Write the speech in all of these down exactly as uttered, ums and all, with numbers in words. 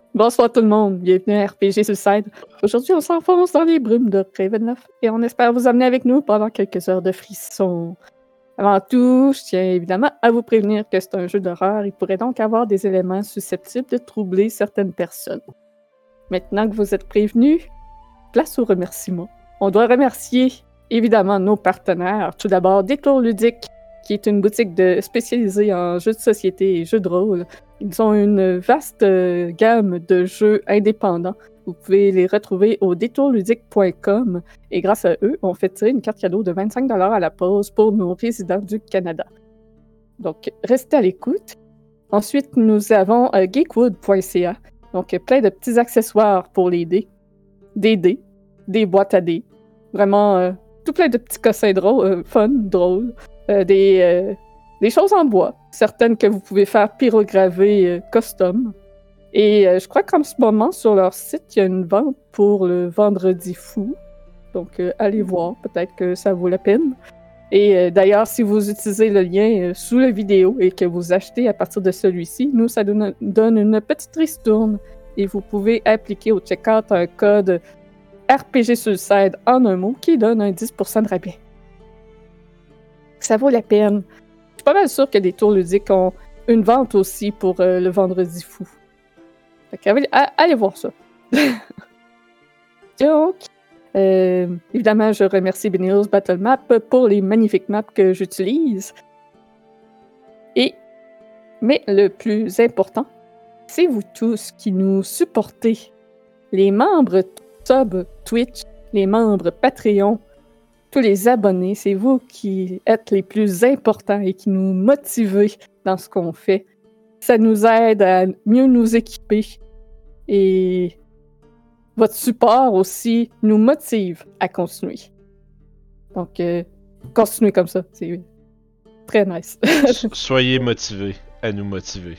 Bonsoir tout le monde, bienvenue à R P G Suicide. Aujourd'hui, on s'enfonce dans les brumes de Ravenloft et on espère vous amener avec nous pendant quelques heures de frissons. Avant tout, je tiens évidemment à vous prévenir que c'est un jeu d'horreur. Il pourrait donc avoir des éléments susceptibles de troubler certaines personnes. Maintenant que vous êtes prévenus, place aux remerciements. On doit remercier évidemment nos partenaires. Tout d'abord, Détour Ludique, qui est une boutique de, spécialisée en jeux de société et jeux de rôle. Ils ont une vaste euh, gamme de jeux indépendants. Vous pouvez les retrouver au détour ludique point com et grâce à eux, on fait tirer une carte cadeau de vingt-cinq dollars à la pause pour nos résidents du Canada. Donc, restez à l'écoute. Ensuite, nous avons euh, geekwood point c a, donc plein de petits accessoires pour les dés, des dés, des boîtes à dés, vraiment euh, tout plein de petits cossins drôles, euh, fun, drôles, euh, des, euh, des choses en bois, certaines que vous pouvez faire pyrograver euh, custom. Et euh, je crois qu'en ce moment, sur leur site, il y a une vente pour le Vendredi fou. Donc, euh, allez voir, peut-être que ça vaut la peine. Et euh, d'ailleurs, si vous utilisez le lien euh, sous la vidéo et que vous achetez à partir de celui-ci, nous, ça donne, donne une petite ristourne. Et vous pouvez appliquer au checkout un code R P G Suicide en un mot qui donne un dix pour cent de rabais. Ça vaut la peine. Je suis pas mal sûre que des tours ludiques ont une vente aussi pour euh, le Vendredi fou. Fait qu'allez, allez voir ça. Donc, euh, évidemment, je remercie Beneos Battle Map pour les magnifiques maps que j'utilise. Et, mais le plus important, c'est vous tous qui nous supportez. Les membres sub Twitch, les membres Patreon, tous les abonnés, c'est vous qui êtes les plus importants et qui nous motivez dans ce qu'on fait. Ça nous aide à mieux nous équiper et votre support aussi nous motive à continuer. Donc, euh, continuez comme ça, c'est très nice. Soyez motivés à nous motiver.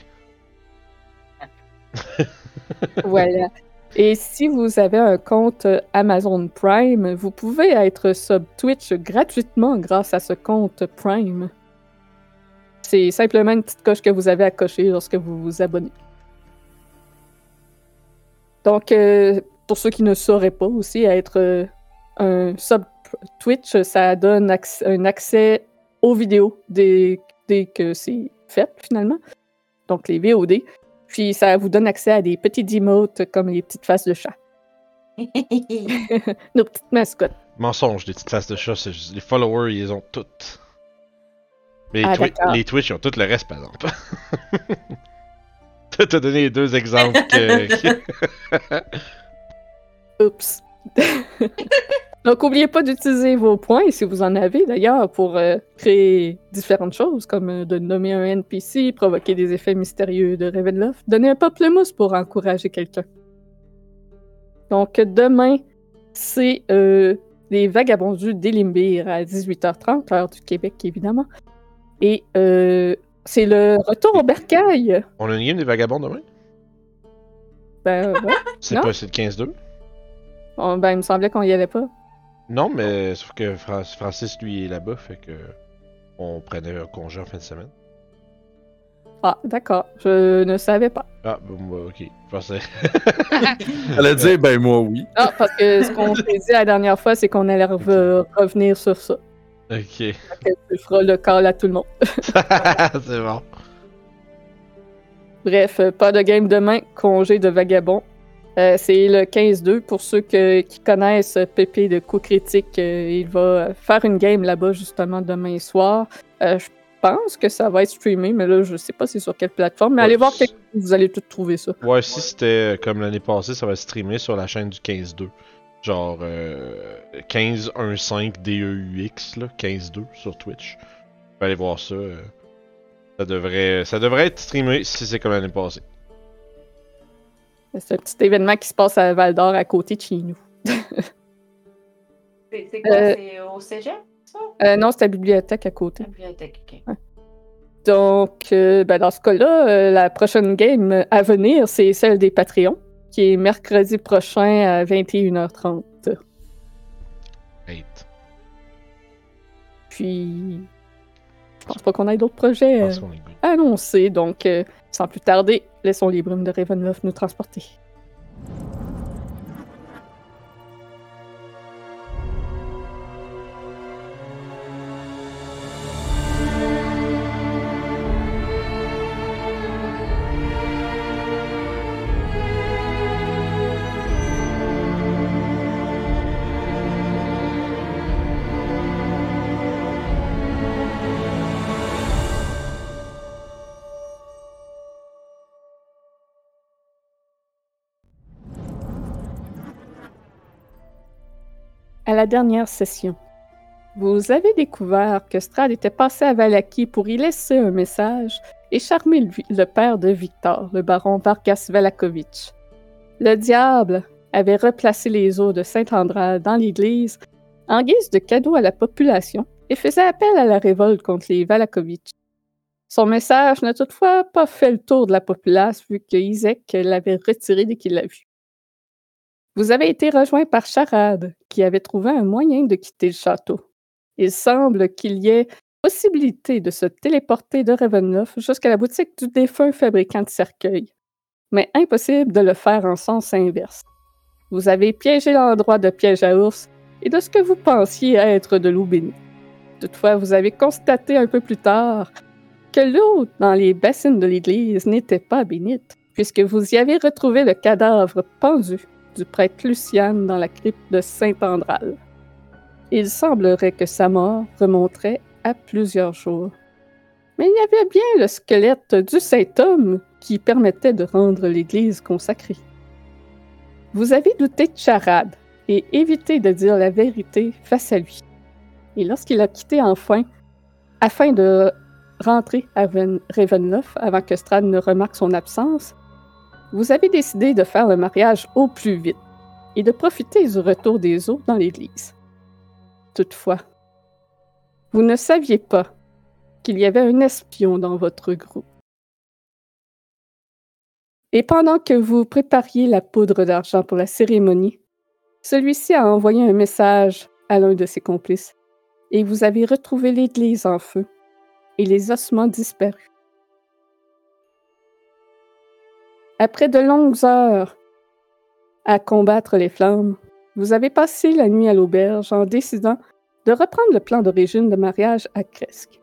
Voilà. Et si vous avez un compte Amazon Prime, vous pouvez être sub Twitch gratuitement grâce à ce compte Prime. C'est simplement une petite coche que vous avez à cocher lorsque vous vous abonnez. Donc, euh, pour ceux qui ne sauraient pas aussi, être euh, un sub Twitch, ça donne acc- un accès aux vidéos dès, dès que c'est fait, finalement. Donc, les V O D. Puis, ça vous donne accès à des petits emotes comme les petites faces de chat. Nos petites mascottes. Mensonge, des petites faces de chat, c'est juste, les followers, ils les ont toutes. Mais les, Ah, twi- d'accord. les Twitch, ils ont tout le reste, par exemple. T'as donné les deux exemples que... Oups. Donc, n'oubliez pas d'utiliser vos points, si vous en avez d'ailleurs, pour euh, créer différentes choses, comme euh, de nommer un N P C, provoquer des effets mystérieux de Ravenloft, donner un pamplemousse pour encourager quelqu'un. Donc, demain, c'est euh, les Vagabondus d'Elimbir à dix-huit heures trente, heure du Québec, évidemment. Et euh, c'est le retour au bercail. On a une game des vagabonds demain? Ben, ouais. C'est Non? pas, c'est le quinze deux? On- ben, il me semblait qu'on y allait pas. Non, mais sauf que Fra- Francis, lui, est là-bas, fait que... On prenait un congé en fin de semaine. Ah, d'accord. Je ne savais pas. Ah, bon, moi, ok. Je pensais... Elle a dit, ben moi oui. Ah, parce que ce qu'on s'est dit la dernière fois, c'est qu'on allait re- revenir sur ça. Ok. Fait que tu feras le call à tout le monde. C'est bon. Bref, euh, pas de game demain, congé de vagabond. Euh, c'est le quinze deux. Pour ceux que- qui connaissent Pépé de Coup Critique, euh, il va faire une game là-bas justement demain soir. Euh, je pense que ça va être streamé, mais là, je sais pas c'est sur quelle plateforme. Mais Ouais, allez voir, c'est- quelque- vous allez tout trouver ça. Ouais, si c'était euh, comme l'année passée, ça va streamer sur la chaîne du quinze deux. Genre euh, quinze un cinq D E U X, là, quinze deux sur Twitch. Vous pouvez aller voir ça. euh, Ça devrait, ça devrait être streamé si c'est comme l'année passée. C'est un petit événement qui se passe à Val d'Or à côté de chez nous. C'est c'est quoi? Euh, C'est au cégep, ça? Euh, non, c'est la bibliothèque à côté. La bibliothèque, ok. Donc, euh, ben, dans ce cas-là, euh, la prochaine game à venir, c'est celle des Patreons, qui est mercredi prochain à vingt et une heures trente. Hate. Puis, je pense pas qu'on ait d'autres projets Je euh, pense qu'on est good. annoncés. Donc, euh, Sans plus tarder, laissons les brumes de Ravenloft nous transporter. À la dernière session, vous avez découvert que Strahd était passé à Vallaki pour y laisser un message et charmer le, le père de Victor, le baron Vargas Valakovitch. Le diable avait replacé les os de Saint-Andral dans l'église en guise de cadeau à la population et faisait appel à la révolte contre les Valakovitch. Son message n'a toutefois pas fait le tour de la populace vu que Isaac l'avait retiré dès qu'il l'a vu. Vous avez été rejoint par Charade, qui avait trouvé un moyen de quitter le château. Il semble qu'il y ait possibilité de se téléporter de Ravenloft jusqu'à la boutique du défunt fabricant de cercueils, mais impossible de le faire en sens inverse. Vous avez piégé l'endroit de piège à ours et de ce que vous pensiez être de l'eau bénite. Toutefois, vous avez constaté un peu plus tard que l'eau dans les bassines de l'église n'était pas bénite, puisque vous y avez retrouvé le cadavre pendu du prêtre Lucian dans la crypte de Saint-Andral. Il semblerait que sa mort remonterait à plusieurs jours. Mais il y avait bien le squelette du saint-homme qui permettait de rendre l'église consacrée. Vous avez douté de Charade et évité de dire la vérité face à lui. Et lorsqu'il a quitté enfin, afin de rentrer à Ravenloft avant que Strahd ne remarque son absence, vous avez décidé de faire le mariage au plus vite et de profiter du retour des eaux dans l'église. Toutefois, vous ne saviez pas qu'il y avait un espion dans votre groupe. Et pendant que vous prépariez la poudre d'argent pour la cérémonie, celui-ci a envoyé un message à l'un de ses complices et vous avez retrouvé l'église en feu et les ossements disparus. Après de longues heures à combattre les flammes, vous avez passé la nuit à l'auberge en décidant de reprendre le plan d'origine de mariage à Kresk.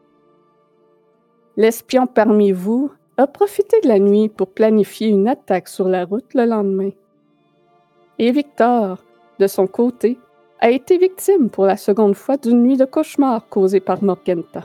L'espion parmi vous a profité de la nuit pour planifier une attaque sur la route le lendemain. Et Victor, de son côté, a été victime pour la seconde fois d'une nuit de cauchemar causée par Morgenta.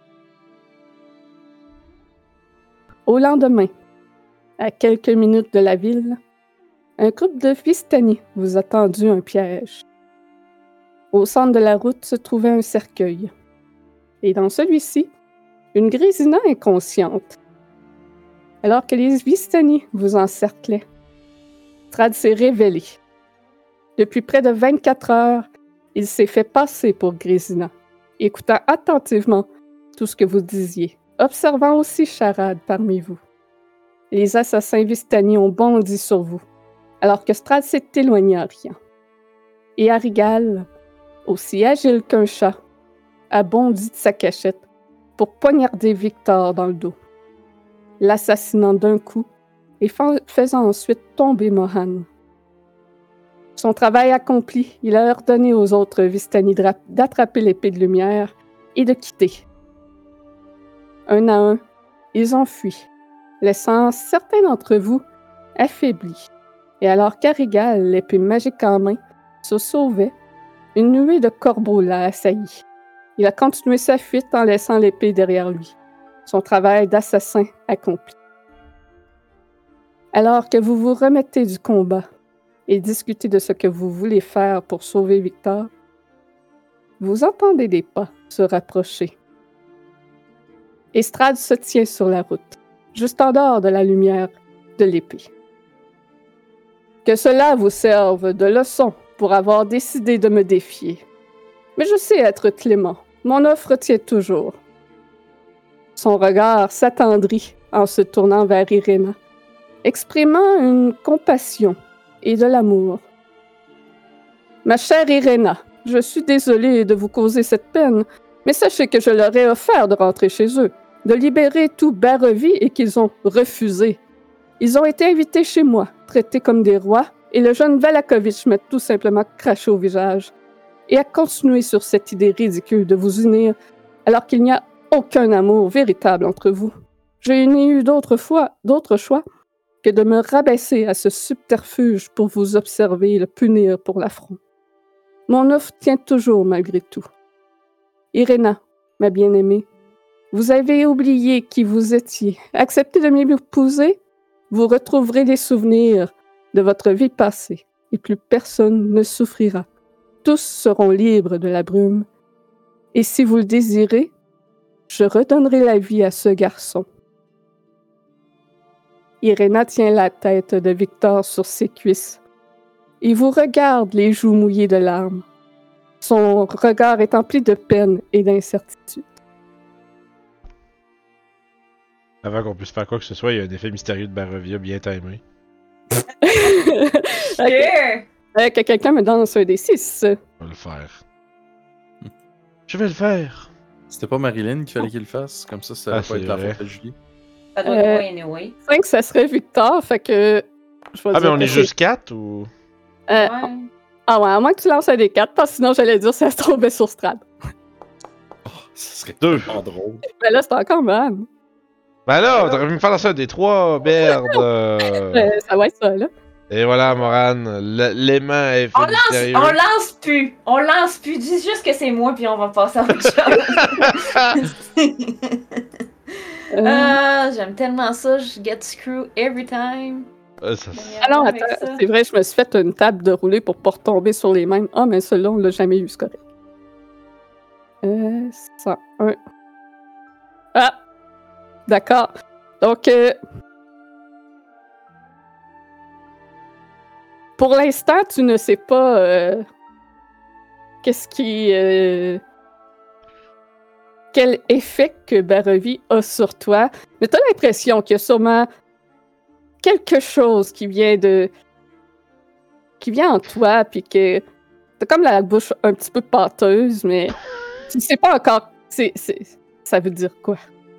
Au lendemain, à quelques minutes de la ville, un groupe de Vistani vous a tendu un piège. Au centre de la route se trouvait un cercueil. Et dans celui-ci, une Grésina inconsciente. Alors que les Vistani vous encerclaient, Strahd s'est révélé. Depuis près de vingt-quatre heures, il s'est fait passer pour Grésina, écoutant attentivement tout ce que vous disiez, observant aussi Charade parmi vous. Les assassins Vistani ont bondi sur vous, alors que Strahd s'est éloigné en riant. Et Arigal, aussi agile qu'un chat, a bondi de sa cachette pour poignarder Victor dans le dos, l'assassinant d'un coup et fa- faisant ensuite tomber Mohan. Son travail accompli, il a ordonné aux autres Vistani dra- d'attraper l'épée de lumière et de quitter. Un à un, ils ont fui, laissant certains d'entre vous affaiblis. Et alors qu'Arigal, l'épée magique en main, se sauvait, une nuée de corbeaux l'a assailli. Il a continué sa fuite en laissant l'épée derrière lui, son travail d'assassin accompli. Alors que vous vous remettez du combat et discutez de ce que vous voulez faire pour sauver Victor, vous entendez des pas se rapprocher. Et Strahd se tient sur la route, juste en dehors de la lumière de l'épée. Que cela vous serve de leçon pour avoir décidé de me défier. Mais je sais être clément. Mon offre tient toujours. Son regard s'attendrit en se tournant vers Iréna, exprimant une compassion et de l'amour. Ma chère Iréna, je suis désolée de vous causer cette peine, mais sachez que je leur ai offert de rentrer chez eux, de libérer tout Barovie et qu'ils ont refusé. Ils ont été invités chez moi, traités comme des rois, et le jeune Valakovitch m'a tout simplement craché au visage et a continué sur cette idée ridicule de vous unir alors qu'il n'y a aucun amour véritable entre vous. Je n'ai eu d'autres fois, d'autres choix que de me rabaisser à ce subterfuge pour vous observer et le punir pour l'affront. Mon offre tient toujours malgré tout. Irena, ma bien-aimée, vous avez oublié qui vous étiez. Acceptez de m'épouser, vous retrouverez les souvenirs de votre vie passée et plus personne ne souffrira. Tous seront libres de la brume. Et si vous le désirez, je redonnerai la vie à ce garçon. Irena tient la tête de Victor sur ses cuisses. Il vous regarde les joues mouillées de larmes. Son regard est empli de peine et d'incertitude. Avant qu'on puisse faire quoi que ce soit, il y a un effet mystérieux de Barovia bien timé. Okay. Euh, que quelqu'un me danse un des six. On va le faire. Je vais le faire. C'était pas Marilyn qu'il fallait qu'il le fasse? Comme ça, ça va Ah, pas c'est être la vrai. faute de Julie. Ça doit Euh, être moi, anyway. cinq, ça serait Victor, fait que... Je vais Ah, dire mais on que est c'est- juste quatre ou. Euh, Ouais. Ah ouais, à moins que tu lances un des quatre, parce que sinon j'allais dire ça se tombait sur Strad. Oh, ça serait Deux. tellement drôle. Mais là, c'est encore mal. Ben là, t'aurais pu me faire lancer un des trois, merde. euh. Euh, ça va être ça, là. Et voilà, Morane, l- l'aimant est On fait lance, mystérieux. on lance plus. On lance plus. Dis juste que c'est moi, puis on va passer à autre chose. Euh, Ah, j'aime tellement ça. Je get screw every time. Euh, ça- Ah non, Avec attends, ça. c'est vrai, je me suis fait une table de rouler pour pas retomber sur les mêmes. Ah, mais celui-là, on l'a jamais eu, c'est correct. Euh, cent un. Ah! D'accord. Donc, euh, pour l'instant, tu ne sais pas euh, qu'est-ce qui... euh, quel effet que Barovie a sur toi. Mais tu as l'impression qu'il y a sûrement quelque chose qui vient de... qui vient en toi, puis que t'as comme la bouche un petit peu pâteuse, mais tu sais pas encore c'est, c'est, ça veut dire quoi.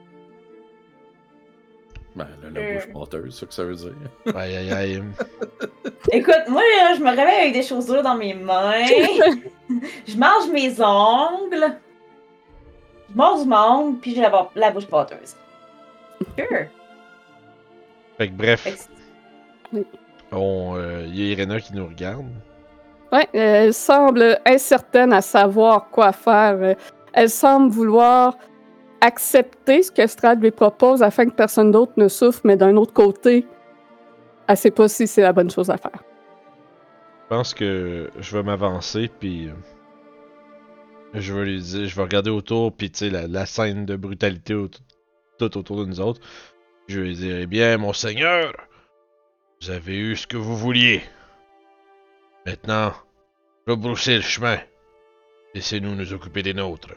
Ben, là, la Euh. bouche menteuse, c'est ça que ça veut dire. Aïe aïe aïe. Écoute, moi, là, je me réveille avec des choses dures dans mes mains. Je mange mes ongles. Je mords du monde, puis j'ai la, la bouche pâteuse. Sure. Fait que bref, Fait que- on, euh, y a Irena qui nous regarde. Ouais, euh, elle semble incertaine à savoir quoi faire. Euh, Elle semble vouloir accepter ce que Strad lui propose afin que personne d'autre ne souffre, mais d'un autre côté, elle sait pas si c'est la bonne chose à faire. Je pense que je vais m'avancer, puis euh, je vais lui dire, je vais regarder autour, puis tu sais, la, la scène de brutalité au- tout autour de nous autres. Je vais lui dire, eh bien, mon seigneur, vous avez eu ce que vous vouliez. Maintenant, rebroussez le chemin. Laissez-nous nous occuper des nôtres.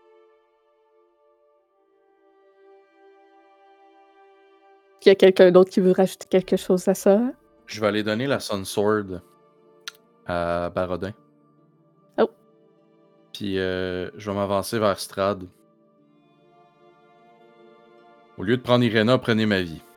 Est-ce qu'il y a quelqu'un d'autre qui veut rajouter quelque chose à ça? Je vais aller donner la Sun Sword à Barodin. Oh. Puis euh, je vais m'avancer vers Strad. Au lieu de prendre Irena, prenez ma vie.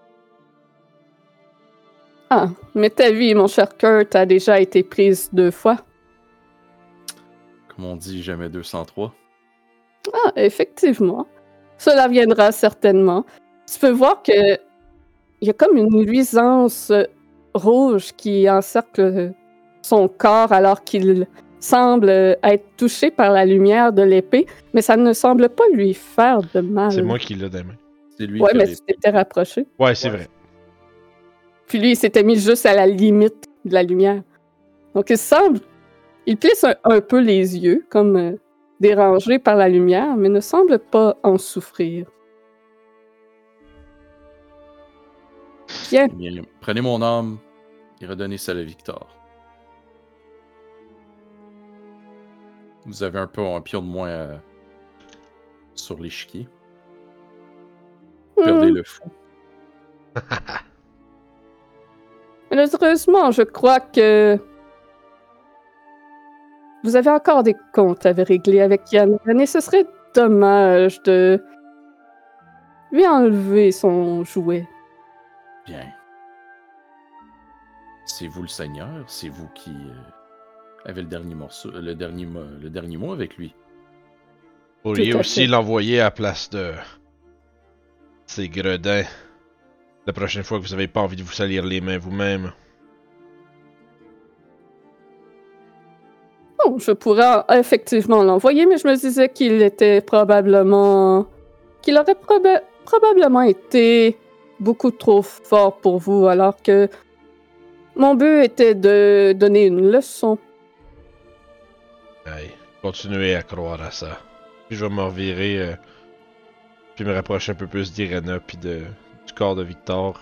Ah, mais ta vie, mon cher Kurt, a déjà été prise deux fois. Comme on dit, jamais deux cent trois. Ah, effectivement. Cela viendra certainement. Tu peux voir que il y a comme une luisance euh, rouge qui encercle euh, son corps alors qu'il semble euh, être touché par la lumière de l'épée, mais ça ne semble pas lui faire de mal. C'est moi qui l'ai dans les mains. C'est lui Ouais, qui a mais les- tu t'étais rapproché. Ouais, c'est Ouais. vrai. Puis lui, il s'était mis juste à la limite de la lumière. Donc il semble... Il plisse un, un peu les yeux, comme euh, dérangé par la lumière, mais ne semble pas en souffrir. Bien. Bien, prenez mon âme et redonnez celle à Victor. Vous avez un peu un pion de moins euh, sur l'échiquier. Perdez Hmm. le fou. Malheureusement, je crois que vous avez encore des comptes à régler avec Yann. Et ce serait dommage de lui enlever son jouet. Bien. C'est vous le seigneur? C'est vous qui euh, avez le dernier morceau, le dernier, mo- le dernier mot avec lui? Vous pourriez Tout à aussi fait. l'envoyer à la place de ces gredins. La prochaine fois que vous avez pas envie de vous salir les mains vous-même. Bon, je pourrais effectivement l'envoyer, mais je me disais qu'il était probablement... qu'il aurait proba- probablement été beaucoup trop fort pour vous, alors que mon but était de donner une leçon. Aïe, continuez à croire à ça. Puis je vais me revirer, euh, puis me rapprocher un peu plus d'Irena puis de, du corps de Victor.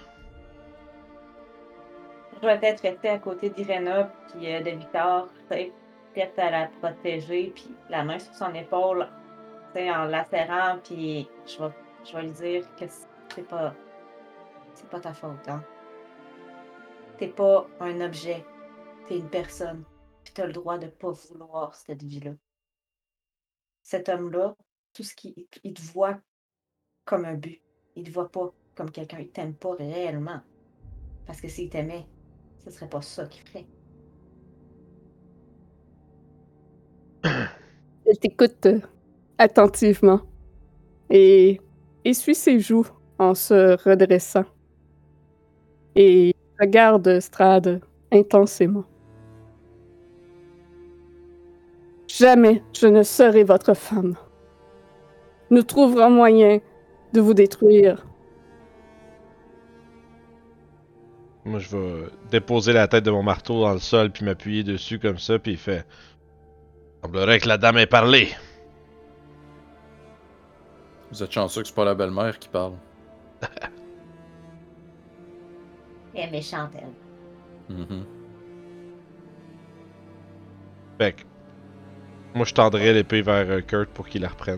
Je vais être rester à côté d'Irena puis euh, de Victor, tu sais, prête à la protéger, puis la main sur son épaule, tu sais, en la serrant, puis je vais, je vais lui dire que c'est pas, c'est pas ta faute, hein. T'es pas un objet, t'es une personne, puis t'as le droit de pas vouloir cette vie-là. Cet homme-là, tout ce qu'il il te voit comme un but. Il te voit pas comme quelqu'un, il t'aime pas réellement. Parce que s'il t'aimait, ce serait pas ça qu'il ferait. Elle t'écoute euh, attentivement et essuie ses joues en se redressant. Et regarde Strad intensément. Jamais je ne serai votre femme. Nous trouverons moyen de vous détruire. Moi, je vais déposer la tête de mon marteau dans le sol puis m'appuyer dessus comme ça, puis il fait. Semblerait que la dame ait parlé. Vous êtes chanceux que c'est pas la belle-mère qui parle. Elle est méchante, elle. Mhm. Fait que. Moi, je tendrai l'épée vers euh, Kurt pour qu'il la reprenne.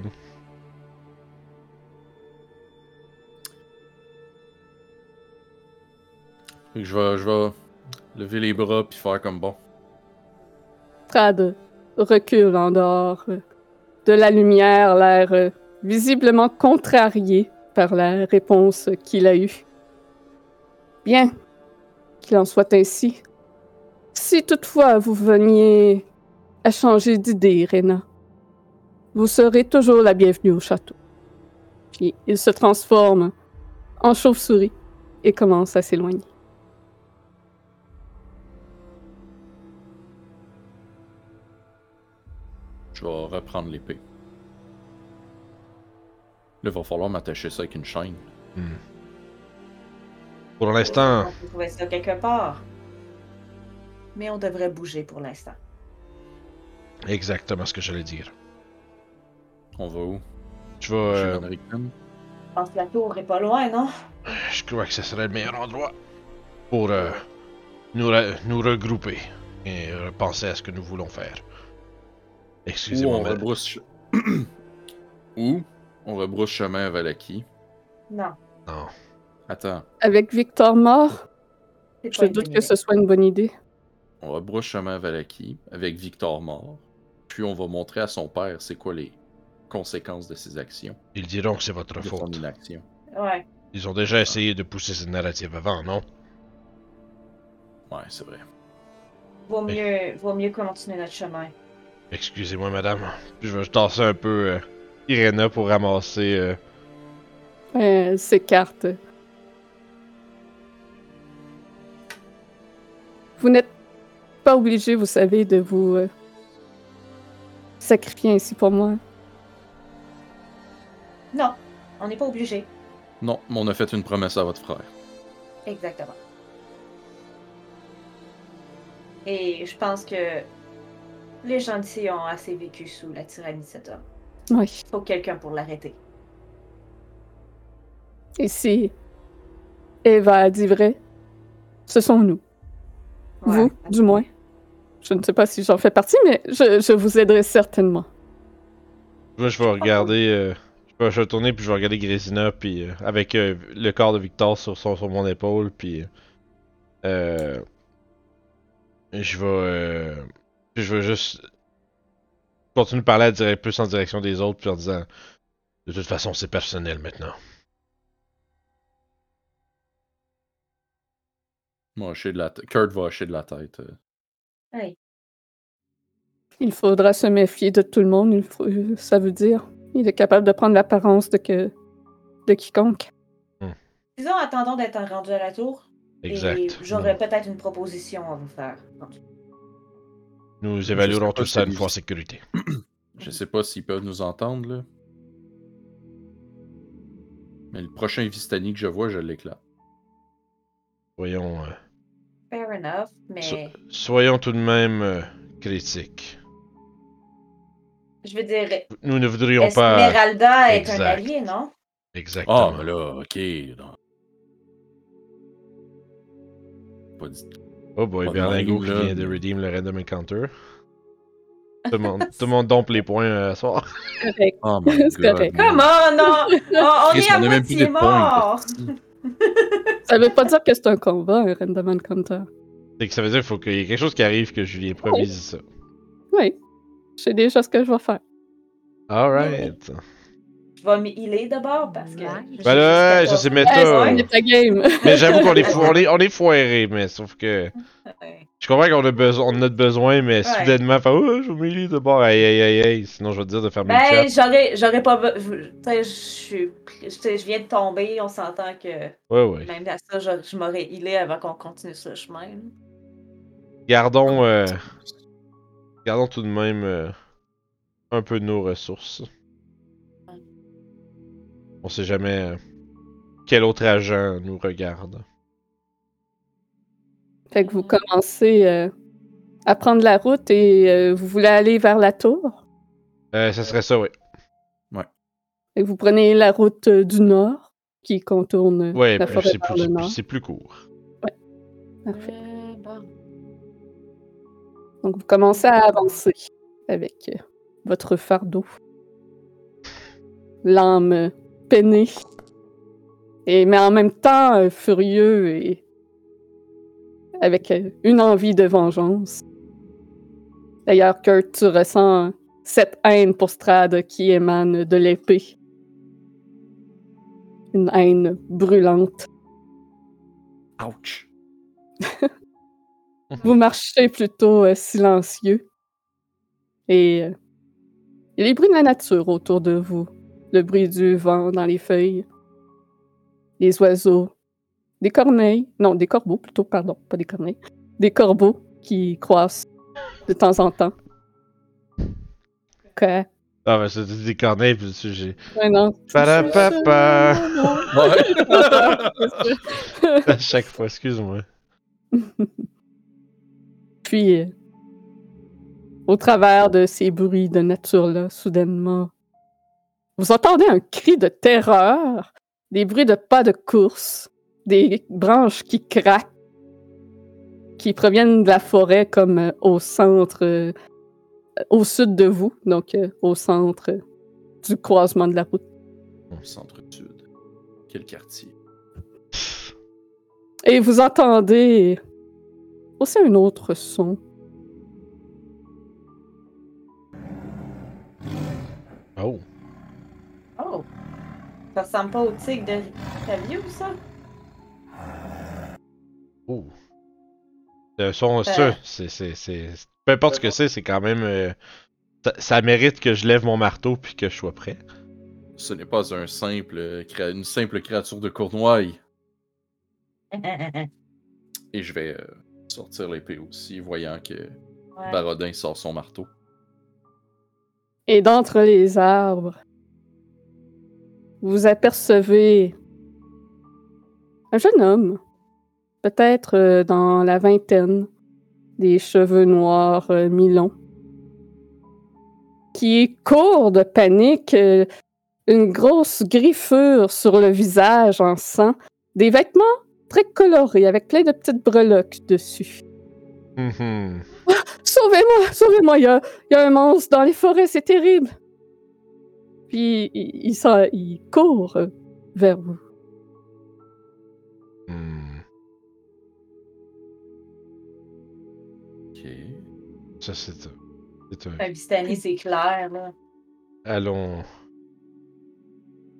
Fait que je vais, je vais lever les bras puis faire comme bon. Strad recule en dehors euh, de la lumière, l'air euh, visiblement contrarié par la réponse qu'il a eue. Bien, qu'il en soit ainsi. Si toutefois vous veniez à changer d'idée, Rena, vous serez toujours la bienvenue au château. Puis il se transforme en chauve-souris et commence à s'éloigner. Je vais reprendre l'épée. Là, il va falloir m'attacher ça avec une chaîne. Hmm. Pour l'instant, On peut trouver ça quelque part. Mais on devrait bouger pour l'instant. exactement ce que j'allais dire. On va où? Je vais. Chez euh, Manrican? Je pense que la tour est pas loin, non? je crois que ce serait le meilleur endroit pour euh, nous, re- nous regrouper et euh, penser à ce que nous voulons faire. Ou Excusez-moi, on mais rebrousse... Ou on rebrousse chemin à Valaki. Non. non. Attends, Avec Victor mort, C'est je pas une doute bonne que idée. ce soit une bonne idée. on rebrousse chemin à Valaki avec Victor mort. Puis on va montrer à son père c'est quoi les conséquences de ses actions. Ils diront que c'est votre De son faute. inaction. Ouais. Ils ont déjà essayé de pousser cette narrative avant, non? Ouais, c'est vrai. Vaut mieux, vaut mieux continuer notre chemin. Excusez-moi, madame. Puis je vais tasser un peu euh, Irena pour ramasser. euh, Euh, Elle s'écarte. Vous n'êtes pas obligé, vous savez, de vous euh, sacrifier ainsi pour moi. Non, on n'est pas obligé. Non, mais on a fait une promesse à votre frère. Exactement. Et je pense que les gens d'ici ont assez vécu sous la tyrannie de cet homme. Oui. Il faut quelqu'un pour l'arrêter. Et si Eva a dit vrai, ce sont nous. Ouais. Vous, du moins. Je ne sais pas si j'en fais partie, mais je, je vous aiderai certainement. Moi, je vais regarder. euh, je, vais, je vais tourner puis je vais regarder Grésina puis euh, avec euh, le corps de Victor sur, son, sur mon épaule puis. Euh, je vais. Euh, puis je vais juste continuer de parler à dire, plus en direction des autres puis en disant. De toute façon, c'est personnel maintenant. Moi, hocher de la tête. Kurt va hocher de la tête. euh. Oui. Il faudra se méfier de tout le monde, il faut- ça veut dire. Il est capable de prendre l'apparence de, que... de quiconque. Disons, attendons d'être rendu à la tour. Et Exact. j'aurais Nous, peut-être une proposition à vous faire. nous Je évaluerons sais pas tout ça si- une fois en sécurité. Je sais pas s'ils peuvent nous entendre, là. Mais le prochain Vistani que je vois, je l'éclate. Soyons, euh, Fair enough, mais so- soyons tout de même euh, critiques. je veux dire, Nous ne voudrions pas... Esmeralda est un Exact. allié, non? Ah, Exactement. mais là, ok. non. Pas dit. Oh boy, Pas de Berlingo même, qui là, vient de mais- redeem le random encounter. Tout le monde, tout le monde dompe les points euh, ce soir. Correct. Oh my C'est god. correct. man. Come on, non! On, on Chris, est à on a même plus moitié de points. mort! Ça veut pas dire que c'est un combat, un random encounter. C'est que ça veut dire qu'il faut qu'il y ait quelque chose qui arrive que je lui improvise ça. Oui. Je sais déjà ce que je vais faire. Alright. Je vais me healer d'abord parce que. je- Ben là, je je sais sais pas. mettre Hey, ça. c'est ta game. Mais j'avoue qu'on est, fou, on est, on est foiré, mais sauf que. Ouais. Je comprends qu'on a besoin, on a de besoin, mais Ouais. soudainement, fait, oh, je vais m'aider de bord, aïe aïe aïe aïe, sinon je vais te dire de fermer le Ben, chat. j'aurais, j'aurais pas. be- je- Tu sais, je suis. je sais, je viens de tomber, on s'entend que. Ouais, ouais. Même à ça, je, je m'aurais healé avant qu'on continue ce chemin. là. Gardons, euh, gardons tout de même euh, un peu de nos ressources. On sait jamais euh, quel autre agent nous regarde. Fait que vous commencez euh, à prendre la route et euh, vous voulez aller vers la tour. Euh, ça serait ça, oui. Fait que vous prenez la route euh, du nord qui contourne euh, Ouais, la plus- forêt c'est vers plus, le c'est plus- nord. c'est plus court. Parfait. Euh, bon. Donc vous commencez à avancer avec euh, votre fardeau. L'âme euh, peinée. Et, mais en même temps euh, furieux et avec euh, une envie de vengeance. D'ailleurs, Kurt, tu ressens cette haine pour Strad qui émane de l'épée. Une haine brûlante. Ouch. Vous marchez plutôt euh, silencieux. Et euh, il y a les bruits de la nature autour de vous. Le bruit du vent dans les feuilles. Les oiseaux. Des corneilles. Non, des corbeaux plutôt, pardon, pas des corneilles. Des corbeaux qui croissent de temps en temps. Quoi? Ah, ben, c'est des corneilles, puis dessus, j'ai. Ouais, non. Parapapa! Ouais. À chaque fois, excuse-moi. Puis, euh, au travers de ces bruits de nature-là, soudainement, vous entendez un cri de terreur, des bruits de pas de course, des branches qui craquent, qui proviennent de la forêt comme euh, au centre, euh, au sud de vous, donc euh, au centre euh, du croisement de la route. Au centre-sud. Quel quartier? Et vous entendez aussi un autre son. Oh. Oh! Ça ressemble pas au tigre de Ricavio, ça? Oh. Le son, Euh. ça, c'est, c'est, c'est... Peu importe ce que c'est, c'est quand même... euh, ça, ça mérite que je lève mon marteau puis que je sois prêt. Ce n'est pas un simple, euh, créa- une simple créature de Cournoye. Et je vais euh, sortir l'épée aussi, voyant que Ouais. Barodin sort son marteau. Et d'entre les arbres, vous apercevez un jeune homme, peut-être euh, dans la vingtaine, des cheveux noirs euh, mi-longs, qui court de panique, euh, une grosse griffure sur le visage en sang, des vêtements très colorés avec plein de petites breloques dessus. Mhm. Sauvez-moi, sauvez-moi, il y a, il y a un monstre dans les forêts, c'est terrible. Puis il, il, s'en- il court euh, vers vous. Hmm. Ok. Ça, c'est un... C'est un... Un Vistani, c'est clair, là. Allons...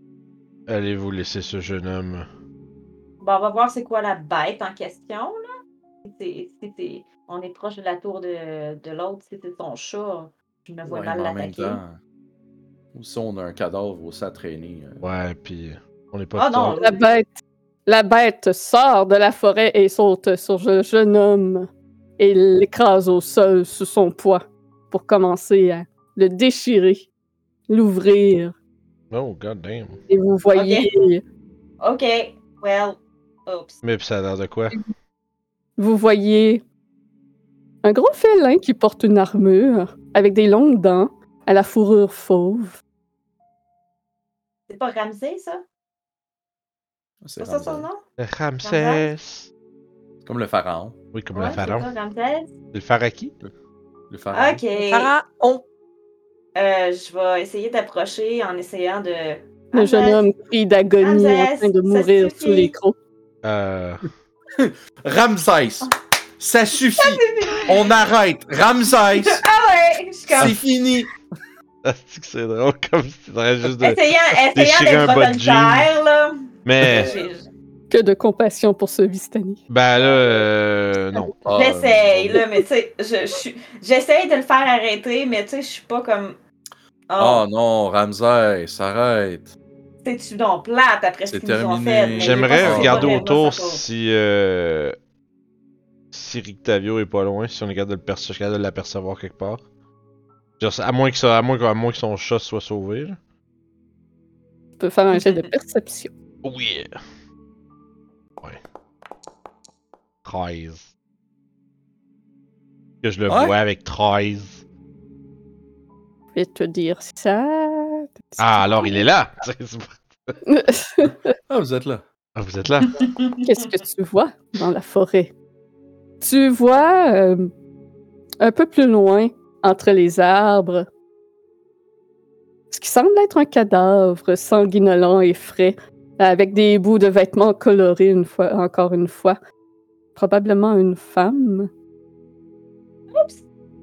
Allez-vous laisser ce jeune homme... Bon, on va voir c'est quoi la bête en question, là. Si c'est, si c'est, on est proche de la tour de, de l'autre, si c'est son chat, je me vois Ouais, mal mais en même l'attaquer. temps, aussi on a un cadavre aussi à traîner. euh. Ouais, puis on n'est pas Ah non, tout- La bête, la bête sort de la forêt et saute sur le jeune homme et l'écrase au sol sous son poids pour commencer à le déchirer, l'ouvrir. Oh, god damn. Et vous voyez, OK, well, oops. Mais pis ça a l'air de quoi? vous voyez un gros félin qui porte une armure avec des longues dents à la fourrure fauve. C'est pas Ramsey, ça? C'est C'est ça son Ramsès. nom? Ramsès! C'est comme le pharaon. Oui, comme Ouais, le c'est pharaon. ça, Ramsès? Le pharaon? Le pharaon. OK. Pharaon. Euh, je vais essayer d'approcher en essayant de... Le jeune Ramsès, homme crie d'agonie en Ramsès, train de ça mourir suffit. sous les crocs. Euh. Ramsès! Ça suffit! On arrête! Ramsès! Ah ouais! Je suis comme... C'est fini! C'est que c'est drôle comme si tu aurais juste de. Essayant, essayant déchirer un d'être bas de jeans. volontaire, là. Mais. J'ai- Que de compassion pour ce Vistani. Ben là, euh, non. Ah, J'essaye, euh, là, mais tu sais, je, je suis- j'essaye de le faire arrêter, mais tu sais, je suis pas comme... Oh Oh, non, Ramsès, arrête! c'est-tu donc plate après ce C'est qu'ils nous ont terminé. fait? mais je J'aimerais pense que c'est regarder pas vraiment autour sa faute. si. Euh... Si Rictavio est pas loin, si on est capable de, le perce- je suis capable de l'apercevoir quelque part. Genre, à moins que, ça, à moins, que- à moins que son chat soit sauvé. Là. Tu peux faire un jet de perception. Oh yeah! Ouais. treize. Que je le Ouais? vois avec treize. Je vais te dire ça. Ah, alors il est là! Ah, vous êtes là. Ah, vous êtes là? Qu'est-ce que tu vois dans la forêt? Tu vois euh, un peu plus loin, entre les arbres, ce qui semble être un cadavre sanguinolent et frais, avec des bouts de vêtements colorés une fois, encore une fois. Probablement une femme. Oups!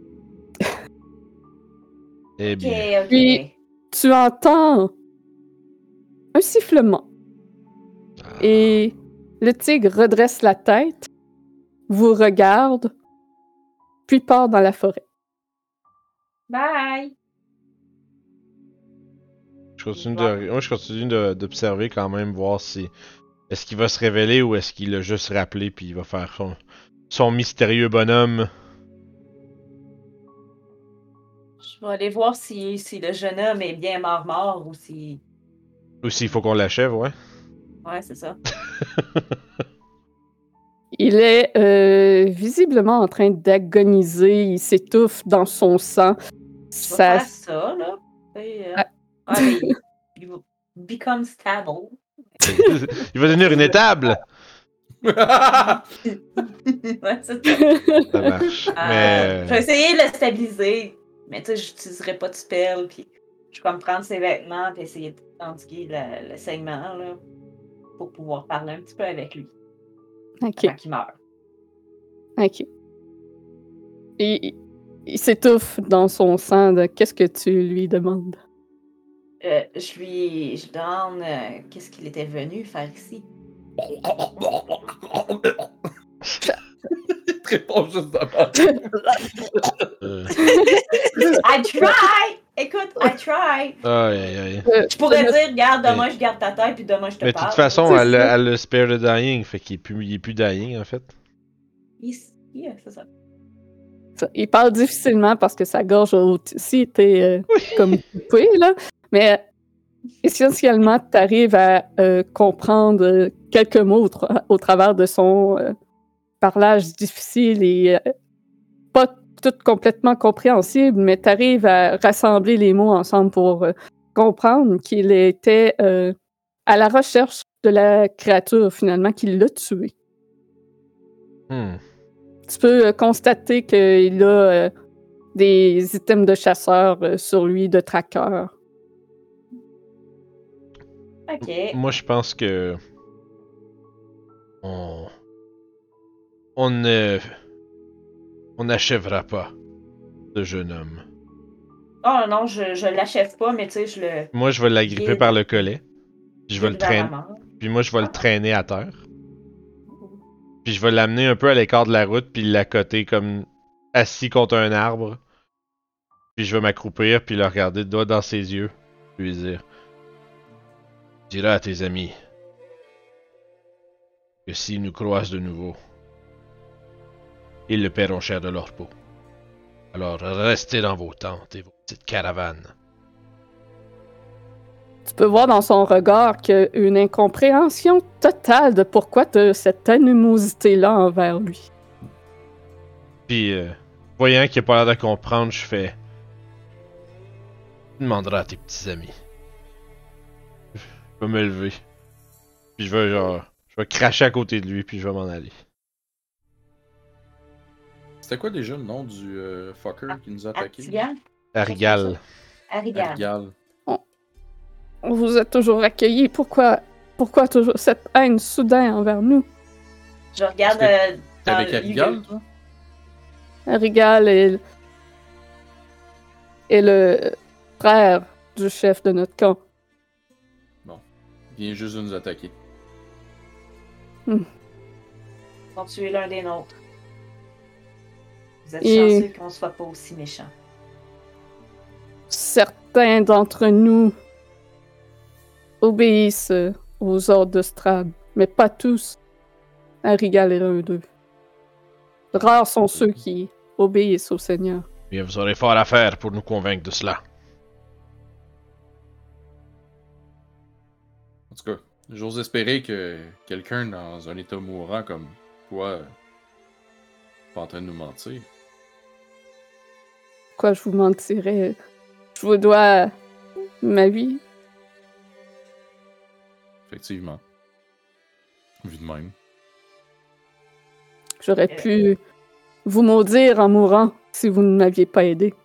Eh Ok, bien. ok. Puis- Tu entends un sifflement. Et le tigre redresse la tête, vous regarde, puis part dans la forêt. Bye! Je continue de, moi, je continue de- d'observer quand même, voir si. Est-ce qu'il va se révéler ou est-ce qu'il a juste rappelé puis il va faire son, son mystérieux bonhomme. Je vais aller voir si, si le jeune homme est bien mort-mort ou si... Ou s'il faut qu'on l'achève, ouais. Ouais, c'est ça. Il est euh, visiblement en train d'agoniser, il s'étouffe dans son sang. Je vais Ça, faire ça, là. Et, euh, Ah. ouais, mais il- il va become stable. Il va devenir une étable! Ouais, c'est ça. Ça marche. Euh, Mais. Je vais essayer de le stabiliser. Mais tu sais, j'utiliserai pas de spell. Puis je vais comme prendre ses vêtements et essayer d'endiguer le, le saignement là, pour pouvoir parler un petit peu avec lui ok, avant qu'il meure. ok. Et il, il s'étouffe dans son sang. de- Qu'est-ce que tu lui demandes? Euh, je lui je demande euh, qu'est-ce qu'il était venu faire ici. Il te répond juste de Euh... I try! Écoute, I try! Aïe, aïe, aïe. Euh, Je pourrais je- dire, regarde, demain Mais- je garde ta tête, puis demain je te Mais de parle. toute façon, C'est elle, ça. elle le spare de dying, fait qu'il est plus, il est plus dying en fait. Il- yeah, c'est ça. Ça, il parle difficilement parce que sa gorge a aussi été euh, comme coupée, là. Mais euh, essentiellement, tu arrives à euh, comprendre euh, quelques mots au, tra- au travers de son euh, parlage difficile et euh, pas tout complètement compréhensible, mais tu arrives à rassembler les mots ensemble pour euh, comprendre qu'il était euh, à la recherche de la créature, finalement, qui l'a tué. Hmm. Tu peux euh, constater qu'il a euh, des items de chasseur euh, sur lui, de traqueur. Ok. Moi, je pense que. On. On ne. On n'achèvera pas ce jeune homme. Oh non, je, je l'achève pas, mais tu sais, je le. Moi, je vais l'agripper Guide. par le collet. Puis je vais le guide vers la traîner. mort. Puis moi, je vais le traîner à terre. Puis je vais l'amener un peu à l'écart de la route, puis l'accoter comme assis contre un arbre. Puis je vais m'accroupir, puis le regarder droit dans ses yeux. Puis lui dire: diras à tes amis que s'ils nous croisent de nouveau, ils le paieront cher de leur peau. Alors restez dans vos tentes et vos petites caravanes. Tu peux voir dans son regard qu'il y a une incompréhension totale de pourquoi tu as cette animosité-là envers lui. Puis, euh, voyant qu'il n'a pas l'air de comprendre, je fais: tu demanderas à tes petits amis. Je vais me lever. Puis je vais genre... Je vais cracher à côté de lui, puis je vais m'en aller. C'était quoi déjà le nom du euh, fucker qui nous a attaqué? Artigal? Arigal. Arigal. Argal. On vous a toujours accueillis. Pourquoi, pourquoi toujours cette haine soudaine envers nous? Je regarde Est-ce euh, T'es dans avec le Arigal, Eagle. toi? Arigal est, est le frère du chef de notre camp. Il vient juste de nous attaquer. Ils ont tué l'un des nôtres. Vous êtes Et- chanceux qu'on soit pas aussi méchants. Certains d'entre nous obéissent aux ordres de Strad, mais pas tous. Arigal est l'un d'eux. Rares sont ceux qui obéissent au Seigneur. Bien, vous aurez fort à faire pour nous convaincre de cela. En tout cas, j'ose espérer que quelqu'un dans un état mourant comme toi euh, pas en train de nous mentir. Quoi, je vous mentirais? Je vous dois ma vie. Effectivement. Vu de même. J'aurais Euh. pu vous maudire en mourant si vous ne m'aviez pas aidé.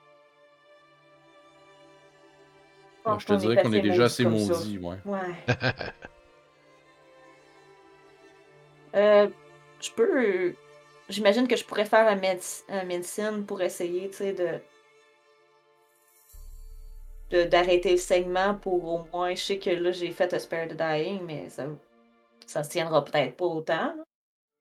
Moi, je te dirais qu'on est déjà assez maudits, ouais. Ouais. euh, je peux. J'imagine que je pourrais faire un, méde- un médecine pour essayer, tu sais, de. de- d'arrêter le saignement pour au moins. Je sais que là, j'ai fait un spare the dying, mais ça. ça se tiendra peut-être pas autant. là.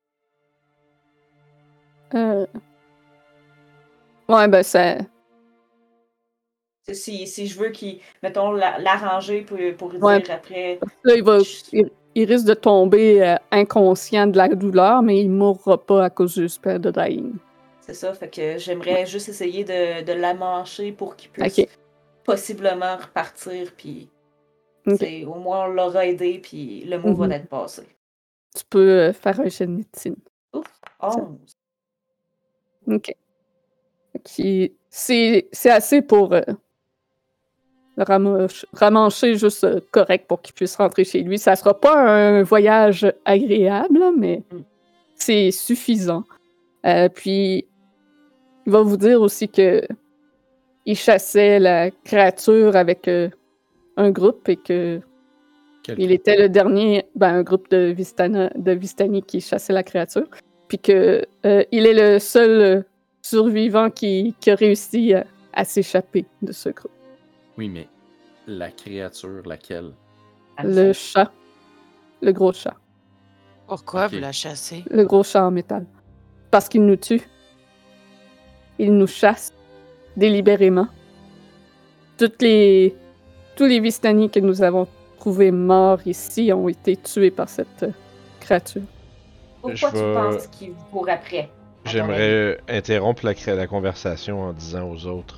Euh... Ouais, ben ça... Tu sais, Si, si je veux qu'il. Mettons, la- l'arranger pour, pour dire Ouais. après. Là, il, va... je- il... il risque de tomber euh, inconscient de la douleur, mais il mourra pas à cause du spell de dying. C'est ça, fait que j'aimerais juste essayer de, de l'amancher pour qu'il puisse Ok. possiblement repartir, puis Ok. c'est- au moins on l'aura aidé, puis le mot Mhm. va être passé. Tu peux euh, faire un jet de médecine. onze. Ok. Qui... C'est... c'est assez pour euh, le ramoche- ramancher juste euh, correct pour qu'il puisse rentrer chez lui. Ça sera pas un voyage agréable, là, mais Mm. c'est suffisant. Euh, puis, il va vous dire aussi que il chassait la créature avec euh, un groupe et que Quel il était le dernier, ben, un groupe de, Vistana, de Vistani qui chassait la créature. Puis que euh, il est le seul euh, survivant qui, qui a réussi à, à s'échapper de ce groupe. Oui, mais la créature, laquelle? Le chat. Le gros chat. Pourquoi Ok. vous la chassez? Le gros chat en métal. Parce qu'il nous tue. Il nous chasse délibérément. Toutes les... Tous les Vistani que nous avons trouvés morts ici ont été tués par cette euh, créature. Pourquoi Je tu vais- penses qu'il vous court après? à ton avis? J'aimerais euh, interrompre la, cré- la conversation en disant aux autres: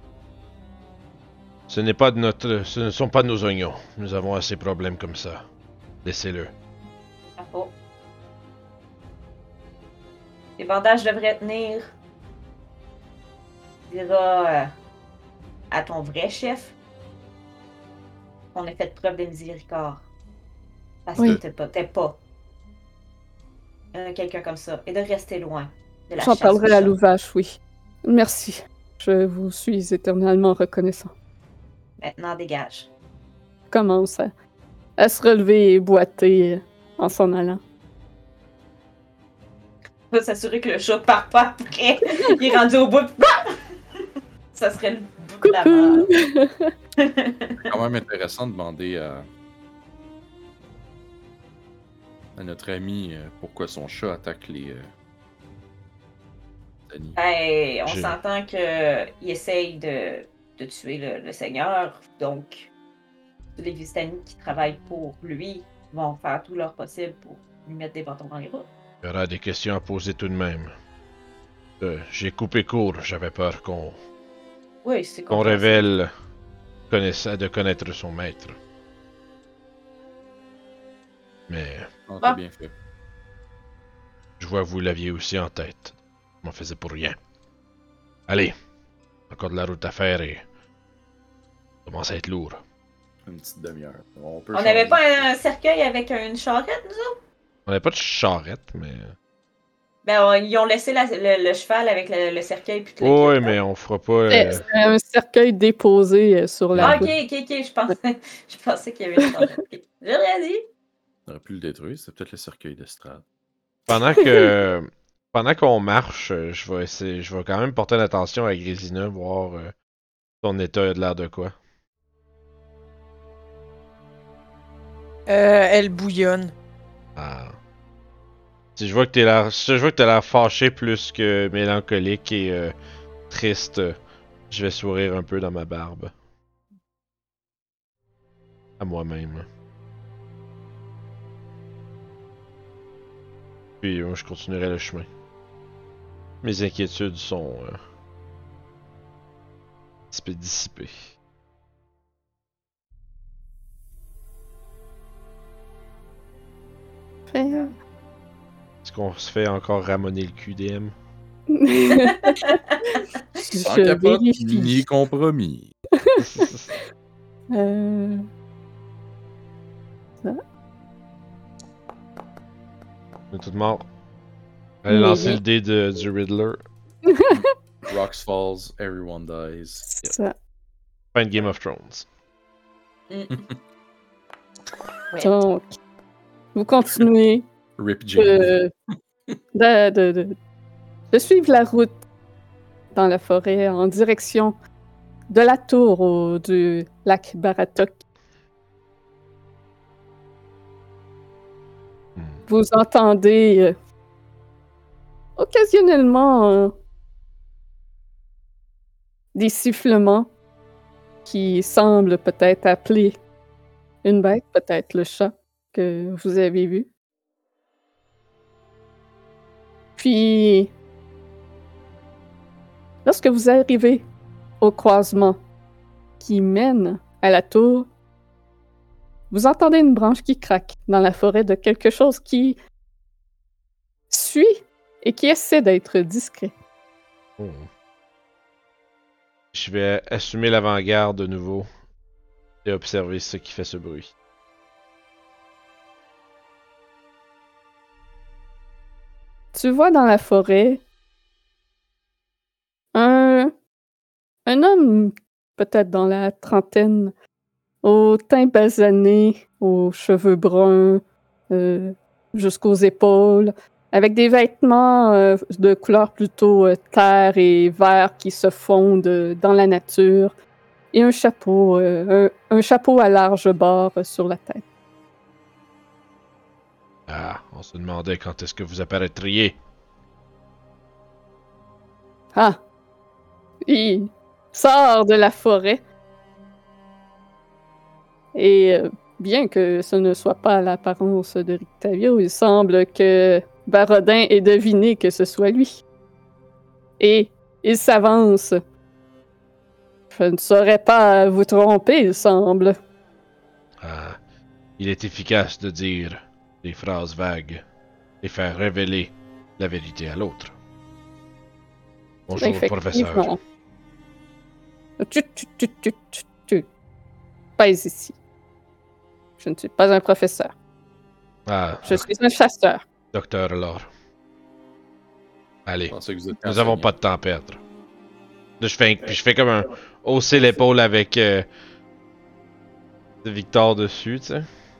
ce n'est pas de notre, ce ne sont pas de nos oignons. Nous avons assez de problèmes comme ça. Laissez-le. Ah, oh. Les bandages devraient tenir. Tu diras euh, à ton vrai chef qu'on a fait preuve de miséricorde. Parce Oui. que t'es pas, t'es pas euh, quelqu'un comme ça. Et de rester loin de la J'en chasse parlerai aux à chats. Louvache, oui. Merci. Je vous suis éternellement reconnaissant. Maintenant, dégage. Commence à, à se relever et boiter euh, en s'en allant. On va s'assurer que le chat part pas après. Il est rendu au bout. Ça serait le bout de la mort. C'est quand même intéressant de demander à. à notre ami euh, pourquoi son chat attaque les. Euh... Dany. Ben, on J'ai- s'entend qu'il essaye de, de tuer le, le Seigneur, donc tous les Vistani qui travaillent pour lui vont faire tout leur possible pour lui mettre des bâtons dans les roues. Il y aura des questions à poser tout de même. Euh, J'ai coupé court, j'avais peur qu'on Oui, c'est qu'on compréhensible. révèle connaissa- de connaître son maître. Mais Non, t'as Ah. bien fait. je vois que vous l'aviez aussi en tête. Je m'en faisais pour rien. Allez, encore de la route à faire et ça commence à être lourd. Une petite demi-heure. On peut On n'avait changer. pas un cercueil avec une charrette, nous autres? On n'avait pas de charrette, mais... Ben, on- ils ont laissé la- le, le cheval avec le, le cercueil puis tout le Oui, kit, mais là. on fera pas... C'est euh, c'est un cercueil déposé euh, sur la Ah, route. ok, ok, ok, je pensais, je pensais qu'il y avait une charrette. Ok. J'ai rien dit. On aurait pu le détruire, c'est peut-être le cercueil d'estrade. Pendant que... Pendant qu'on marche, euh, je vais essayer... Je vais quand même porter l'attention à Grésina, voir euh, son état a de l'air de quoi. Euh, elle bouillonne. Ah. Si je vois que t'es l'air... Si je vois que t'as l'air fâché plus que mélancolique et euh, triste, euh, je vais sourire un peu dans ma barbe. À moi-même. Puis euh, je continuerai le chemin. Mes inquiétudes sont euh, un petit peu dissipées. Fait- Est-ce qu'on se fait encore ramoner le Q D M? Sans Je capote, vérifie. ni compromis. Euh, On est tous morts. Allez Oui, lancer oui. le dé de, du Riddler. Rocks falls, everyone dies. ça. Fin de Game of Thrones. Donc, vous continuez Rip Jamie. euh, de, de, de, de suivre la route dans la forêt en direction de la tour au, du lac Baratok. Hmm. Vous entendez euh, occasionnellement euh, des sifflements qui semblent peut-être appeler une bête, peut-être le chat que vous avez vu. Puis, lorsque vous arrivez au croisement qui mène à la tour, vous entendez une branche qui craque dans la forêt de quelque chose qui suit et qui essaie d'être discret. Oh. Je vais assumer l'avant-garde de nouveau et observer ce qui fait ce bruit. Tu vois dans la forêt un, un homme, peut-être dans la trentaine, au teint basané, aux cheveux bruns, euh, jusqu'aux épaules, avec des vêtements euh, de couleur plutôt euh, terre et vert qui se fondent euh, dans la nature, et un chapeau, euh, un, un chapeau à large bord euh, sur la tête. Ah, on se demandait quand est-ce que vous apparaîtriez. Ah! Il sort de la forêt. Et euh, bien que ce ne soit pas l'apparence de Rictavio, il semble que Barodin ait deviné que ce soit lui. Et il s'avance. Je ne saurais pas vous tromper, il semble. Ah, il est efficace de dire des phrases vagues et faire révéler la vérité à l'autre. Bonjour, professeur. Effectivement. Tu, tu, tu, tu, tu, tu. Pas ici. Je ne suis pas un professeur. Ah, Je suis un chasseur. docteur alors. Je Allez, pensais que vous étiez nous avons enseignant. pas de temps à perdre. Là, je fais, puis je fais comme un hausser l'épaule avec euh, de Victor dessus, tu sais.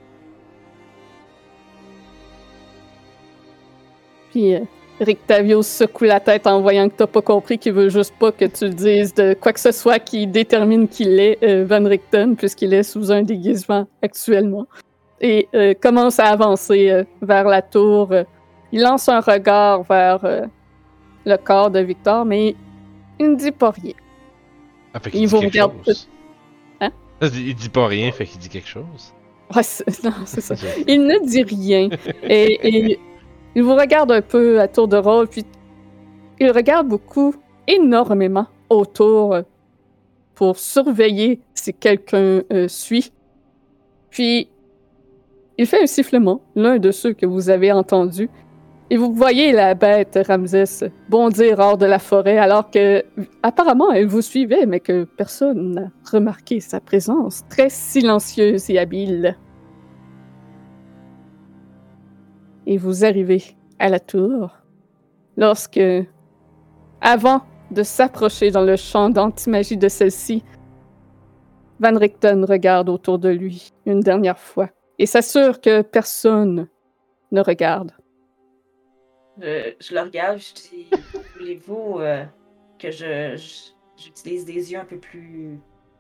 Puis euh, Rictavio secoue la tête en voyant que t'as pas compris qu'il veut juste pas que tu dises de quoi que ce soit qui détermine qu'il est euh, Van Richten, puisqu'il est sous un déguisement actuellement. et euh, commence à avancer euh, vers la tour. Il lance un regard vers euh, le corps de Victor, mais il ne dit pas rien. Ah, fait qu'il Il dit vous quelque regarde chose. Hein? Il dit pas rien, fait qu'il dit quelque chose. Ouais, c'est, non, c'est ça. Il ne dit rien. et, et il vous regarde un peu à tour de rôle, puis il regarde beaucoup, énormément autour pour surveiller si quelqu'un euh, suit. Puis, il fait un sifflement, l'un de ceux que vous avez entendus, et vous voyez la bête Ramsès bondir hors de la forêt alors que, apparemment, elle vous suivait, mais que personne n'a remarqué sa présence très silencieuse et habile. Et vous arrivez à la tour lorsque, avant de s'approcher dans le champ d'antimagie de celle-ci, Van Richten regarde autour de lui une dernière fois et s'assure que personne ne regarde. Je, je le regarde, je dis, voulez-vous euh, que je, je- j'utilise des yeux un peu plus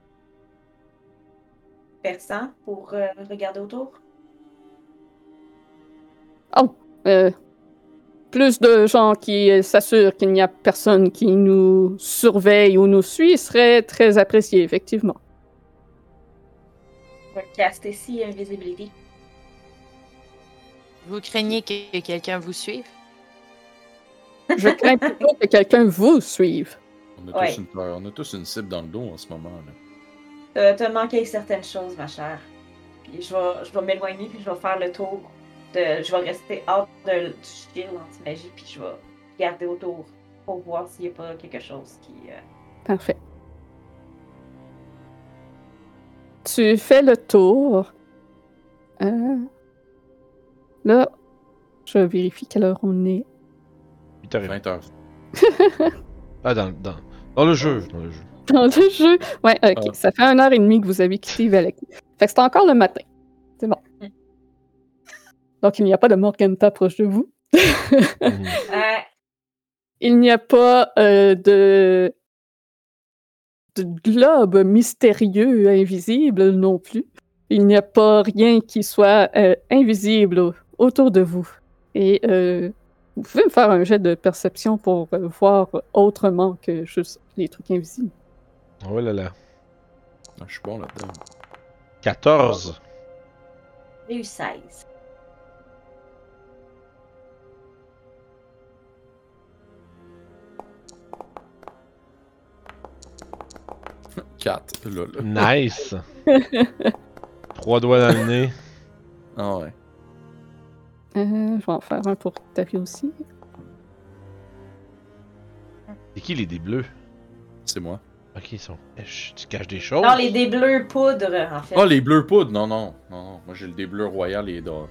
perçants pour euh, regarder autour? Oh, euh, plus de gens qui euh, s'assurent qu'il n'y a personne qui nous surveille ou nous suit serait très apprécié, effectivement. Je vais caster ici Invisibility. Vous craignez que quelqu'un vous suive? Je crains plutôt que quelqu'un vous suive. On a, Ouais. tous une, on a tous une cible dans le dos en ce moment. Là. T'as, t'as manqué certaines choses, ma chère. Puis je vais, je vais m'éloigner, puis je vais faire le tour. De, je vais rester hors de, du shield anti-magie, puis je vais regarder autour pour voir s'il n'y a pas quelque chose qui... euh, Parfait. Tu fais le tour. Euh, Là, je vérifie quelle heure on est. huit heures. vingt heures. Ah, dans, dans, dans le jeu. Dans le jeu. Dans le jeu. Ouais, ok. Ah. Ça fait une heure et demie que vous avez quitté Valaki. Fait que c'est encore le matin. C'est bon. Donc, il n'y a pas de Morganta proche de vous. Mhm. Ah, Il n'y a pas euh, de... de globe mystérieux, invisible non plus. Il n'y a pas rien qui soit euh, invisible au- autour de vous. Et euh, vous pouvez me faire un jet de perception pour euh, voir autrement que juste les trucs invisibles. Oh là là. Ah, je suis bon là-dedans. quatorze. j'ai eu seize. quatre. Là, là. Nice. Trois doigts dans le nez. Ah ouais. Euh, je vais en faire un pour Octavia aussi. C'est qui les dés bleus? C'est moi. Ok, ils sont. Eh, chut, tu caches des choses? Non, les dés bleus poudre, en fait. Ah, les bleus poudres! Non, non. Non, non. Moi, j'ai le dé bleu royal et les dorés.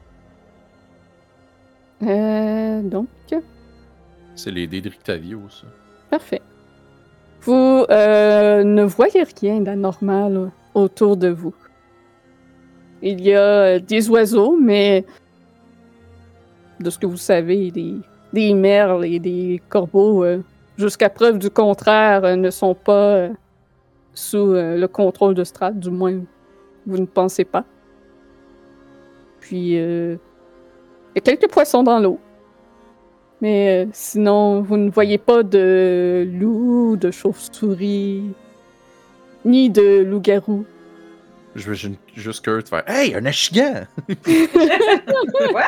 Euh, donc, C'est les dés de Rictavio, ça. parfait. Vous euh, ne voyez rien d'anormal autour de vous. Il y a euh, des oiseaux, mais de ce que vous savez, des, des merles et des corbeaux, euh, jusqu'à preuve du contraire, euh, ne sont pas euh, sous euh, le contrôle de Strahd, du moins vous ne pensez pas. Puis, euh, il y a quelques poissons dans l'eau. Mais euh, sinon, vous ne voyez pas de loups, de chauves-souris, ni de loups-garous. Je vais ju- juste Kurt faire Hey, un achigan! Quoi?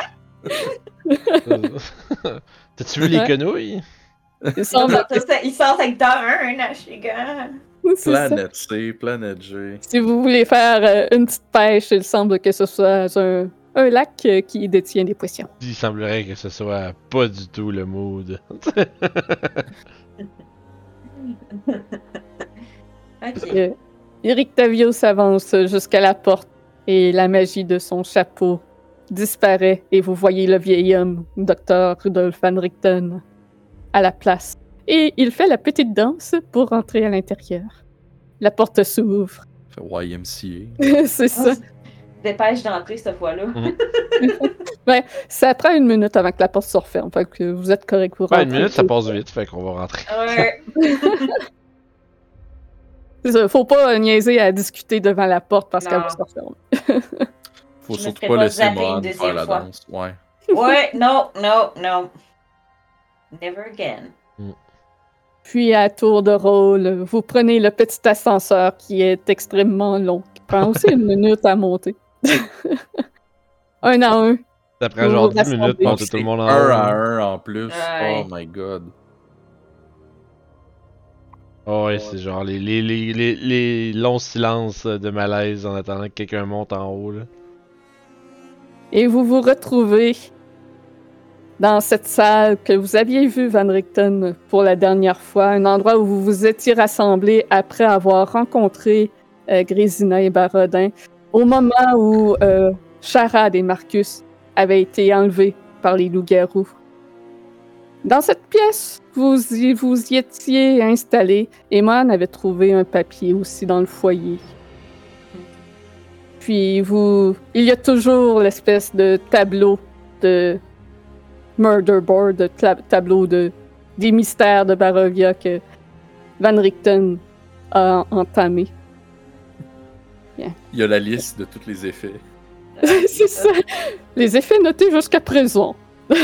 T'as-tu vu les Ouais. quenouilles? Il semble que Il sort secteur un, un achigan. c'est ça. Planète C, planète G. Si vous voulez faire euh, une petite pêche, il semble que ce soit un, un lac euh, qui détient des poissons. Il semblerait que ce soit pas du tout le mood. Ok. Euh, Eric Tavio s'avance jusqu'à la porte et la magie de son chapeau disparaît et vous voyez le vieil homme, docteur Rudolf Van Richten, à la place. Et il fait la petite danse pour rentrer à l'intérieur. La porte s'ouvre. Fait Y M C C'est ça. Ah, dépêche d'entrer cette fois-là. Ça prend une minute avant que la porte se referme. Fait que vous êtes correct pour Ouais, rentrer. une minute, ça passe vite, fait qu'on va rentrer. Ouais. C'est ça, faut pas euh, niaiser à discuter devant la porte parce Non. qu'elle va se refermer. Faut Je me surtout ferai pas pas laisser zapper Mohan une faire deuxième la fois. danse. Ouais. Ouais, non, non, non. Never again. Puis, à tour de rôle, vous prenez le petit ascenseur qui est extrêmement long, qui prend aussi une minute à monter. un à un. Ça prend Vous genre vous dix minutes rassemblez. pour Ah, monter puis tout le c'est monde en un haut. à là. un en plus. Ouais. Oh my god. Oh, ouais, c'est genre les, les, les, les, les longs silences de malaise en attendant que quelqu'un monte en haut. Là. Et vous vous retrouvez dans cette salle que vous aviez vue, Van Richten, pour la dernière fois, un endroit où vous vous étiez rassemblés après avoir rencontré euh, Grésina et Barodin, au moment où euh, Charade et Marcus avaient été enlevés par les loups-garous. Dans cette pièce, vous y, vous y étiez installés, et Mohan avait trouvé un papier aussi dans le foyer. Puis vous, il y a toujours l'espèce de tableau de murder board, de ta- tableau de des mystères de Barovia que Van Richten a entamé. Il y a la liste de tous les effets. C'est ça. Les effets notés jusqu'à présent.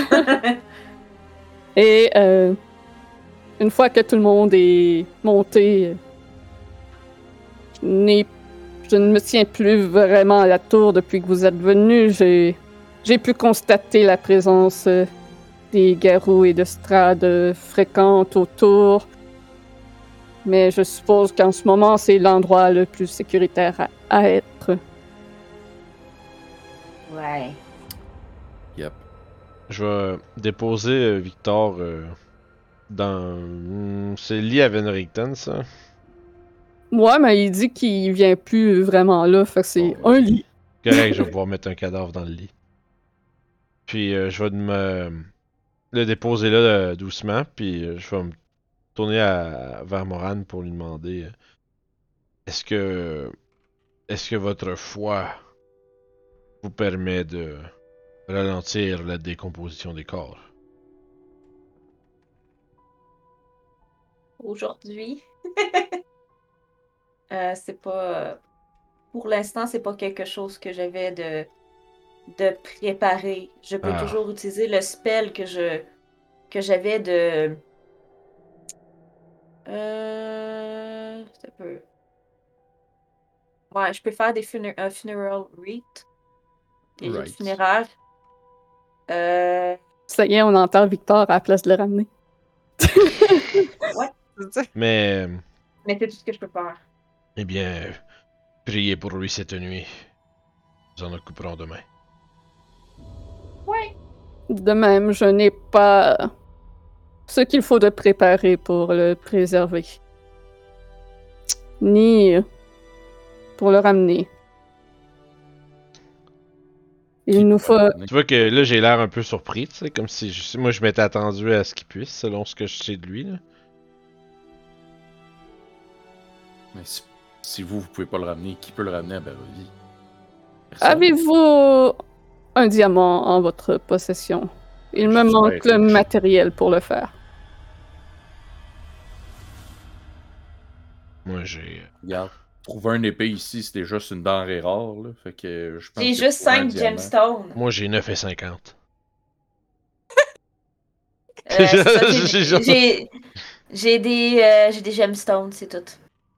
Et euh, une fois que tout le monde est monté, je, n'ai- je ne me tiens plus vraiment à la tour depuis que vous êtes venus. J'ai, j'ai pu constater la présence euh, des garous et de strades euh, fréquentes autour. Mais je suppose qu'en ce moment, c'est l'endroit le plus sécuritaire à, à être. Ouais. Yep. Je vais déposer euh, Victor euh, dans. Hmm, c'est lié à Van Richten, ça. Moi, mais il dit qu'il vient plus vraiment là, fait que c'est Bon, un ben, lit. Correct, je vais pouvoir mettre un cadavre dans le lit. Puis euh, je vais me le déposer là euh, doucement, puis euh, je vais me tourner à, vers Moran pour lui demander euh, est-ce que est-ce que votre foi vous permet de ralentir la décomposition des corps? Aujourd'hui. euh, c'est pas. Pour l'instant, c'est pas quelque chose que j'avais de, de préparé. Je peux Ah. toujours utiliser le spell que je que j'avais de. Euh. C'est un peu. Ouais, je peux faire des funer- un funeral rite. Des rites Right. funéraires. Euh. Ça y est, on entend Victor à la place de le ramener. Mais Mais c'est tout ce que je peux faire. eh bien, priez pour lui cette nuit. Nous en occuperons demain. Ouais. De même, je n'ai pas ce qu'il faut de préparer pour le préserver. Ni pour le ramener. Il nous faut... Tu vois que là j'ai l'air un peu surpris, tu sais, comme si je- moi je m'étais attendu à ce qu'il puisse, selon ce que je sais de lui. Là. Mais si, si vous, vous pouvez pas le ramener, qui peut le ramener à Barovie? Avez-vous un diamant en votre possession? Il me Je manque dirais le riche. matériel pour le faire. Moi j'ai. Regarde, trouver une épée ici, c'est déjà une denrée rare, là. Fait que je pense J'ai que juste trouver un cinq diamant- gemstones. Moi j'ai neuf et cinquante. Euh, c'est ça, J'ai j'ai, genre- j'ai, j'ai des, euh, j'ai des gemstones, c'est tout.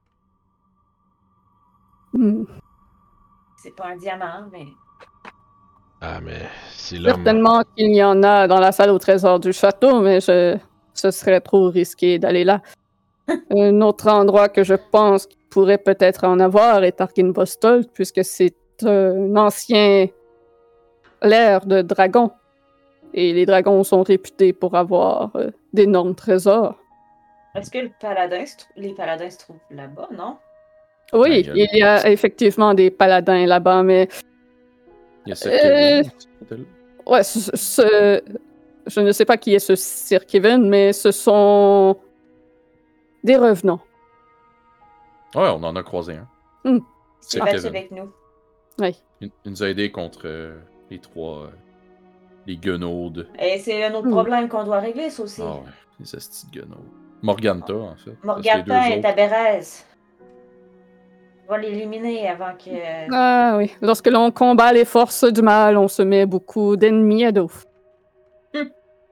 Hmm. C'est pas un diamant, mais. Ah mais c'est l'homme. Certainement qu'il y en a dans la salle au trésor du château, mais je... ce serait trop risqué d'aller là. Un autre endroit que je pense qu'il pourrait peut-être en avoir est Arkinvostold, puisque c'est un ancien lair de dragons. Et les dragons sont réputés pour avoir euh, d'énormes trésors. Est-ce que le paladin se trou- les paladins se trouvent là-bas, non? Oui, Ben, il y a- il y a effectivement des paladins là-bas, mais Il y a ça Euh, Kevin. ouais, ce, ce- je ne sais pas qui est ce Sir Kevin, mais ce sont des revenants. Ouais, on en a croisé un. Hmm. C'est C'est battu Kevin. avec nous. Oui. Il, il nous a aidés contre euh, les trois. euh, les guenaudes. Et c'est un autre Hmm. problème qu'on doit régler, ça aussi. Ah ouais, les astis de guenaudes. Morganta, en fait. Parce que les Morganta deux est autres- à Bérez. On va l'éliminer avant que. Ah oui. Lorsque l'on combat les forces du mal, on se met beaucoup d'ennemis à dos. Hum.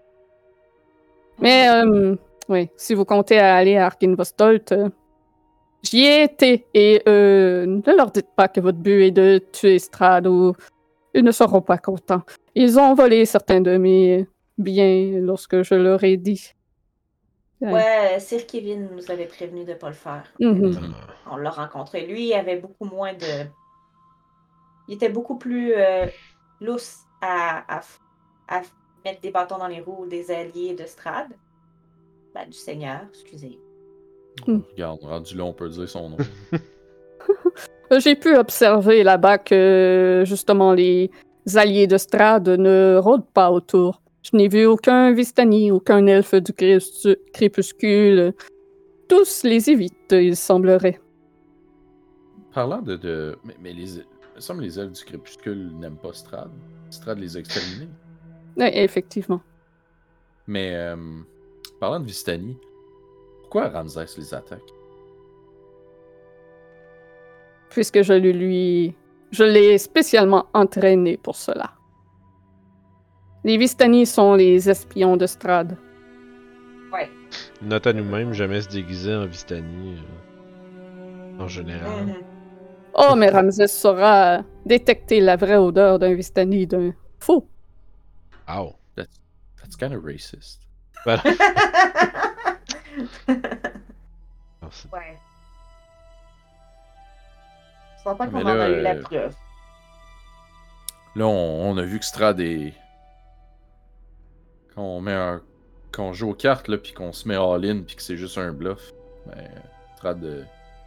Mais, euh, oui, si vous comptez aller à Arkinvostolt, euh, j'y ai été. Et euh, ne leur dites pas que votre but est de tuer Strahd ou ils ne seront pas contents. Ils ont volé certains de mes biens lorsque je leur ai dit. Ouais, Sir Kevin nous avait prévenu de ne pas le faire. Mhm. Ah. On l'a rencontré. Lui, il avait beaucoup moins de. Il était beaucoup plus euh, lousse à, à, à mettre des bâtons dans les roues des alliés de Strahd. Ben, du Seigneur, excusez. Hmm. Regarde, rendu là, on peut dire son nom. J'ai pu observer là-bas que, justement, les alliés de Strahd ne rôdent pas autour. Je n'ai vu aucun Vistani, aucun elfe du cré- crépuscule. Tous les évitent, il semblerait. Parlant de. de... Mais, mais les. Il me semble que les elfes du crépuscule n'aiment pas Strahd. Strahd les a exterminés. Oui, effectivement. Mais. Euh... Parlant de Vistani, pourquoi Ramsès les attaque? Puisque je le lui... Je l'ai spécialement entraîné pour cela. Les Vistani sont les espions de Strahd. Ouais. Note à nous-mêmes, jamais se déguiser en Vistani. euh, en général. Mhm. Oh, mais Ramsès saura détecter la vraie odeur d'un Vistani d'un faux. Ow. That's kind of racist. Voilà. Merci. Ouais. Je sens pas Mais qu'on là, en a eu la euh, preuve. Là, on, on a vu que Strahd est. Quand on met un. Quand on joue aux cartes, là, pis qu'on se met all-in, pis que c'est juste un bluff, ben. Strahd. Euh...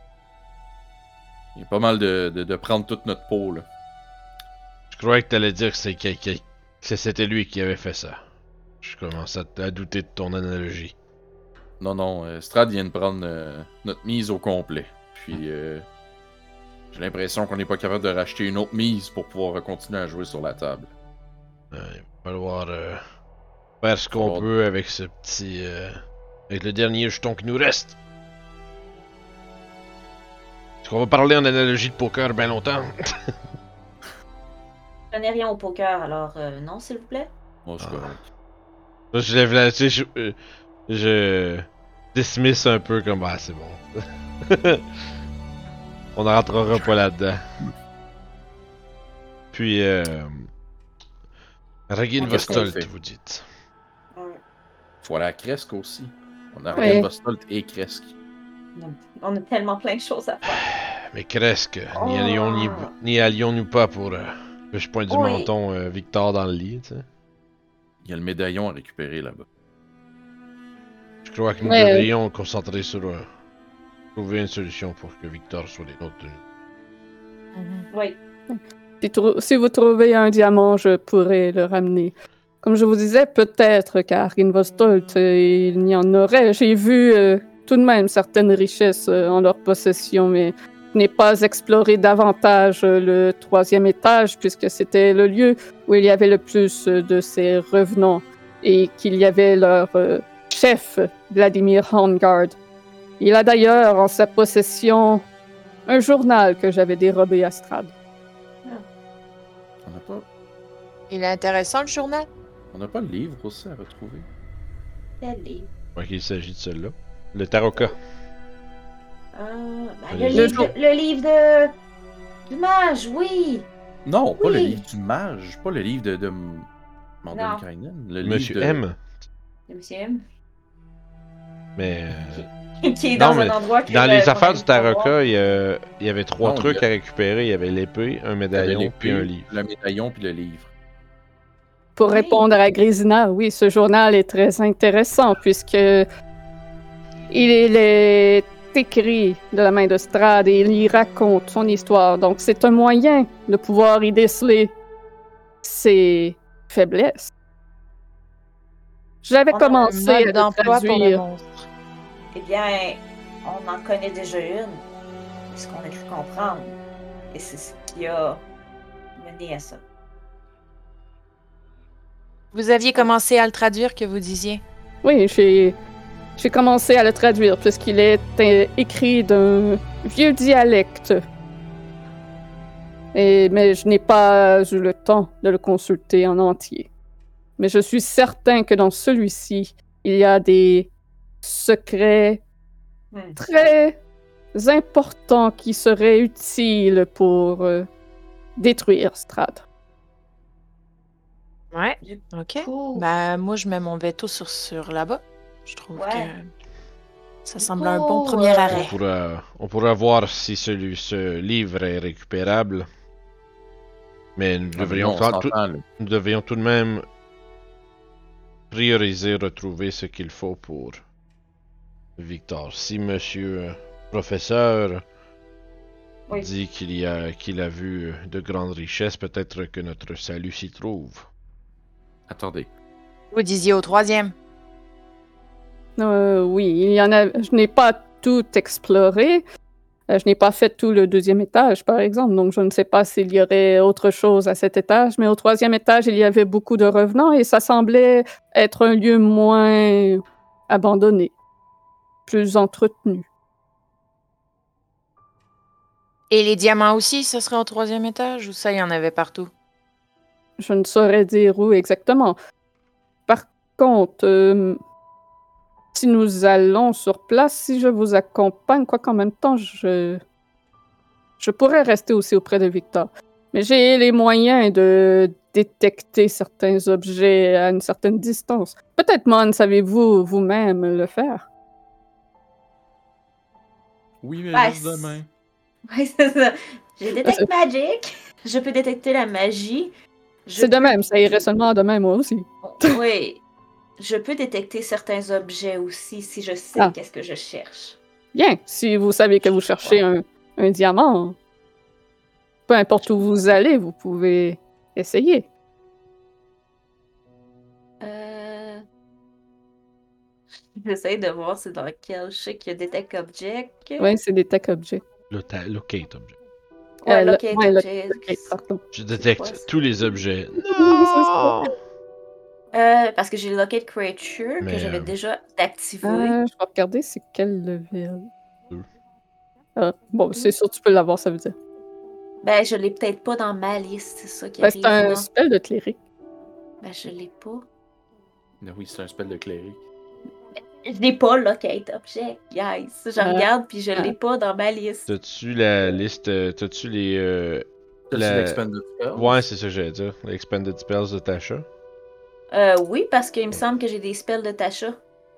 Il y a pas mal de, de, de prendre toute notre peau, là. Je croyais que t'allais dire que c'est quelqu'un. Que c'était lui qui avait fait ça. Je commence à, à douter de ton analogie. Non, non, euh, Strahd vient de prendre euh, notre mise au complet. Puis. Euh... J'ai l'impression qu'on n'est pas capable de racheter une autre mise pour pouvoir continuer à jouer sur la table. Euh, il va falloir euh, faire ce qu'on Falloir- peut avec ce petit. Euh, avec le dernier jeton qui nous reste. Est-ce qu'on va parler en analogie de poker bien longtemps? Je connais rien au poker, alors euh, non, s'il vous plaît. Moi, je suis Ah. correct. Là, je lève la. Tu sais, je. euh, je dismiss un peu comme. Ah, c'est bon. On ne rentrera pas là-dedans. Puis, euh. Regin Qu'est-ce qu'on Vostolt, fait? vous dites. Ouais. Faut aller à Kresk aussi. On a Ouais. Ryan Bostolt et Kresk. On a tellement plein de choses à faire. Mais presque. N'y Oh. allions, ni, n'y allions-nous pas pour. Euh, que je pointe du Oui. menton euh, Victor dans le lit, tu sais. Il y a le médaillon à récupérer là-bas. Je crois que nous Ouais. devrions concentrer sur. Euh, trouver une solution pour que Victor soit les nôtres de nous. Oui. Si, trou- si vous trouvez un diamant, je pourrais le ramener. Comme je vous disais, peut-être qu'à Arkinvostolt, euh, il y en aurait. J'ai vu euh, tout de même certaines richesses euh, en leur possession, mais je n'ai pas exploré davantage euh, le troisième étage, puisque c'était le lieu où il y avait le plus euh, de ces revenants et qu'il y avait leur euh, chef, Vladimir Hongard. Il a d'ailleurs en sa possession un journal que j'avais dérobé à Strahd. On n'a pas, Il est intéressant le journal. on n'a pas le livre aussi à retrouver. Quel livre? Je crois qu'il s'agit de celui-là. Le Taroka. Euh, ben, Le le, livre jour- de, le livre de. Du mage, oui! Non, pas Oui. le livre du mage, pas le livre de, de M- Mordenkainen. Le Monsieur livre de... M. Le monsieur M. Mais. euh, Qui est Non, dans mais un endroit que dans je- les qu'on affaires a du dû savoir. Taroka, il y, a- il y avait trois Non, trucs il y a- à récupérer. Il y avait l'épée, un Il y avait médaillon, l'épée, puis un livre. Le médaillon puis le livre. Pour Oui. répondre à Grésina, oui, ce journal est très intéressant puisque il est écrit de la main de Strahd et il y raconte son histoire. Donc, c'est un moyen de pouvoir y déceler ses faiblesses. J'avais On a un commencé Un à mode le d'emploi pour le traduire. monstre. Eh bien, on en connaît déjà une. C'est ce qu'on a cru comprendre. Et c'est ce qui a mené à ça. Vous aviez commencé à le traduire, que vous disiez. Oui, j'ai j'ai commencé à le traduire puisqu'il est euh, écrit d'un vieux dialecte Et, mais je n'ai pas eu le temps de le consulter en entier. Mais je suis certain que dans celui-ci, il y a des secrets Hmm. très importants qui seraient utiles pour euh, détruire Strad. Ouais, Du ok. coup, Bah, moi, je mets mon veto sur, sur là-bas. Je trouve Ouais. que ça Du semble un bon coup, premier euh, On arrêt. pourra, on pourra voir si celui, ce livre est récupérable. Mais nous Ah, mais devrions, non, on faire tout, s'entend, là. nous devrions tout de même prioriser, retrouver ce qu'il faut pour Victor. Si monsieur euh, professeur Oui. dit qu'il y a qu'il a vu euh, de grandes richesses, peut-être que notre salut s'y trouve. Attendez. Vous disiez au troisième. Euh, oui, il y en a. Je n'ai pas tout exploré. Euh, je n'ai pas fait tout le deuxième étage, par exemple, donc je ne sais pas s'il y aurait autre chose à cet étage. Mais au troisième étage, il y avait beaucoup de revenants et ça semblait être un lieu moins abandonné, plus entretenu. Et les diamants aussi, ce serait au troisième étage ou ça, il y en avait partout? Je ne saurais dire où exactement. Par contre, euh, si nous allons sur place, si je vous accompagne, quoi qu'en même temps, je... je pourrais rester aussi auprès de Victor. Mais j'ai les moyens de détecter certains objets à une certaine distance. Peut-être, Mon, savez-vous vous-même le faire? Oui, mais Ouais, juste demain. ouais, c'est ça. J'ai Detect Magic. Je peux détecter la magie. Je C'est de peux- même, ça irait seulement de même, moi aussi. Oui. Je peux détecter certains objets aussi si je sais Ah. qu'est-ce que je cherche. Bien, si vous savez que vous cherchez un, un diamant, peu importe où vous allez, vous pouvez essayer. Euh... J'essaie de voir c'est dans quel. Je sais qu'il y a Detect Object. Oui, c'est des tech objets. Lota- locate object. Ouais, Euh, le- Locate ouais, le- Object. locate, pardon. Je C'est détecte quoi, ça? tous les objets. Oui, c'est ça. Euh, parce que j'ai Locate Creature Mais, que j'avais euh, déjà activé. Euh, je vais regarder c'est quel level. Deux. Ah, bon, c'est sûr tu peux l'avoir, ça veut dire. Ben, je l'ai peut-être pas dans ma liste, c'est ça qui Ben, arrive. c'est un non? spell de cléric. Ben, je l'ai pas. Mais oui, c'est un spell de cléric. Je l'ai pas, Locate Object, guys. Je Ah. regarde, puis je Ah. l'ai pas dans ma liste. T'as-tu la liste, euh, t'as-tu les... euh, T'as La- la... l'expanded spell? Ouais, c'est ça que j'allais dire. L'expanded spells de Tasha. Euh, oui, parce qu'il me semble que j'ai des spells de Tasha.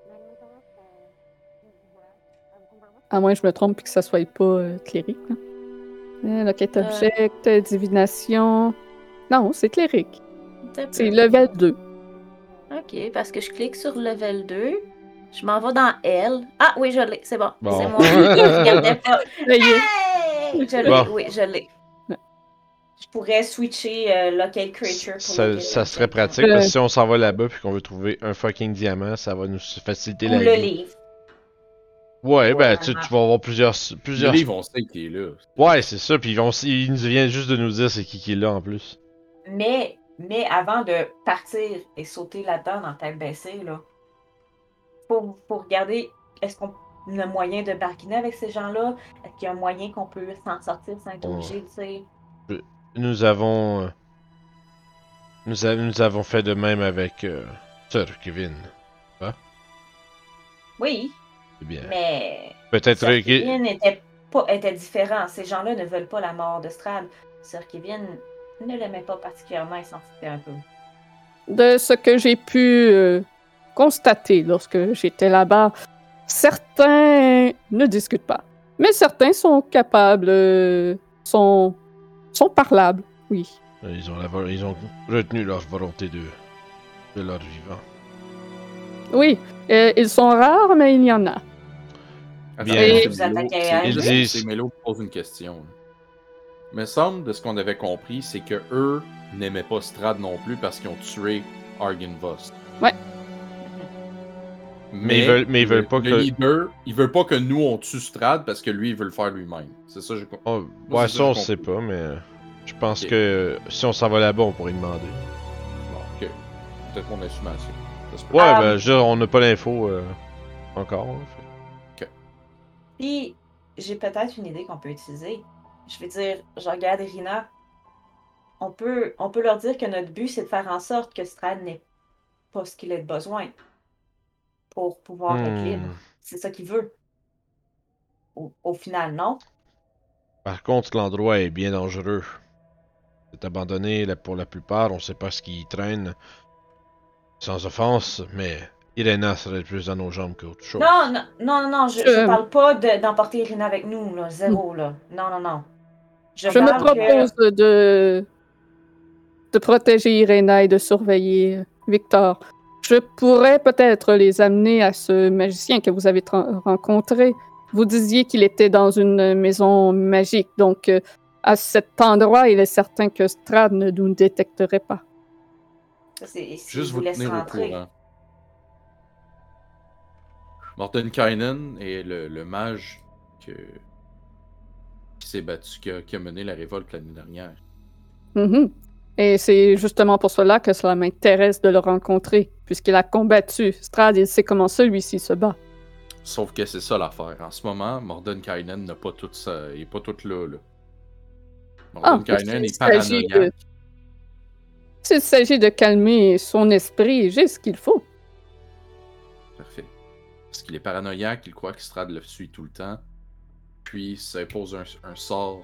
À moins que je me trompe et que ça soit pas euh, cléric. Là. Euh, locate Euh. object, euh, divination. Non, c'est cléric. T'as C'est peu. level deux. Ok, parce que je clique sur level deux. Je m'en vais dans L. Ah oui, je l'ai, c'est bon. Bon. C'est moi. Je regardais pas. Ça y est. Hey! Je l'ai, Bon. oui, je l'ai. Ouais. Je pourrais switcher euh, Locate Creature pour Ça, Locate ça serait Object. pratique Euh. parce que si on s'en va là-bas puis qu'on veut trouver un fucking diamant, ça va nous faciliter Ou la le vie. livre. Ouais, ben Ouais. tu, tu vas avoir plusieurs. Le plusieurs... livre, on sait qu'il est là. Ouais, c'est ça, puis ils vont, il nous vient juste de nous dire c'est qui qui est là en plus. Mais, mais avant de partir et sauter là-dedans dans tête baissée, là, faut, faut regarder, est-ce qu'on a un moyen de bargainer avec ces gens-là? Est-ce qu'il y a un moyen qu'on peut s'en sortir sans être Oh. obligé, tu sais? Nous avons. euh, Nous, a- nous avons fait de même avec euh, Sir Kevin. Oui, C'est bien. mais Peut-être Sir que. Kevin était, pas, était différent. Ces gens-là ne veulent pas la mort de Strad. Sir Kevin ne l'aimait pas particulièrement, il s'en foutait un peu. De ce que j'ai pu euh, constater lorsque j'étais là-bas, certains ne discutent pas. Mais certains sont capables, euh, sont, sont parlables, oui. Ils ont, la vo- ils ont retenu leur volonté de, de leur vivant. Oui, euh, ils sont rares, mais il y en a. Attends, Bien. c'est Vous Mélo- attaquez c'est- à Ils c'est- disent- c'est Mélo qui pose une question. là. Il me semble, de ce qu'on avait compris, c'est que eux n'aimaient pas Strad non plus parce qu'ils ont tué Argynvost. Ouais. Mais ils veulent- mais ils veulent le- pas le que- leader, il veut pas que nous on tue Strad parce que lui il veut le faire lui-même. C'est ça, j'ai compris. Oh, Moi, ouais, c'est ça on j'ai sait compris. pas, mais euh, je pense Ok. que euh, si on s'en va là-bas, on pourrait demander. Bon, ok. Peut-être mon assumation. Ça se peut. Ouais, Ah, ben, je veux dire, on n'a pas l'info euh, encore. là, fait. Puis, j'ai peut-être une idée qu'on peut utiliser. Je vais dire, je regarde Irina. on peut, on peut leur dire que notre but, c'est de faire en sorte que Strad n'ait pas ce qu'il a besoin pour pouvoir être libre. Hmm. C'est ça qu'il veut. Au, au final, non? Par contre, l'endroit est bien dangereux. C'est abandonné là, pour la plupart, on sait pas ce qui y traîne. Sans offense, mais Irena serait plus dans nos jambes qu'autre chose. Non, non, non, non, je, Je- je parle pas de- d'emporter Irina avec nous, là. Zéro, là. Non, non, non. Je, Je me parle que- propose de, de protéger Irena et de surveiller Victor. Je pourrais peut-être les amener à ce magicien que vous avez tra- rencontré. Vous disiez qu'il était dans une maison magique, donc euh, à cet endroit, il est certain que Strad ne nous détecterait pas. Ça, c'est si Juste vous vous laisse tenir au rentrer. courant. Mordenkainen est le, le mage que... qui s'est battu, qui a, qui a mené la révolte l'année dernière. Mhm. Et c'est justement pour cela que cela m'intéresse de le rencontrer, puisqu'il a combattu Strad, il sait comment celui-ci se bat. Sauf que c'est ça l'affaire. En ce moment, Mordenkainen n'a pas tout ça. Il est pas tout là. là. Ah, Mordenkainen s'il est s'agit de- paranoïaque. S'il s'agit de calmer son esprit, j'ai ce qu'il faut. Parfait. Parce qu'il est paranoïaque, il croit que Strad le suit tout le temps. Puis il s'impose un, un sort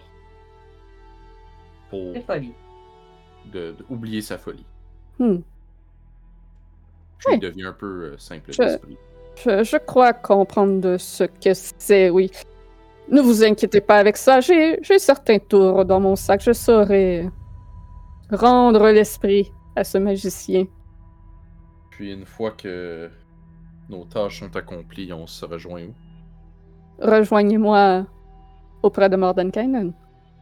pour C'est folie. de, de oublier sa folie. Hmm. Puis Ouais. il devient un peu euh, simple Je- d'esprit. Je, je crois comprendre de ce que c'est, oui. Ne vous inquiétez pas avec ça, j'ai j'ai certains tours dans mon sac. Je saurai rendre l'esprit à ce magicien. Puis une fois que nos tâches sont accomplies, on se rejoint où? Rejoignez-moi auprès de Mordenkainen.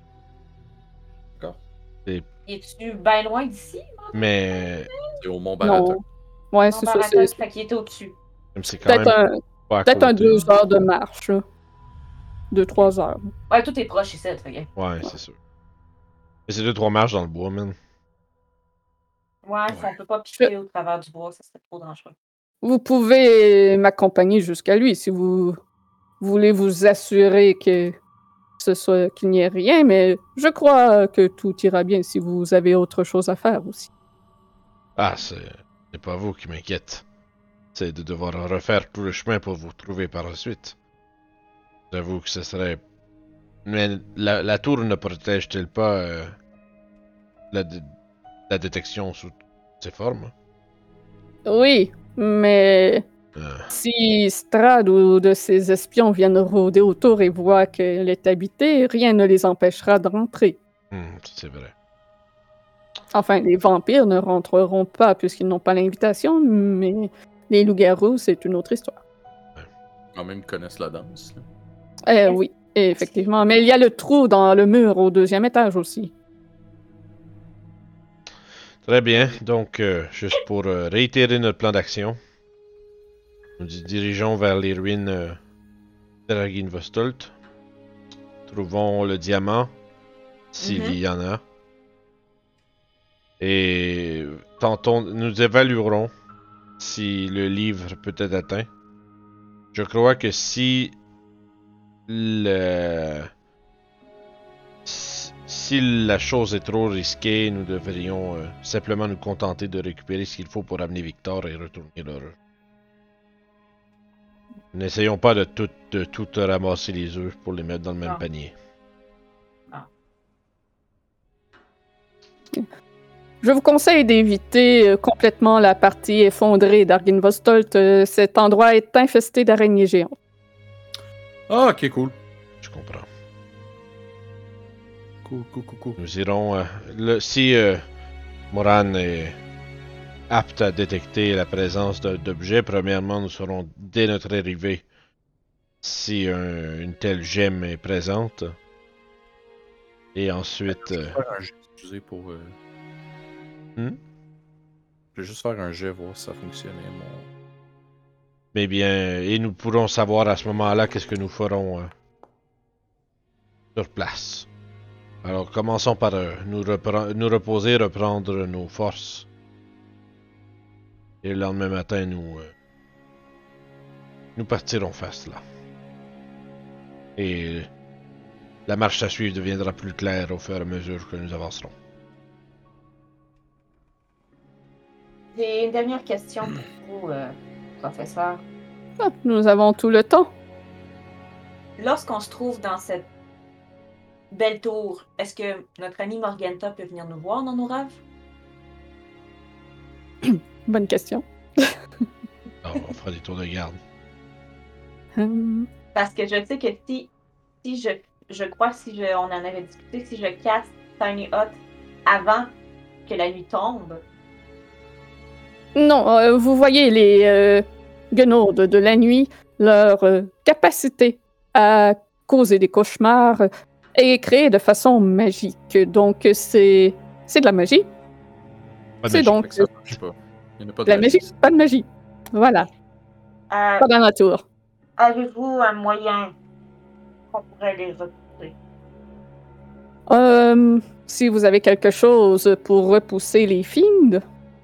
Es-tu bien loin d'ici? Mais C'est au Mont Non. Baratok. Ouais, Non, c'est ça. Baratok, C'est fait qu'il était au-dessus. même c'est quand peut-être même un, pas à peut-être un côté. deux heures de marche. là. Deux, trois heures. Ouais, tout est proche ici, fait que- Ouais, c'est sûr. Mais c'est deux trois marches dans le bois, man. Ouais, si on peut pas piquer au travers du bois, ça serait trop dangereux. Vous pouvez m'accompagner jusqu'à lui si vous voulez vous assurer que ce soit qu'il n'y ait rien, mais je crois que tout ira bien si vous avez autre chose à faire aussi. Ah, c'est c'est pas vous qui m'inquiète. C'est de devoir refaire tout le chemin pour vous retrouver par la suite. J'avoue que ce serait... Mais la, la tour ne protège-t-elle pas euh, la, dé- la détection sous toutes ses formes? Oui, mais Euh, si Strad ou de ses espions viennent rôder autour et voient qu'elle est habitée, rien ne les empêchera de rentrer. hmm, c'est vrai. Enfin, les vampires ne rentreront pas puisqu'ils n'ont pas l'invitation, mais les loups-garous, c'est une autre histoire. Quand même, ils connaissent la danse. là. Eh oui, effectivement. Mais il y a le trou dans le mur au deuxième étage aussi. Très bien. Donc, euh, juste pour euh, réitérer notre plan d'action, nous nous dirigeons vers les ruines euh, d'Eragin Vostolt. Trouvons le diamant, s'il Mhm. y en a. Et tentons, nous évaluerons si le livre peut être atteint. Je crois que si le... si- Si la chose est trop risquée, nous devrions euh, simplement nous contenter de récupérer ce qu'il faut pour amener Victor et retourner leur... N'essayons pas de tout, de tout ramasser les œufs pour les mettre dans le même Non. panier. Je vous conseille d'éviter euh, complètement la partie effondrée d'Arginvostolt. Euh, cet endroit est infesté d'araignées géantes. Ah, ok, cool. Je comprends. Cool, cool, cool, cool. Nous irons... euh, le, si euh, Moran est apte à détecter la présence de- d'objets, premièrement, nous saurons dès notre arrivée si un- une telle gemme est présente. Et ensuite... euh, Je vais faire un jet, excusez, pour... euh, Hmm? Je vais juste faire un jet, voir si ça fonctionnait, mon... Mais bien, et nous pourrons savoir à ce moment-là qu'est-ce que nous ferons euh, sur place. Alors, commençons par euh, nous, repren- nous reposer, reprendre nos forces. Et le lendemain matin, nous euh, nous partirons face là. Et la marche à suivre deviendra plus claire au fur et à mesure que nous avancerons. J'ai une dernière question pour vous, euh, professeur. Ah, nous avons tout le temps. Lorsqu'on se trouve dans cette belle tour, est-ce que notre ami Morganta peut venir nous voir dans nos rêves? Bonne question. Alors, on fera des tours de garde. Hum, Parce que je sais que si, si je, je crois, si je, on en avait discuté, si je casse Tiny Hut avant que la nuit tombe, Non, euh, vous voyez les euh, guenaudes de la nuit, leur euh, capacité à causer des cauchemars euh, est créée de façon magique. Donc, c'est c'est de la magie. Pas de C'est magie. donc Fait que ça marche pas. Il n'y en a pas de de la magie, magie. pas de magie. Voilà, euh, pas dans la tour. avez-vous un moyen qu'on pourrait les repousser? Euh, si vous avez quelque chose pour repousser les fiends,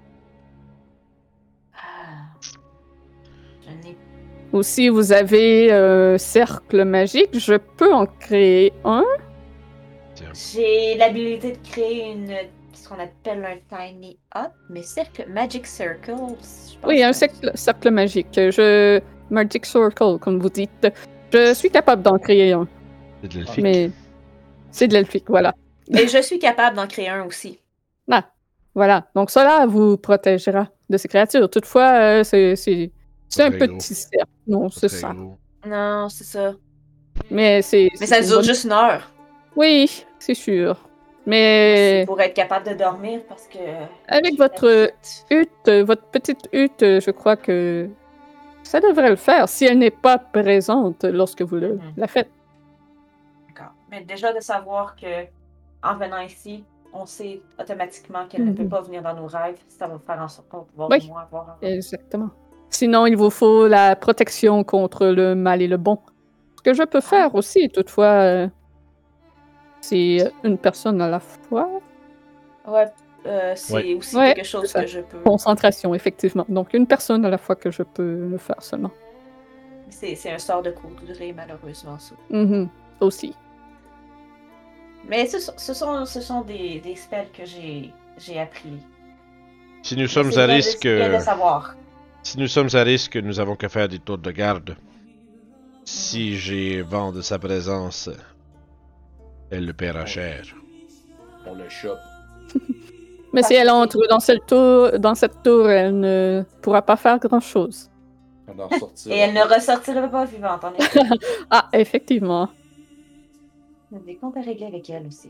Ah, je n'ai ou si vous avez un cercle magique, je peux en créer un. J'ai l'habilité de créer une, ce qu'on appelle un tiny hut, mais cercle, magic circle. je pense Oui, un que- cercle, cercle magique. Je Magic Circle, comme vous dites. Je suis capable d'en créer un, C'est de l'elfique. mais c'est de l'elfique, voilà. Et je suis capable d'en créer un aussi. Ah, voilà. Donc cela vous protégera de ces créatures. Toutefois, euh, c'est c'est c'est un Très gros. petit cercle. Non, Pas c'est très ça. gros. Non, c'est ça. Mais c'est. Mais c'est ça une dure bonne- juste une heure. Oui, c'est sûr. C'est Mais pour être capable de dormir parce que. avec j'ai votre la visite. hutte, euh, votre petite hutte, euh, je crois que ça devrait le faire si elle n'est pas présente lorsque vous le- Mhm. la faites. D'accord. Mais déjà de savoir que en venant ici, on sait automatiquement qu'elle ne peut Mhm. pas venir dans nos rêves, ça va faire en sorte qu'on va pouvoir Oui. au moins avoir un. Exactement. Sinon, il vous faut la protection contre le mal et le bon. Ce que je peux faire aussi, toutefois, euh, c'est une personne à la fois. Ouais, euh, c'est Ouais. aussi Ouais, quelque chose c'est ça. que je peux. Concentration, effectivement. Donc, une personne à la fois que je peux le faire seulement. C'est c'est un sort de courte durée, malheureusement, ça. Mhm. Aussi. Mais ce, sont- ce sont, ce sont des, des spells que j'ai j'ai appris. Si nous Mais sommes c'est à bien de- risque, c'est bien de euh, savoir. si nous sommes à risque, nous avons qu'à faire des tours de garde. Si j'ai vent de sa présence, elle le paiera cher. On le chope. Mais si Parce elle que entre dans cette tour, dans cette tour, elle ne pourra pas faire grand-chose. On en ressortira. Et elle ne ressortira pas vivante, en effet. Ah, effectivement. Il y a des comptes à régler avec elle aussi.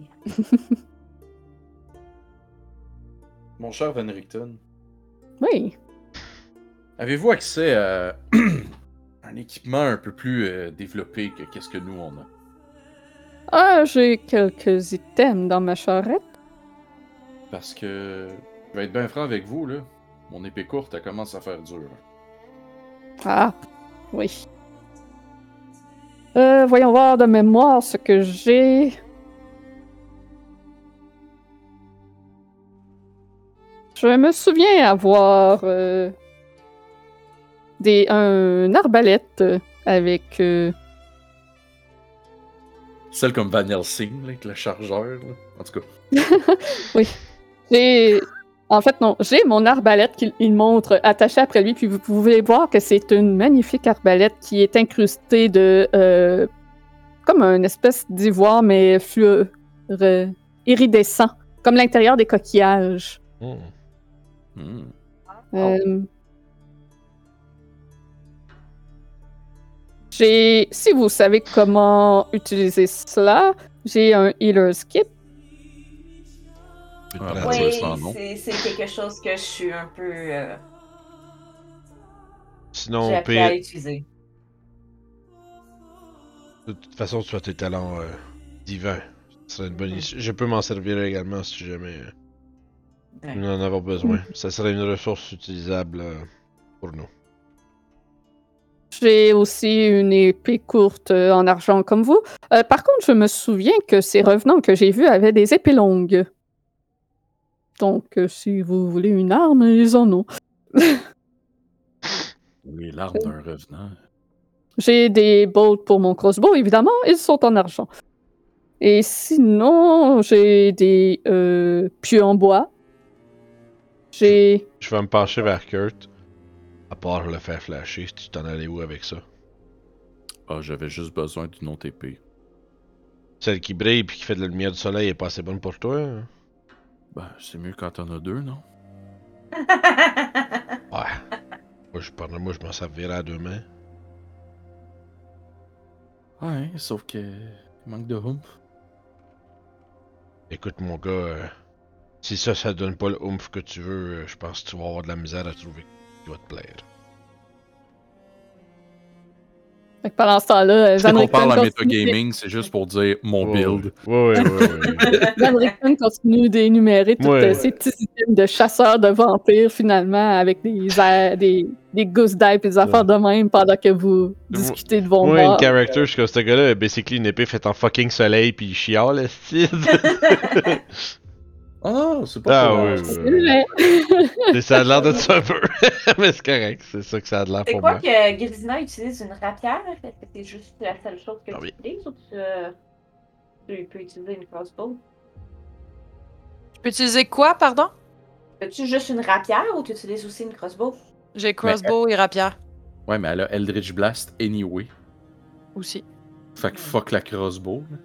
Mon cher Van Richten, Oui. avez-vous accès à un équipement un peu plus euh, développé que qu'est-ce que nous on a? Ah, j'ai quelques items dans ma charrette. Parce que je vais être bien franc avec vous là. Mon épée courte, elle commence à faire dur. Ah, oui. Euh, voyons voir de mémoire ce que j'ai. Je me souviens avoir euh, des un arbalète euh, avec euh, Celle comme Van Helsing, là, avec le chargeur. Là. En tout cas. j'ai en fait non, j'ai mon arbalète qu'il il montre attachée après lui, puis vous pouvez voir que c'est une magnifique arbalète qui est incrustée de euh, comme une espèce d'ivoire mais fluo- re- iridescent, comme l'intérieur des coquillages. Hmm. Hmm. Euh, J'ai, si vous savez comment utiliser cela, j'ai un healer's kit. Une Ah, pratique. ouais. Oui, ça, non? c'est c'est quelque chose que je suis un peu. euh, Sinon, j'ai au appris à pire, utiliser. de toute façon, tu as tes talents euh, divins. Ce serait une bonne issue. Je peux m'en servir également si jamais euh, Ouais. nous en avons besoin. Ça serait une ressource utilisable euh, pour nous. J'ai aussi une épée courte euh, en argent comme vous. Euh, par contre, je me souviens que ces revenants que j'ai vus avaient des épées longues. Donc, euh, si vous voulez une arme, ils en ont. Oui, l'arme d'un revenant. J'ai des bolts pour mon crossbow, évidemment, ils sont en argent. Et sinon, j'ai des euh, pieux en bois. J'ai. Je vais me pencher vers Kurt. À part le faire flasher, tu t'en allais où avec ça? Ah, j'avais juste besoin d'une autre épée. Celle qui brille puis qui fait de la lumière du soleil est pas assez bonne pour toi? Hein? Ben, c'est mieux quand t'en as deux, non? Ouais. Moi, je parle, moi, je m'en servirais à deux mains. Ouais, sauf que. Il manque de oomph. Écoute, mon gars, euh, si ça, ça donne pas le oomph que tu veux, euh, je pense que tu vas avoir de la misère à trouver qui va te plaire. Fait que pendant ce temps-là, Si Van on parle Richten à continue, metagaming, c'est juste pour dire mon Ouais, build. Ouais, ouais, ouais, ouais. Van Richten continue d'énumérer tous Ouais. euh, ces petits items de chasseurs de vampires, finalement, avec des, airs- des, des gousses d'ail et des affaires de même pendant que vous discutez de vos Moi, une morts. character, je suis comme ce gars-là, basically une épée faite en fucking soleil pis il chiale, esti. Ah, c'est pas Ah pour oui, C'est oui. vrai. Mais ça a l'air de ça un peu. Mais c'est correct, c'est ça que ça a l'air C'est pour quoi moi. que Grisina utilise une rapière? Est-ce que c'est juste la seule chose que Ah tu oui. utilises ou tu, euh, tu peux utiliser une crossbow? Je peux utiliser quoi, pardon? As-tu juste une rapière ou tu utilises aussi une crossbow? J'ai crossbow et rapière Ouais, mais elle a Eldritch Blast anyway. aussi. Fait que fuck la crossbow. là.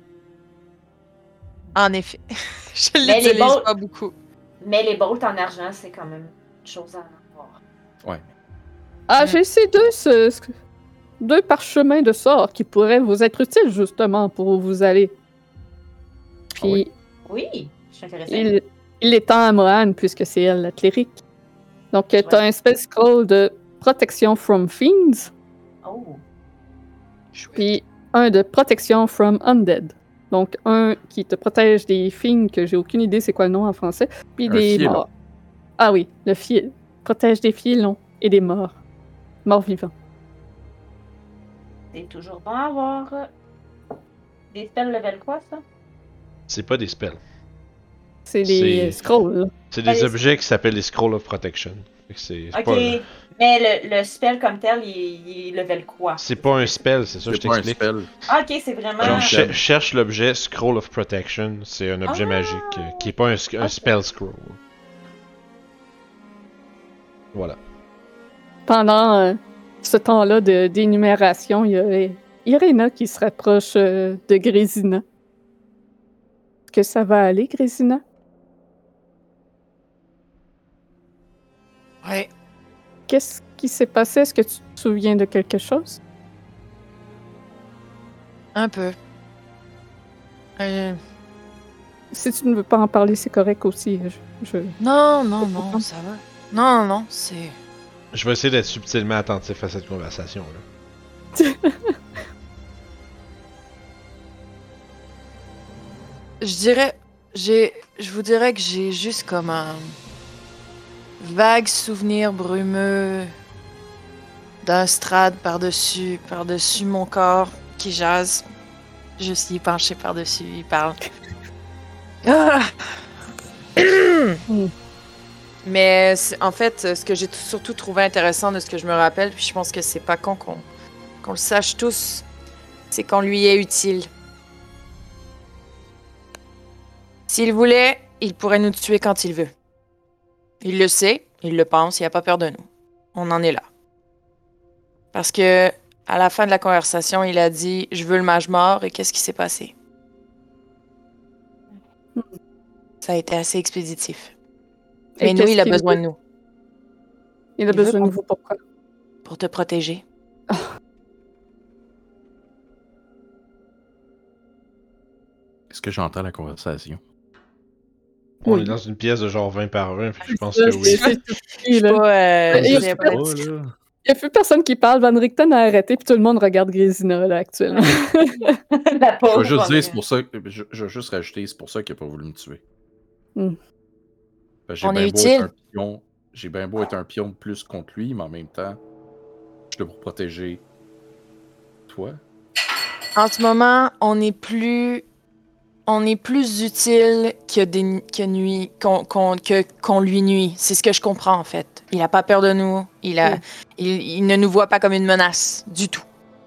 En effet. Je Mais les l'utilise bolts- pas beaucoup. Mais les bolts en argent, c'est quand même une chose à en avoir. Ouais. Ah, j'ai ces deux, ce- ce- deux parchemins de sort qui pourraient vous être utiles, justement, pour où vous allez. Puis, Ah oui? Oui, je suis intéressée. il, il est temps à Mohan, puisque c'est elle, la clérique. Donc, tu as un spell scroll de protection from fiends, Oh. puis un de protection from undead. Donc, un qui te protège des fiends, que j'ai aucune idée c'est quoi le nom en français, puis Un des fielon. morts. Ah oui, le fiel. Protège des fielons et des morts. Morts vivants. C'est toujours bon à avoir. Des spells level quoi, ça? C'est pas des spells. C'est des C'est- euh, scrolls, là. C'est Ah, des les- objets qui s'appellent les Scrolls of Protection. Fait que C'est c'est Ok. pas, le- Mais le, le spell comme tel, il, il est level quoi? c'est pas un spell, c'est ça que je C'est pas un t'explique. spell. Ah, ok, c'est vraiment. Genre, Genre, spell. cher- cherche l'objet Scroll of Protection, c'est un objet Ah! magique euh, qui est pas un, sc- un Ok. spell scroll. Voilà. Pendant euh, ce temps-là de- d'énumération, il y a Irena qui se rapproche euh, de Grésina. Est-ce que ça va aller, Grésina? Ouais. Qu'est-ce qui s'est passé? Est-ce que tu te souviens de quelque chose? Un peu. Euh, Si tu ne veux pas en parler, c'est correct aussi. Je, je- non, non, non, ça va. Non, non, c'est... Je vais essayer d'être subtilement attentif à cette conversation-là. Je dirais... J'ai... Je vous dirais que j'ai juste comme un... vague souvenir brumeux d'un strade par-dessus, par-dessus mon corps qui jase. Je suis penché par-dessus, il parle. Ah! Mais c'est- en fait, ce que j'ai t- surtout trouvé intéressant de ce que je me rappelle, puis je pense que c'est pas con qu'on qu'on le sache tous, c'est qu'on lui est utile. S'il voulait, il pourrait nous tuer quand il veut. Il le sait, il le pense, il a pas peur de nous. On en est là. Parce que à la fin de la conversation, il a dit « Je veux le mage mort » et qu'est-ce qui s'est passé? Ça a été assez expéditif. Et Mais nous, qu'est-ce il a qu'il besoin veut? de nous. Il a Il veut besoin de qu'on- vous, pourquoi? Pour te protéger. Est-ce que j'entends la conversation? On Oui. est dans une pièce de genre vingt par vingt, fait que je pense Ça, que c'est- oui. c'est tout Je petit, sais là. pas, euh, Il y a j'ai pas- pas- là. Il n'y a plus personne qui parle. Van Richten a arrêté, puis tout le monde regarde Grésina, là, actuellement. La Je pauvre. vais juste dire, Andrea. c'est pour ça. Je, je vais juste rajouter, c'est pour ça qu'il a pas voulu me tuer. Hmm. Parce que j'ai On bien est beau utile. être un pion. J'ai bien beau être un pion de plus contre lui, mais en même temps, je suis là pour protéger toi. En ce moment, on est plus, on est plus utile que des, que nuit, qu'on, qu'on, que, qu'on lui nuit. C'est ce que je comprends en fait. Il a pas peur de nous. Il a, Mm. il, il ne nous voit pas comme une menace du tout.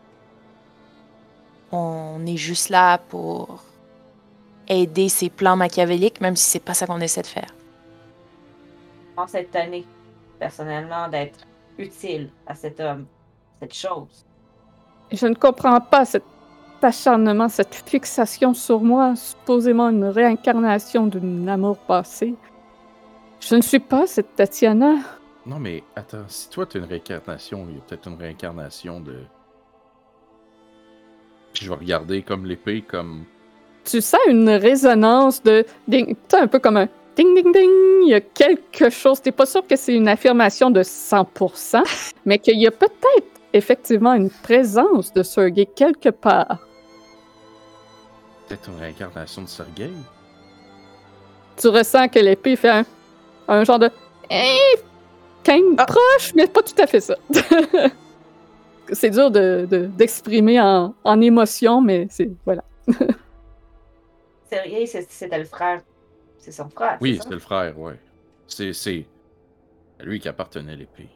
On est juste là pour aider ses plans machiavéliques, même si c'est pas ça qu'on essaie de faire. pense être tanné, personnellement, d'être utile à cet homme, cette chose. Et je ne comprends pas cet acharnement, cette fixation sur moi, supposément une réincarnation d'un amour passé. Je ne suis pas cette Tatiana. Non, mais attends, si toi t'as une réincarnation, il y a peut-être une réincarnation de. Puis je vais regarder comme l'épée, comme. Tu sens une résonance de ding, tu sais, un peu comme un ding ding ding. Il y a quelque chose. T'es pas sûr que c'est une affirmation de cent pour cent, mais qu'il y a peut-être effectivement une présence de Sergei quelque part. Peut-être une réincarnation de Sergei. Tu ressens que l'épée fait un, un genre de hey! Quand même Ah. proche, mais pas tout à fait ça. C'est dur de, de, d'exprimer en, en émotion, mais c'est voilà. Sergei, c'est- c'était le frère. C'est son frère. Oui, c'est ça? c'était le frère, ouais. C'est, c'est à lui qui appartenait l'épée.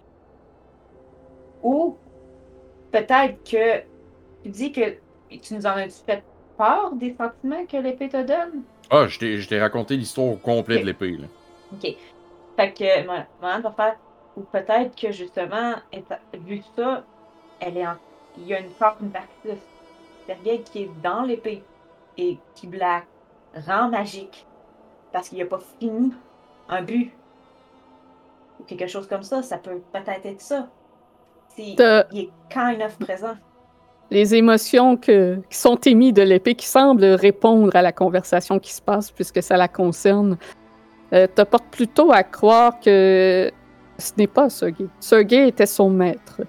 Ou peut-être que tu dis que tu nous en as fait part des sentiments que l'épée te donne. Ah, je t'ai, je t'ai raconté l'histoire au complet Ok. de l'épée, là. Ok. Fait que moi, moi, va faire. Ou peut-être que justement, éta- vu ça, elle est en... il y a une part, une partie de Sergei qui est dans l'épée et qui la rend magique parce qu'il n'a pas fini un but ou quelque chose comme ça. Ça peut peut-être être ça. Si T'as- il est kind of présent. Les émotions que, qui sont émises de l'épée qui semblent répondre à la conversation qui se passe puisque ça la concerne, euh, te porte plutôt à croire que ce n'est pas Sergei. Sergei était son maître.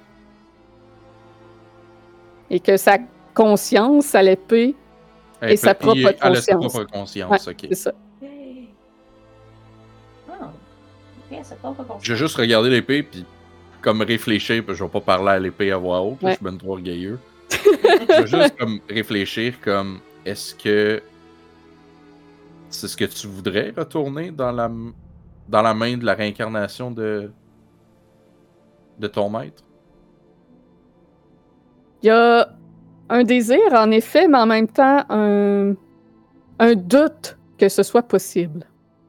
Et que sa conscience à l'épée, Elle Et sa peut- il- propre Elle a sa conscience. propre conscience, ok. c'est ça. Hey. Ah, ok, ça porte pas Je vais juste regarder l'épée, puis comme réfléchir, puis je vais pas parler à l'épée à voix haute, là, Ouais. je suis ben trop orgueilleux. Je vais juste comme réfléchir comme, est-ce que c'est ce que tu voudrais retourner dans la, dans la main de la réincarnation de, de ton maître? Il y a un désir, en effet, mais en même temps, un, un doute que ce soit possible.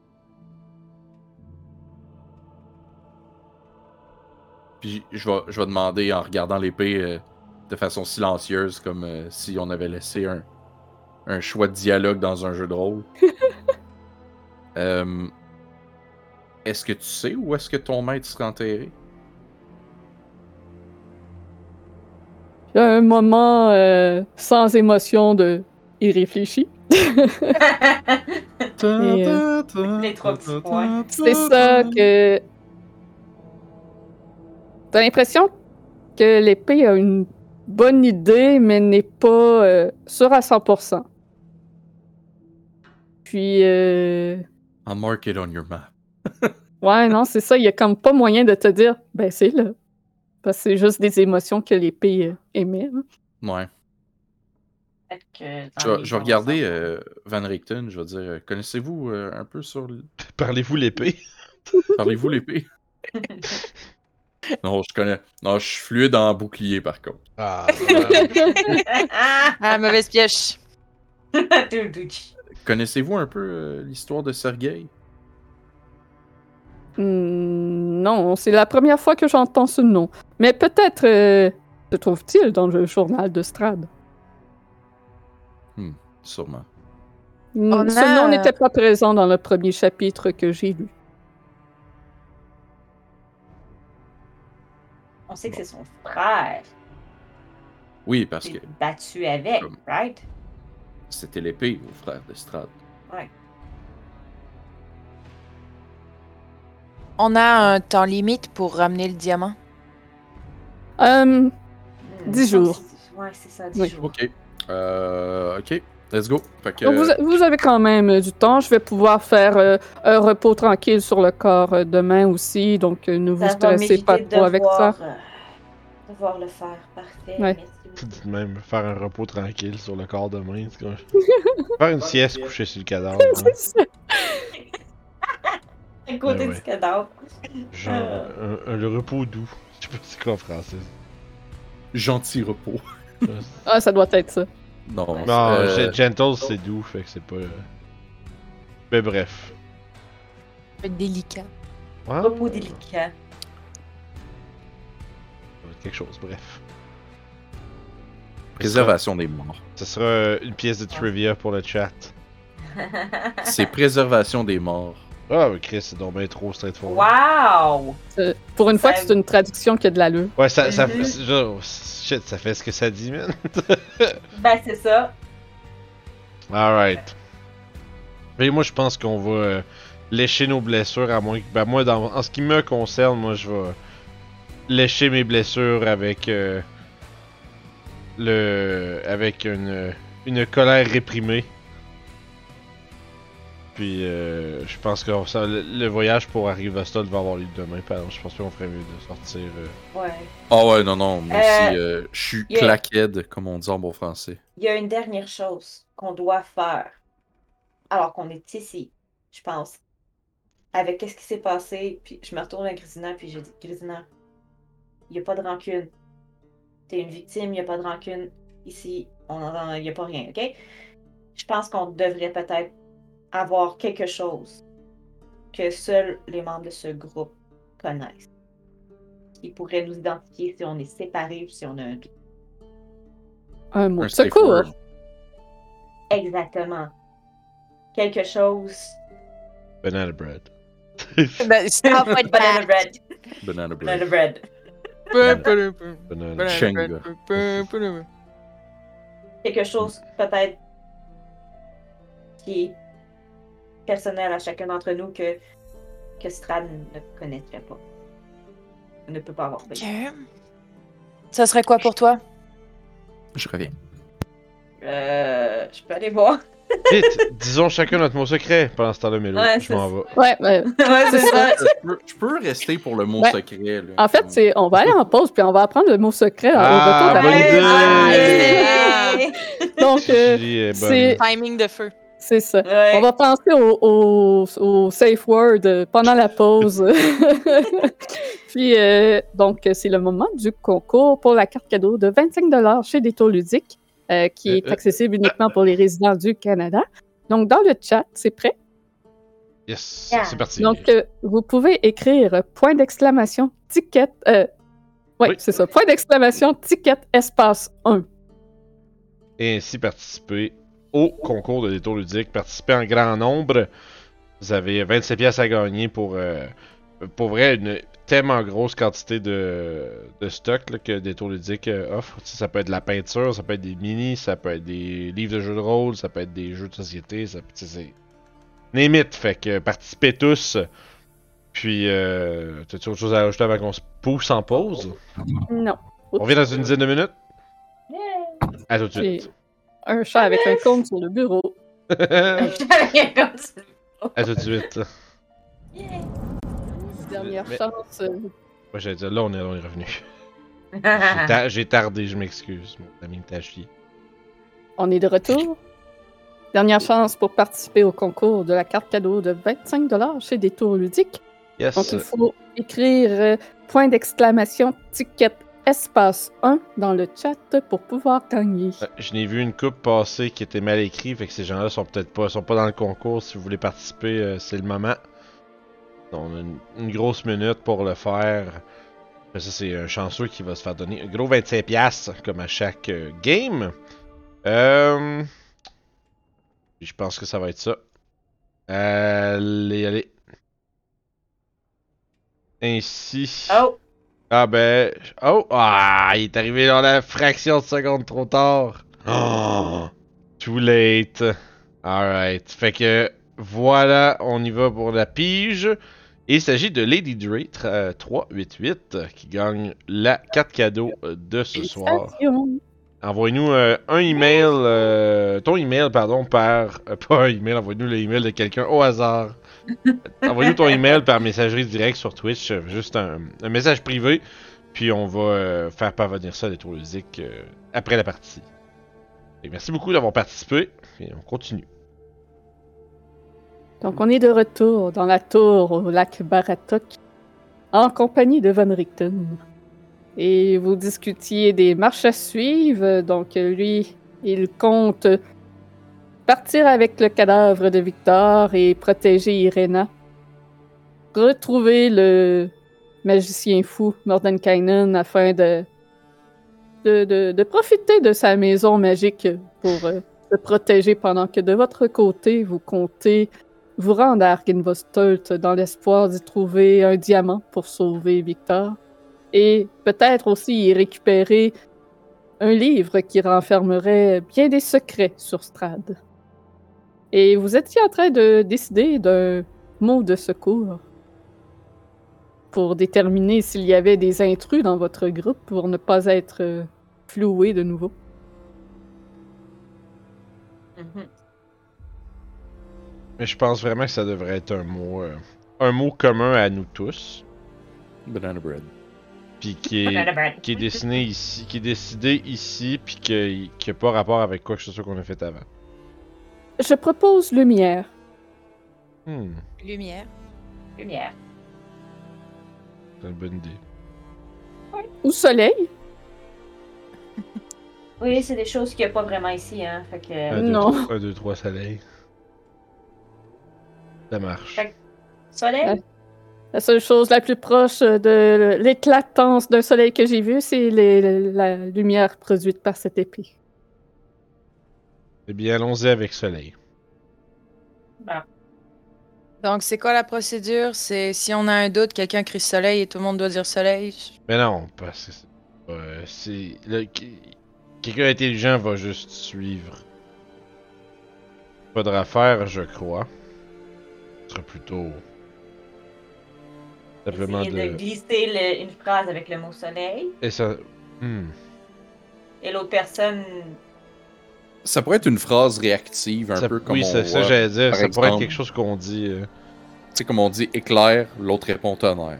Puis je vais, je vais demander en regardant l'épée euh, de façon silencieuse, comme euh, si on avait laissé un, un choix de dialogue dans un jeu de rôle. Euh, est-ce que tu sais où est-ce que ton maître sera enterré? Il y a un moment euh, sans émotion de y réfléchir. Et, euh, Les trois petits points. C'est ça que. T'as l'impression que l'épée a une bonne idée, mais n'est pas euh, sûre à cent pour cent. Puis, euh... I'll mark it on your map. ouais, non, c'est ça. Il y a comme pas moyen de te dire, ben c'est là. Parce que c'est juste des émotions que l'épée euh, émet. hein. Ouais. Peut-être que dans Je vais, les je vais bons regarder sens. euh, Van Richten, je vais dire, euh, connaissez-vous euh, un peu sur... l- Parlez-vous l'épée? Parlez-vous l'épée? Non, je connais... Non, je suis fluide en bouclier, par contre. Ah, euh, Ah, mauvaise pioche. Doudouchi. Connaissez-vous un peu euh, l'histoire de Sergei? Hmm, non, c'est la première fois que j'entends ce nom. Mais peut-être euh, se trouve-t-il dans le journal de Strad. Sûrement. Hmm, On Ce a- nom n'était pas présent dans le premier chapitre que j'ai lu. On sait que c'est son frère Oui, parce qui que est battu avec, Comme- right? c'était l'épée au frère de Strad. On a un temps limite pour ramener le diamant. Euh, Hmm, Dix je pense jours. que c'est- Ouais, c'est ça, dix Oui. jours. Ok. Euh, ok. Let's go. Fait que... donc vous, vous avez quand même euh, du temps. Je vais pouvoir faire euh, un repos tranquille sur le corps euh, demain aussi. Donc euh, ne vous Ça va stressez pas m'éviter trop de avec voir, ça. euh, devoir le faire. Parfait. Ouais. Merci tu beaucoup. dis de même, faire un repos tranquille sur le corps demain. c'est comme- Faire une sieste couchée sur le cadavre. hein. C'est ça. À côté Ben ouais. du cadavre. Genre, Euh. un, un- le repos doux. Je sais pas c'est quoi en français. Gentil repos. Ah, ça doit être ça. Non, Non, euh, Gen- Gentle c'est doux, fait que c'est pas. euh, Mais bref. Délicat. Ouais, Repos délicat. ça va être quelque chose, bref. Préservation des morts. Ce sera euh, une pièce de trivia pour le chat. C'est préservation des morts. Ah, mais Chris, c'est donc bien trop straightforward. Wow! Euh, Pour une fois, Ça- c'est une traduction qui a de l'allure. Ouais, ça, ça, Mhm. c'est genre, shit, ça fait ce que ça dit, man. Ben, c'est ça. Alright. Mais moi, je pense qu'on va euh, lécher nos blessures, à moins que. Ben, moi, dans, en ce qui me concerne, moi, je vais lécher mes blessures avec. Euh, le. Avec une. Une colère réprimée. Puis, euh, je pense que ça, le, le voyage pour Arrivastal va avoir lieu demain. Pardon, je pense qu'on ferait mieux de sortir. Euh... Ouais. Ah ouais, non, non, moi Euh, aussi, euh, je suis yeah. claquette, comme on dit en bon français. Il y a une dernière chose qu'on doit faire. Alors qu'on est ici, je pense. Avec qu'est-ce qui s'est passé, puis je me retourne à Grisina, puis j'ai dit, Grisina, il n'y a pas de rancune. T'es une victime, il n'y a pas de rancune. Ici, on en, il n'y a pas rien, ok? Je pense qu'on devrait peut-être avoir quelque chose que seuls les membres de ce groupe connaissent. Qui pourrait nous identifier si on est séparés ou si on a un doute. Un mot Un de safe secours. word. Exactement. Quelque chose. Banana bread. Ben, ça va être Banana bread. Banana Banana bread. bread. Banana. Shenga. Quelque chose peut-être qui est personnel à chacun d'entre nous que, que Strad ne connaîtrait pas. Ne peut pas avoir. Ok. Ça serait quoi pour toi? Je reviens. Euh, je peux aller voir. Vite, disons chacun notre mot secret pendant ce temps-là, Mélo. Ouais, je c'est m'en ça. vais. Ouais, ouais. Ouais, c'est ça. Je peux, je peux rester pour le mot Ben, secret. Là. En fait, c'est, on va aller en pause, puis on va apprendre le mot secret Ah, au retour de la bonne pause. idée. Donc, euh, Julie est bonne. c'est- Timing de feu. c'est ça. Ouais. On va penser au, au, au safe word euh, pendant la pause. Puis, euh, donc, c'est le moment du concours pour la carte cadeau de vingt-cinq dollars chez Détour Ludique, euh, qui est Euh, euh, accessible uniquement pour les résidents du Canada. Donc, dans le chat, c'est prêt? Yes, Yeah. c'est parti. Donc, euh, vous pouvez écrire euh, point d'exclamation ticket. Euh, ouais, Oui. c'est ça. Point d'exclamation ticket espace un. Et ainsi participer au concours de détour ludique. Participer en grand nombre. Vous avez vingt-sept pièces à gagner pour, euh, pour vrai, une tellement grosse quantité de, de stock là, que Détour ludique euh, offre. Tu sais, ça peut être de la peinture, ça peut être des minis, ça peut être des livres de jeux de rôle, ça peut être des jeux de société. Ça, tu sais, c'est name it. Fait que participez tous. Puis, euh, t'as-tu autre chose à ajouter avant qu'on se pousse en pause? Non. On revient dans une dizaine de minutes. À tout de J'ai suite. un chat avec un cône sur le bureau. À tout de suite. Dernière Mais- chance. euh, Moi, j'allais dire, là, on est, on est revenu. J'ai, ta- j'ai tardé, je m'excuse. Mon ami t'a chié. On est de retour. Dernière chance pour participer au concours de la carte cadeau de vingt-cinq dollars chez Détour Ludique. Yes. Donc, il faut écrire euh, point d'exclamation ticket espace un dans le chat pour pouvoir gagner. Euh, Je n'ai vu une coupe passer qui était mal écrite, fait que ces gens-là sont peut-être pas, sont pas dans le concours. Si vous voulez participer, euh, c'est le moment. On a une, une grosse minute pour le faire. Ça, c'est un chanceux qui va se faire donner un gros vingt-cinq piastres comme à chaque euh, game. Euh... Je pense que ça va être ça. Allez, allez. Ainsi. Oh! Ah ben... Oh! Ah! Il est arrivé dans la fraction de seconde trop tard. Oh! Too late. Alright. Fait que... Voilà, on y va pour la pige. Et il s'agit de Lady Dre euh, trois huit huit qui gagne la carte cadeau euh, de ce soir. Félicitations. Envoie-nous euh, un email, euh, ton email, pardon, par... euh, pas un email, envoie-nous le email de quelqu'un au hasard. Envoie-nous ton email par messagerie directe sur Twitch, euh, juste un, un message privé, puis on va euh, faire parvenir ça à Détour Ludique euh, après la partie. Et merci beaucoup d'avoir participé, et on continue. Donc, on est de retour dans la tour au lac Baratok en compagnie de Von Richten. Et vous discutiez des marches à suivre. Donc, lui, il compte partir avec le cadavre de Victor et protéger Irena. retrouver le magicien fou Mordenkainen afin de, de, de, de profiter de sa maison magique pour euh, se protéger pendant que de votre côté, vous comptez vous rendre à Argynvostolt dans l'espoir d'y trouver un diamant pour sauver Victor et peut-être aussi y récupérer un livre qui renfermerait bien des secrets sur Strahd. Et vous étiez en train de décider d'un mot de secours pour déterminer s'il y avait des intrus dans votre groupe pour ne pas être euh, floué de nouveau. Mhm. Mais je pense vraiment que ça devrait être un mot, euh, un mot commun à nous tous, Banana bread. puis qui est, Banana bread. qui est dessiné ici, qui est décidé ici, puis qui n'a pas rapport avec quoi que ce soit qu'on a fait avant. Je propose lumière. Hmm, Lumière. Lumière. c'est une bonne idée. Ou soleil. Oui, c'est des choses qu'il n'y a pas vraiment ici, hein. Fait que. Un, deux, Non. trois, un, deux, trois soleils. Ça marche. Fait- Soleil? Ouais. La seule chose la plus proche de l'éclatance d'un soleil que j'ai vu, c'est les- la lumière produite par cette épée. Eh bien, allons-y avec soleil. Bon. Donc, c'est quoi la procédure? C'est si on a un doute, quelqu'un crie soleil et tout le monde doit dire soleil. Mais non, parce que c'est... euh, c'est le- qui- quelqu'un d'intelligent va juste suivre. Faudra faire, je crois. Ce sera plutôt... Simplement Essayer de de... glisser le- une phrase avec le mot soleil. Et ça... Hmm. Et l'autre personne. Ça pourrait être une phrase réactive, un Ça- peu comme oui, on c'est ça voit. j'allais dire. par Ça pourrait être exemple. quelque chose qu'on dit... euh, Tu sais, comme on dit éclair, l'autre répond tonnerre.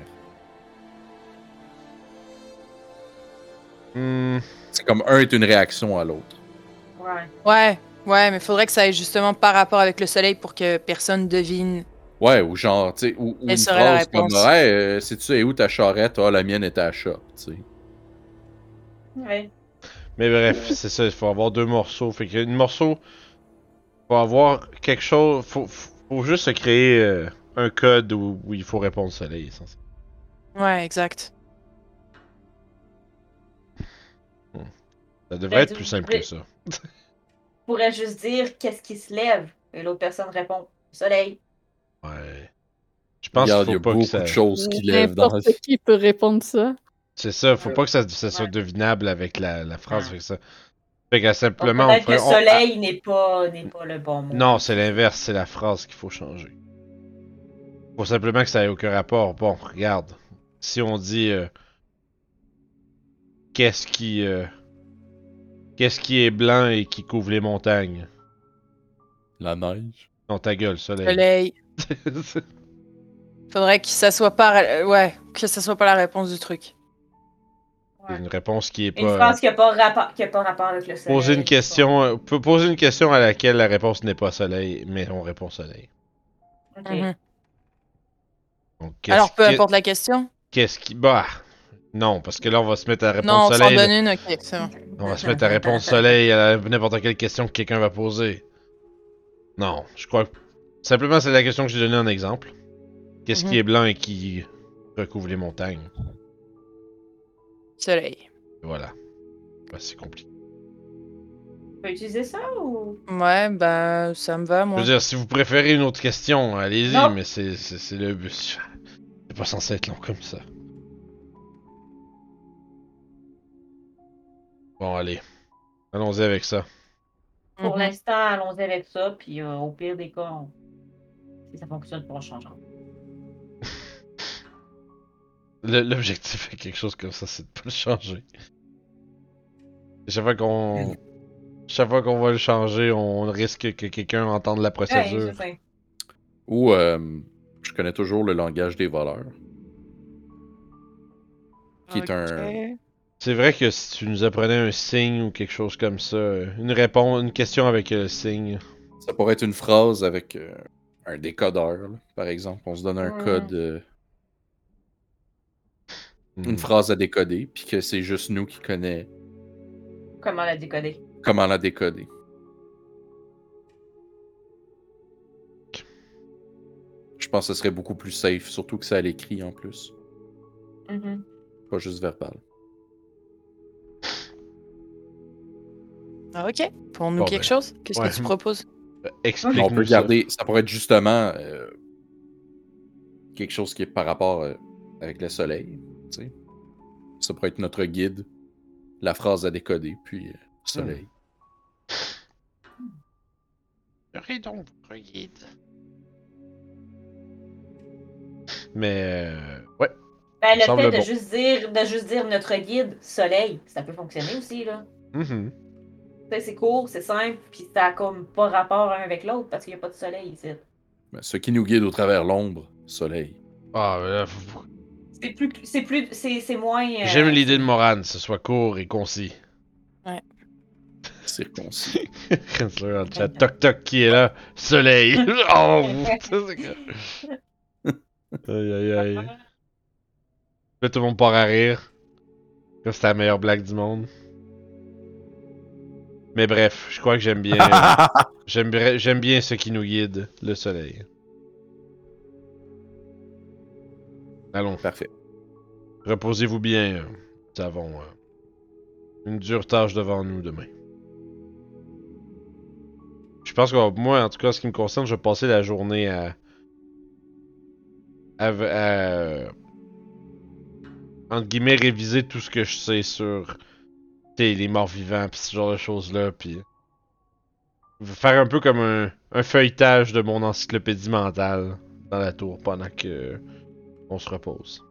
hmm, C'est comme un est une réaction à l'autre. Ouais. Ouais, ouais, mais faudrait que ça ait justement par rapport avec le soleil pour que personne devine. Ouais, ou genre, tu sais, ou, ou Quelle une serait la phrase comme réponse? hey, euh, sais-tu est où ta charrette? Ah, la mienne est à la shop, tu sais. Ouais. Mais bref, c'est ça, il faut avoir deux morceaux. Fait qu'une morceau... Faut avoir quelque chose... Faut, faut juste se créer euh, un code où, où il faut répondre soleil, essentiellement. Ouais, exact. Ça devrait être Ben, plus tu- simple que ça. Je pourrais juste dire qu'est-ce qui se lève. Et l'autre personne répond soleil. Ouais. Je pense Regarde, qu'il il y faut a pas que beaucoup ça... de choses qui lèvent dans la N'importe qui peut répondre ça. C'est ça, faut Ouais. pas que ça, ça soit Ouais. devinable avec la, la phrase. Ah. Fait que ça... Fait que Donc simplement, on peut-être que ferait... on- soleil n'est pas, n'est pas le bon ah, mot. non, c'est l'inverse, c'est la phrase qu'il faut changer. Faut simplement que ça ait aucun rapport. Bon, regarde. Si on dit... euh, Qu'est-ce qui... euh, Qu'est-ce qui est blanc et qui couvre les montagnes? La neige. Non, ta gueule, soleil. Soleil. Faudrait que ça soit pas. euh, Ouais, que ça soit pas la réponse du truc. Ouais. Une réponse qui est Une pas... phrase qui n'a pas, rapport- qui a pas rapport avec le soleil. Poser une question... euh, peut poser une question à laquelle la réponse n'est pas soleil, mais on répond soleil. Ok. Mhm. Donc, qu'est-ce Alors, peu qui- importe la question. Qu'est-ce qui... Bah... Non, parce que là, on va se mettre à répondre Non, on s'en soleil. donne une, ok, c'est bon. On va se mettre à répondre soleil à n'importe quelle question que quelqu'un va poser. Non, je crois que... Simplement, c'est la question que j'ai donnée en exemple. Qu'est-ce qui Mhm. est blanc et qui recouvre les montagnes? Soleil. Et voilà. Bah, c'est compliqué. Tu peux utiliser ça ou. Ouais, bah, ça me va, Je moi. veux dire, si vous préférez une autre question, allez-y, Non. mais c'est c'est- c'est le but. C'est pas censé être long comme ça. Bon, allez. Allons-y avec ça. Pour Mhm. l'instant, allons-y avec ça, puis euh, au pire des cas, on- si ça fonctionne, on changera. Le- L'objectif avec quelque chose comme ça, c'est de pas le changer. Chaque fois qu'on. Chaque fois qu'on va le changer, on risque que quelqu'un entende la Ouais, procédure. c'est ça. Ou, euh, je connais toujours le langage des voleurs. Qui est un. Ok. C'est vrai que si tu nous apprenais un signe ou quelque chose comme ça, euh, une réponse, une question avec le signe. Ça pourrait être une phrase avec euh, un décodeur, là, par exemple. On se donne un Mhm. code, euh, hmm. une phrase à décoder, puis que c'est juste nous qui connaît Comment la décoder? comment la décoder. Je pense que ce serait beaucoup plus safe, surtout que c'est à l'écrit en plus. Mhm. Pas juste verbal. Ah, ok. Pour nous Bon, quelque ben, chose? Qu'est-ce ouais. que tu proposes? Euh, On peut Explique-nous ça. garder, ça pourrait être justement euh, quelque chose qui est par rapport euh, avec le soleil. Tu sais. Ça pourrait être notre guide, la phrase à décoder, puis euh, soleil. J'aurais donc votre guide. Mais, euh, ouais. Ben, le semble fait de bon. juste dire de juste dire notre guide, soleil, ça peut fonctionner aussi, là. Mhm. Tu sais, c'est court, c'est simple, puis ça a comme pas rapport un avec l'autre parce qu'il n'y a pas de soleil ici. Ben, ce qui nous guide au travers l'ombre, soleil. Ah, mais là, faut- C'est plus, c'est plus, c'est, c'est moins. euh, j'aime l'idée de Moran, ce soit court et concis. Circoncis. Chrysler dans le chat. Toc toc qui est là? Soleil! Oh! Ça, c'est que- Aïe aïe aïe. Là, tout le monde part à rire. Là, c'était la meilleure blague du monde. Mais bref, je crois que j'aime bien. j'aime, bra- j'aime bien ce qui nous guide, le soleil. Allons, Parfait. reposez-vous bien. Nous avons euh, une dure tâche devant nous demain. Je pense que moi, en tout cas, en ce qui me concerne, je vais passer la journée à. à. à- entre guillemets, réviser tout ce que je sais sur. t'sais, les morts vivants, pis ce genre de choses-là, pis. faire un peu comme un, un feuilletage de mon encyclopédie mentale dans la tour pendant que. on se repose.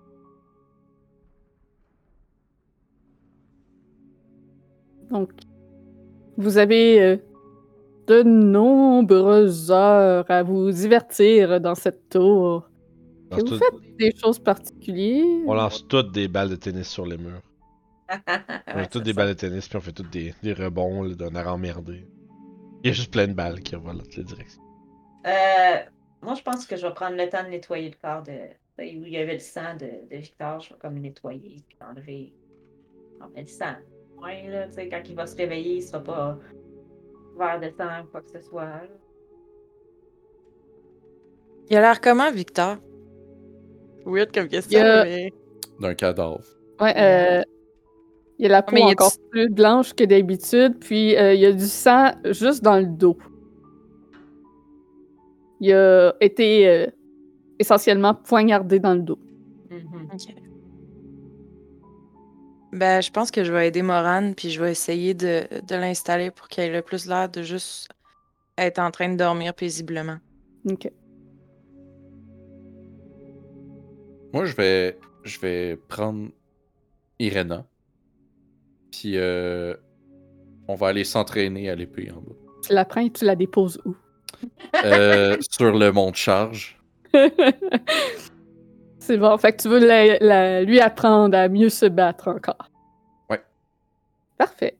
Donc, vous avez euh, de nombreuses heures à vous divertir dans cette tour. Lance Et vous tout- faites des choses particulières. On lance toutes des balles de tennis sur les murs. On ouais, a toutes c'est des ça. balles de tennis, puis on fait toutes des, des rebonds là, d'un air emmerdé. Il y a juste plein de balles qui revolent dans toutes les directions. Euh, moi, je pense que je vais prendre le temps de nettoyer le corps de. Où il y avait le sang de, de Victor, je vais comme le nettoyer puis enlever, enlever le sang. Ouais, là, tu sais, quand il va se réveiller, il sera pas vert de sang ou quoi que ce soit. là. Il a l'air comment, Victor? Weird comme question, Il y a- mais... D'un cadavre. Ouais, euh, il y a la peau mais il y a encore du- plus blanche que d'habitude, puis euh, il y a du sang juste dans le dos. Il a été euh, essentiellement poignardé dans le dos. Mhm. Ok. Ben, je pense que je vais aider Moran, puis je vais essayer de, de l'installer pour qu'il ait le plus l'air de juste être en train de dormir paisiblement. Ok. Moi, je vais, je vais prendre Irena. Puis, euh, on va aller s'entraîner à l'épée en bas. Tu la prends et tu la déposes où? Euh, sur le mont de charge. C'est bon. Fait que tu veux la- la- lui apprendre à mieux se battre encore. Ouais. Parfait.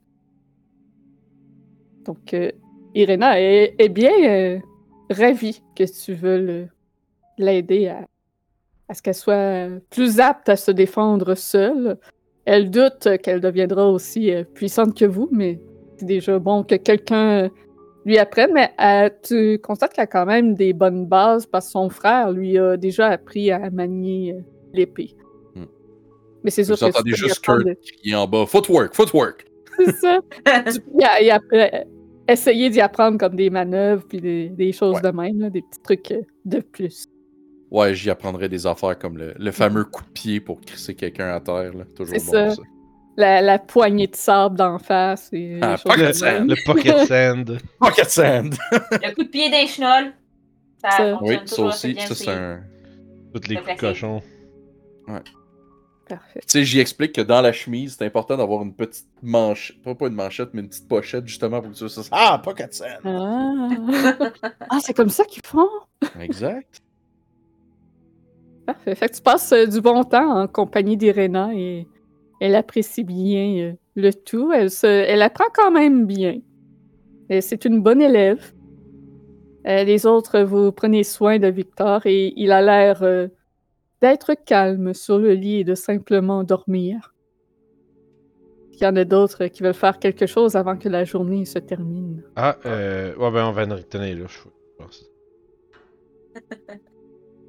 Donc, euh, Irena est, est bien euh, ravie que tu veux l'aider à, à ce qu'elle soit plus apte à se défendre seule. Elle doute qu'elle deviendra aussi euh, puissante que vous, mais c'est déjà bon que quelqu'un euh, lui apprenne. Mais euh, tu constates qu'elle a quand même des bonnes bases parce que son frère lui a déjà appris à manier euh, l'épée. Hmm. Mais c'est sûr Vous que tu entendez peux lui juste Kurt apprendre- crier en bas. Footwork, footwork! C'est ça. Tu peux y- y app- euh, essayer d'y apprendre comme des manœuvres puis des, des choses Ouais. de même, là, des petits trucs euh, de plus. Ouais, j'y apprendrai des affaires comme le, le fameux coup de pied pour crisser quelqu'un à terre. Là. Toujours C'est bon, ça. ça. La, la poignée de sable d'en face et Ah, des choses pocket de sand. même. Le pocket sand. Pocket sand! Le coup de pied d'un chenol. Ça, Ça. fonctionne Oui, ça toujours assez aussi, bien ça chez- c'est un... Toutes les Le coups de classique. cochon. Parfait. Tu sais, j'y explique que dans la chemise, c'est important d'avoir une petite manchette, pas, pas une manchette, mais une petite pochette, justement, pour que tu ça. Ah, pocket sand! Ah, ah c'est comme ça qu'ils font? Exact. Parfait. Fait que tu passes euh, du bon temps en compagnie d'Irena et elle apprécie bien euh, le tout. Elle, se, elle apprend quand même bien. Et c'est une bonne élève. Euh, les autres, vous prenez soin de Victor et il a l'air euh, d'être calme sur le lit et de simplement dormir. Il y en a d'autres qui veulent faire quelque chose avant que la journée se termine. Ah, euh. Ouais, ben on va en retenir là, je pense.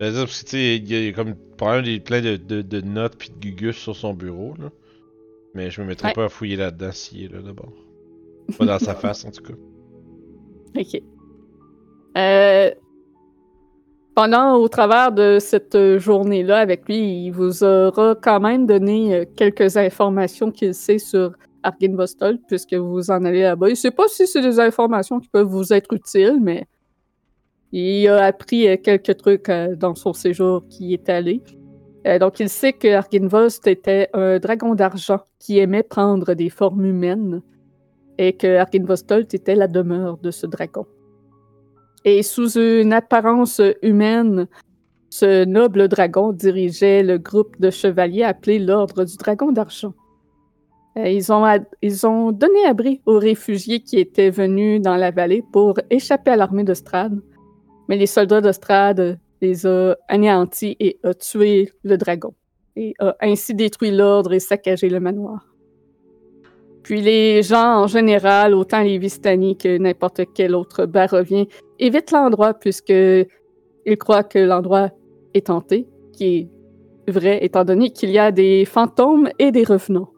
Ben, ça, parce que tu sais, il y a comme probablement des, plein de, de, de notes pis de gugus sur son bureau, là. Mais je me mettrais Ouais. pas à fouiller là-dedans s'il est là d'abord. Pas dans sa face, en tout cas. Ok. Euh, pendant, au travers de cette euh, journée-là avec lui, il vous aura quand même donné euh, quelques informations qu'il sait sur Argynvostold, puisque vous en allez là-bas. Il sait pas si c'est des informations qui peuvent vous être utiles, mais il a appris euh, quelques trucs euh, dans son séjour qui est allé. Euh, donc, il sait que Argynvost était un dragon d'argent qui aimait prendre des formes humaines et que Argynvostold était la demeure de ce dragon. Et sous une apparence humaine, ce noble dragon dirigeait le groupe de chevaliers appelé l'Ordre du Dragon d'Argent. Euh, ils, ont ad- ils ont donné abri aux réfugiés qui étaient venus dans la vallée pour échapper à l'armée de Strahd, mais les soldats de Strahd les a anéantis et a tué le dragon, et a ainsi détruit l'Ordre et saccagé le manoir. Puis les gens en général, autant les Vistani que n'importe quel autre Barovien, évitent l'endroit puisque ils croient que l'endroit est hanté, qui est vrai étant donné qu'il y a des fantômes et des revenants.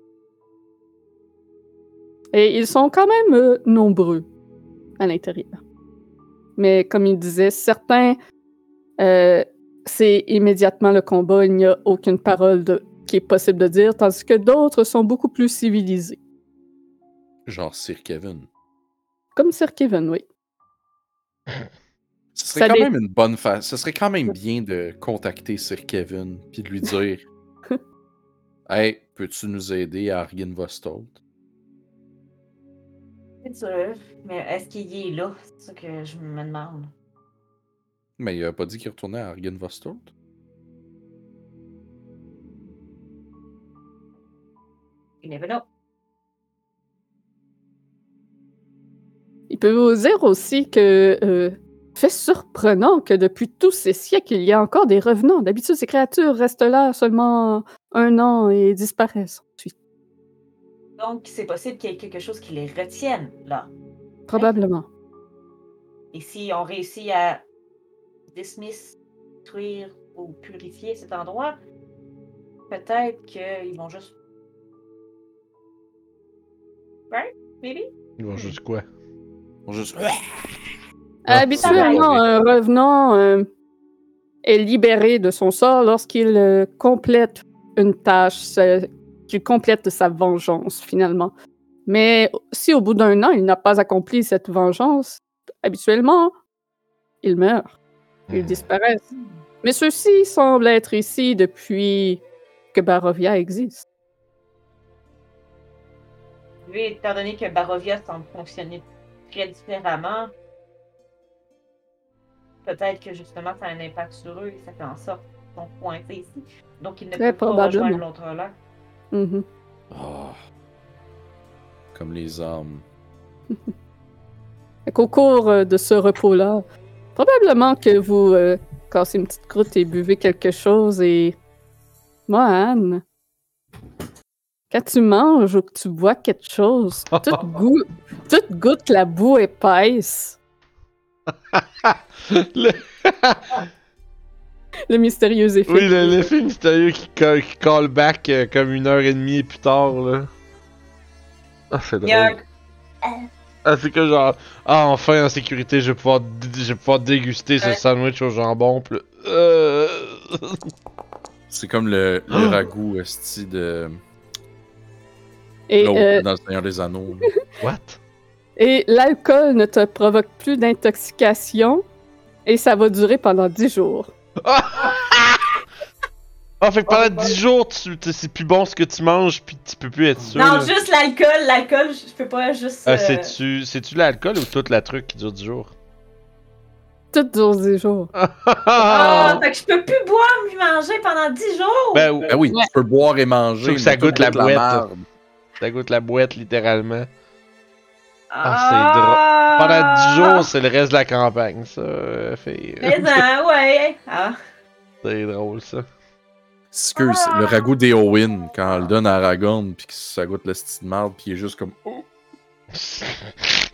Et ils sont quand même euh, nombreux à l'intérieur. Mais comme il disait, certains, euh, c'est immédiatement le combat, il n'y a aucune parole de, qui est possible de dire, tandis que d'autres sont beaucoup plus civilisés. Genre Sir Kevin. Comme Sir Kevin, oui. Ce serait Ça quand dé- même une bonne fa... Ce serait quand même bien de contacter Sir Kevin puis de lui dire Hey, peux-tu nous aider à Argynvostold? C'est sûr. Mais est-ce qu'il y est là? C'est ça que je me demande. Mais il a pas dit qu'il retournait à Argynvostold? You never know. Il peut vous dire aussi que euh, fait surprenant que depuis tous ces siècles, il y a encore des revenants. D'habitude, ces créatures restent là seulement un an et disparaissent ensuite. Donc, c'est possible qu'il y ait quelque chose qui les retienne, là. Probablement. Et si on réussit à dismiss, détruire ou purifier cet endroit, peut-être qu'ils vont juste... Right? Maybe? Ils vont juste quoi? On juste... Habituellement, un revenant euh, est libéré de son sort lorsqu'il euh, complète une tâche, euh, qu'il complète sa vengeance, finalement. Mais si au bout d'un an, il n'a pas accompli cette vengeance, habituellement, il meurt. Ils Hmm. disparaissent. Mais ceux-ci semblent être ici depuis que Barovia existe. Lui, étant donné que Barovia semble fonctionner très différemment, peut-être que justement ça a un impact sur eux et ça fait en sorte qu'ils sont coincés ici. Donc ils ne Très peuvent pas rejoindre probablement. l'autre lac. Mhm. Ah. Comme les armes. Fait qu'au cours euh, de ce repos-là, probablement que vous euh, cassez une petite croûte et buvez quelque chose et... Moi, Anne, quand tu manges ou que tu bois quelque chose, tout, goût, tout goûte la boue épaisse. Le- Le mystérieux effet. Oui, le- l'effet mystérieux qui, ca- qui call back euh, comme une heure et demie plus tard, là. Ah, c'est Il y a drôle. Ah, c'est que genre, ah, enfin en sécurité, je vais pouvoir, d- je vais pouvoir déguster ce Ouais. sandwich au jambon, pis là, euh... C'est comme le, le ragoût esti de Et, l'autre euh, dans le Seigneur des Anneaux. là. What? et l'alcool ne te provoque plus d'intoxication et ça va durer pendant dix jours. Ah, fait que pendant dix jours, tu, tu- c'est plus bon ce que tu manges, pis tu peux plus être sûr. Non, là. juste l'alcool. L'alcool, je je peux pas juste. Ah, euh, c'est-tu, c'est-tu l'alcool ou toute la truc qui dure dix jours? Tout dure dix jours. Ah, fait que je peux plus boire ni manger pendant dix jours. Ben, ou- Ben oui, Ouais. tu peux boire et manger. Sauf que ça mais tout goûte la boîte. marde. ça goûte la boîte, littéralement. ah, Pendant dix jours, c'est le reste de la campagne, ça, euh, fait... Mais hein, ouais. Ah. C'est drôle, ça. Excuse, Ah. le ragoût d'Eowyn, quand on le donne à Aragorn, pis que ça goûte le style de marde, pis il est juste comme. Oh.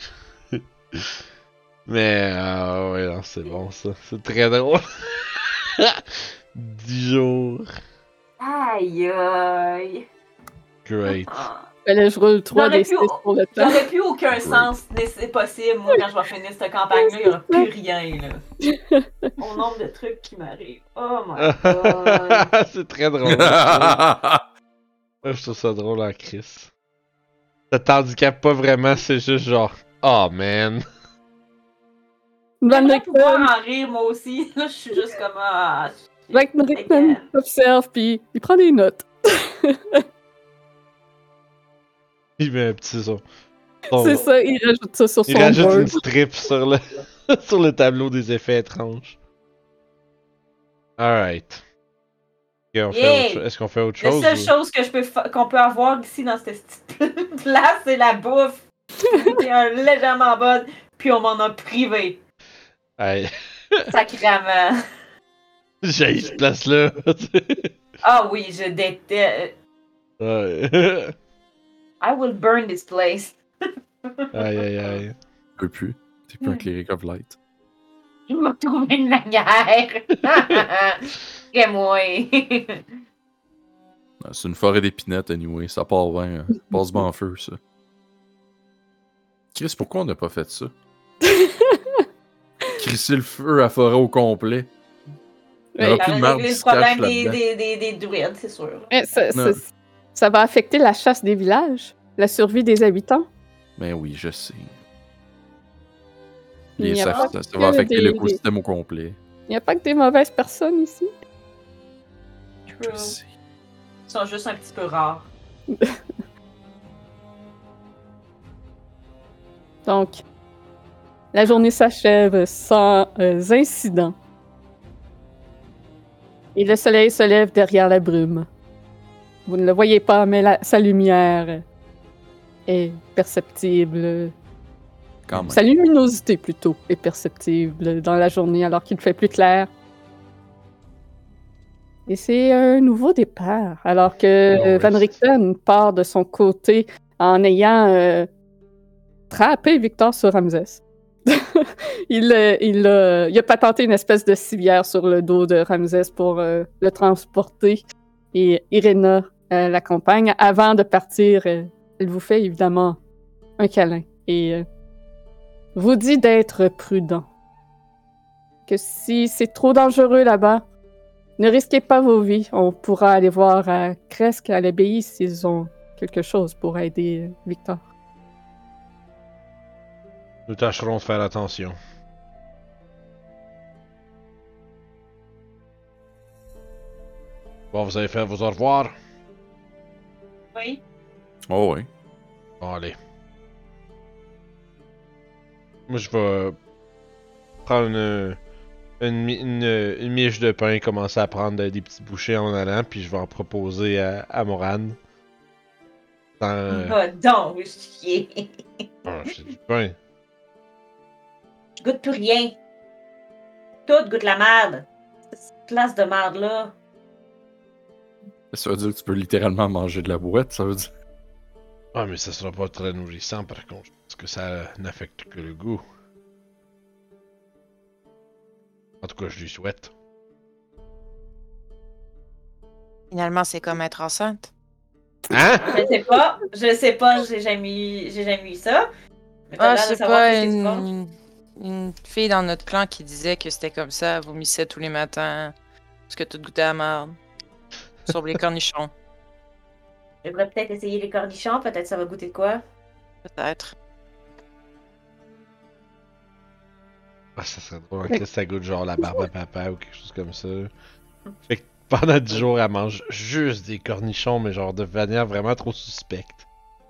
Mais, euh, ouais, non, c'est bon, ça. C'est très drôle. dix jours. Aïe aïe. Great. Ah. Fallait que je roule trois J'aurais des pu- six pour le temps. J'aurais plus aucun sens, mais c'est possible. Moi, quand je vais finir cette campagne-là, il n'y aura plus rien, là. Au nombre de trucs qui m'arrivent. Oh my god. C'est très drôle. Moi, je trouve ça drôle en Chris. Ça t'handicape pas vraiment, c'est juste genre, oh man. Van J'aimerais pouvoir Richten, en rire, moi aussi. Là, je suis juste comme... Ah, Van Richten observe puis il prend des notes. Il met un petit son. son- C'est ça, il rajoute ça sur Il son rajoute board. une strip sur le, sur le tableau des effets étranges. Alright. Ok, on fait Yeah! autre cho- Est-ce qu'on fait autre La chose? seule ou- chose que je peux fa- qu'on peut avoir ici dans cette petite place, c'est la bouffe. C'est un légèrement bonne, puis on m'en a privé. Hey, Sacrément. j'ai cette place-là. Ah oui, je déteste. Ouais. I will burn this place. Aïe aïe aïe. Tu peux plus. T'es plus un cleric of light. Je vais trouver une manière. Et moi. Ah, C'est une forêt d'épinettes, anyway. Ça part bien. hein. Passe bien en feu, ça. Chris, pourquoi on n'a pas fait ça? Crisser le feu à la forêt au complet. Il y aura Ouais. plus Ça de va marde régler qui le se cache problème des, là-dedans. des, des, des druides, c'est sûr. Ouais, ça, Non. ça- ça va affecter la chasse des villages, la survie des habitants. Ben oui, je sais. Il Et n'y a ça, pas ça, ça que va affecter des- l'écosystème au complet. Il n'y a pas que des mauvaises personnes ici. Je True. sais. Ils sont juste un petit peu rares. Donc, la journée s'achève sans euh, incident. Et le soleil se lève derrière la brume. Vous ne le voyez pas, mais la- sa lumière est perceptible. Quand même. Sa luminosité, plutôt, est perceptible dans la journée alors qu'il fait plus clair. Et c'est un nouveau départ, alors que Oh, euh, Van ouais. Richten part de son côté en ayant euh, frappé Victor sur Ramsès. il, euh, il, a- il a patenté une espèce de civière sur le dos de Ramsès pour euh, le transporter. Et Irena euh, l'accompagne. Avant de partir, euh, elle vous fait évidemment un câlin et euh, vous dit d'être prudent. Que si c'est trop dangereux là-bas, ne risquez pas vos vies. On pourra aller voir à Kresk, à l'abbaye, s'ils ont quelque chose pour aider euh, Victor. Nous tâcherons de faire attention. Bon, vous avez fait vos au revoir? Oui. Oh oui. Bon, allez. Moi, je vais prendre une, une, mi- une, une miche de pain, commencer à prendre des petits bouchées en allant, puis je vais en proposer à, à Moran. Dans, euh, Va donc, chier. ah, c'est du pain. Je goûte plus rien. Tout goûte la merde. Cette classe de merde-là. Ça veut dire que tu peux littéralement manger de la boîte, ça veut dire. Ah, mais ça sera pas très nourrissant, par contre. Parce que ça n'affecte que le goût. En tout cas, je lui souhaite. Finalement, c'est comme être enceinte. Hein? Je sais pas. Je sais pas. J'ai jamais eu, j'ai jamais eu ça. Mais t'as Ah, l'air de c'est savoir pas qu'est-ce que tu manges. une... une fille dans notre clan qui disait que c'était comme ça, elle vomissait tous les matins, parce que tout goûtait à la merde. Sur les cornichons, Je devrais peut-être essayer les cornichons. Peut-être ça va goûter de quoi. peut-être. Ah, ça serait drôle que ça goûte genre la barbe à papa ou quelque chose comme ça. Fait que pendant dix jours, elle mange juste des cornichons, mais genre de manière vraiment trop suspecte.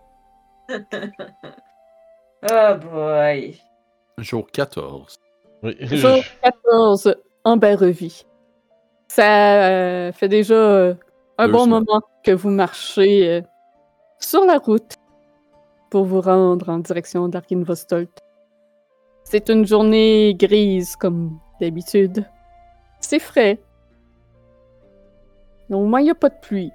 Oh boy. Jour quatorze. Oui. Jour quatorze, Amber revit. Ça euh, fait déjà euh, un Deux bon semaines. moment que vous marchez euh, sur la route pour vous rendre en direction d'Arkinvostolt. C'est une journée grise comme d'habitude. C'est frais. Au moins, il n'y a pas de pluie.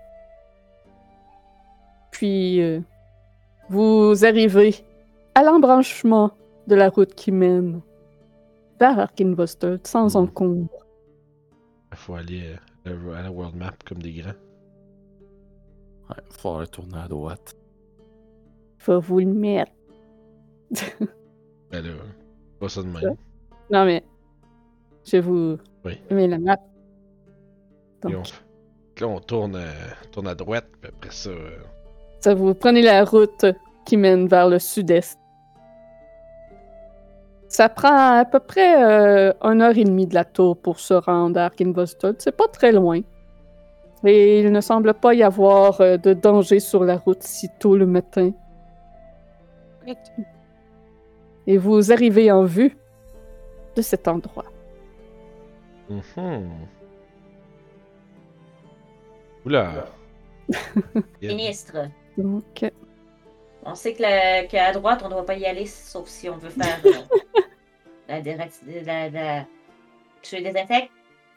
Puis, euh, vous arrivez à l'embranchement de la route qui mène vers Arkinvostolt sans Mhm. encombre. faut aller euh, à la world map comme des grands. Ouais, faut aller tourner à droite. Faut vous le mettre. Ben là, pas ça de même. Non, mais je vous Oui. mets la map. Et Donc, on, là, on tourne, euh, tourne à droite, puis après ça. Euh... ça, vous prenez la route qui mène vers le sud-est. Ça prend à peu près euh, une heure et demie de la tour pour se rendre à Arkinvostold. C'est pas très loin. Et il ne semble pas y avoir euh, de danger sur la route si tôt le matin. Et vous arrivez en vue de cet endroit. Mm-hmm. Oula! Ministre. Donc, On sait que la- qu'à droite, on ne doit pas y aller, sauf si on veut faire euh, la, direct- la, la tuer des insectes.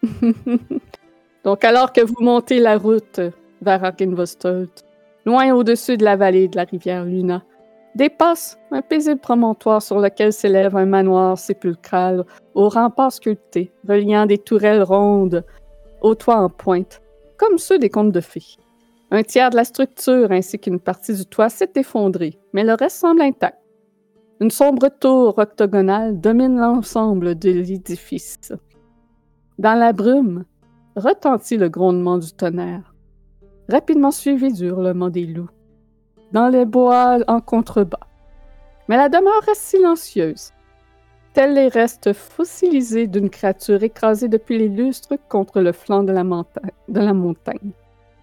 Donc, alors que vous montez la route vers Arkinvostold, loin au-dessus de la vallée de la rivière Luna, dépasse un paisible promontoire sur lequel s'élève un manoir sépulcral aux remparts sculptés, reliant des tourelles rondes aux toits en pointe, comme ceux des contes de fées. Un tiers de la structure ainsi qu'une partie du toit s'est effondré, mais le reste semble intact. Une sombre tour octogonale domine l'ensemble de l'édifice. Dans la brume, retentit le grondement du tonnerre, rapidement suivi du hurlement des loups, dans les bois en contrebas. Mais la demeure reste silencieuse, tels les restes fossilisés d'une créature écrasée depuis les lustres contre le flanc de la, monta- de la montagne.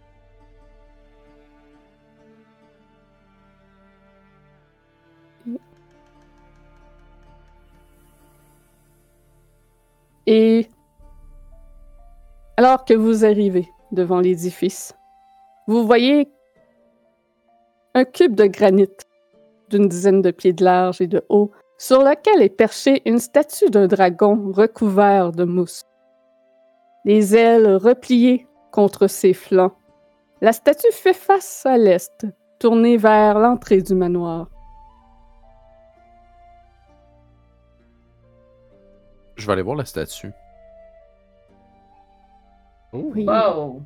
Et alors que vous arrivez devant l'édifice, vous voyez un cube de granit d'une dizaine de pieds de large et de haut, sur lequel est perchée une statue d'un dragon recouvert de mousse. Les ailes repliées contre ses flancs, la statue fait face à l'est, tournée vers l'entrée du manoir. Je vais aller voir la statue. Oh! Oui. Wow!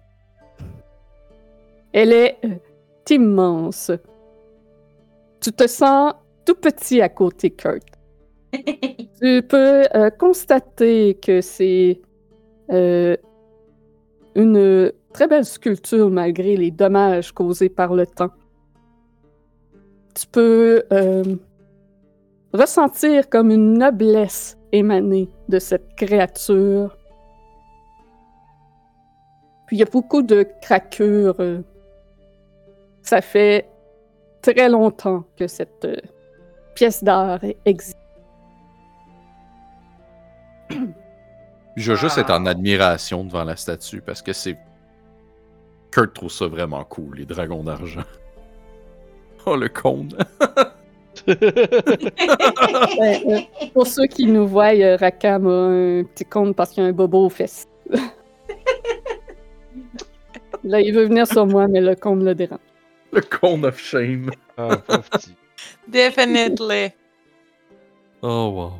Elle est euh, immense. Tu te sens tout petit à côté, Kurt. Tu peux euh, constater que c'est euh, une très belle sculpture malgré les dommages causés par le temps. Tu peux euh, ressentir comme une noblesse émanée de cette créature. Puis il y a beaucoup de craquures. euh, Ça fait très longtemps que cette euh, pièce d'art existe. Je vais juste être en Ah. admiration devant la statue parce que c'est. Kurt trouve ça vraiment cool, les dragons d'argent. Oh, le con! Ben, euh, pour ceux qui nous voient, euh, Rakam a un petit compte parce qu'il y a un bobo aux fesses. Là, il veut venir sur moi, mais le compte le dérange. Le con of shame. Ah, pauvre petit. Definitely. Oh, wow.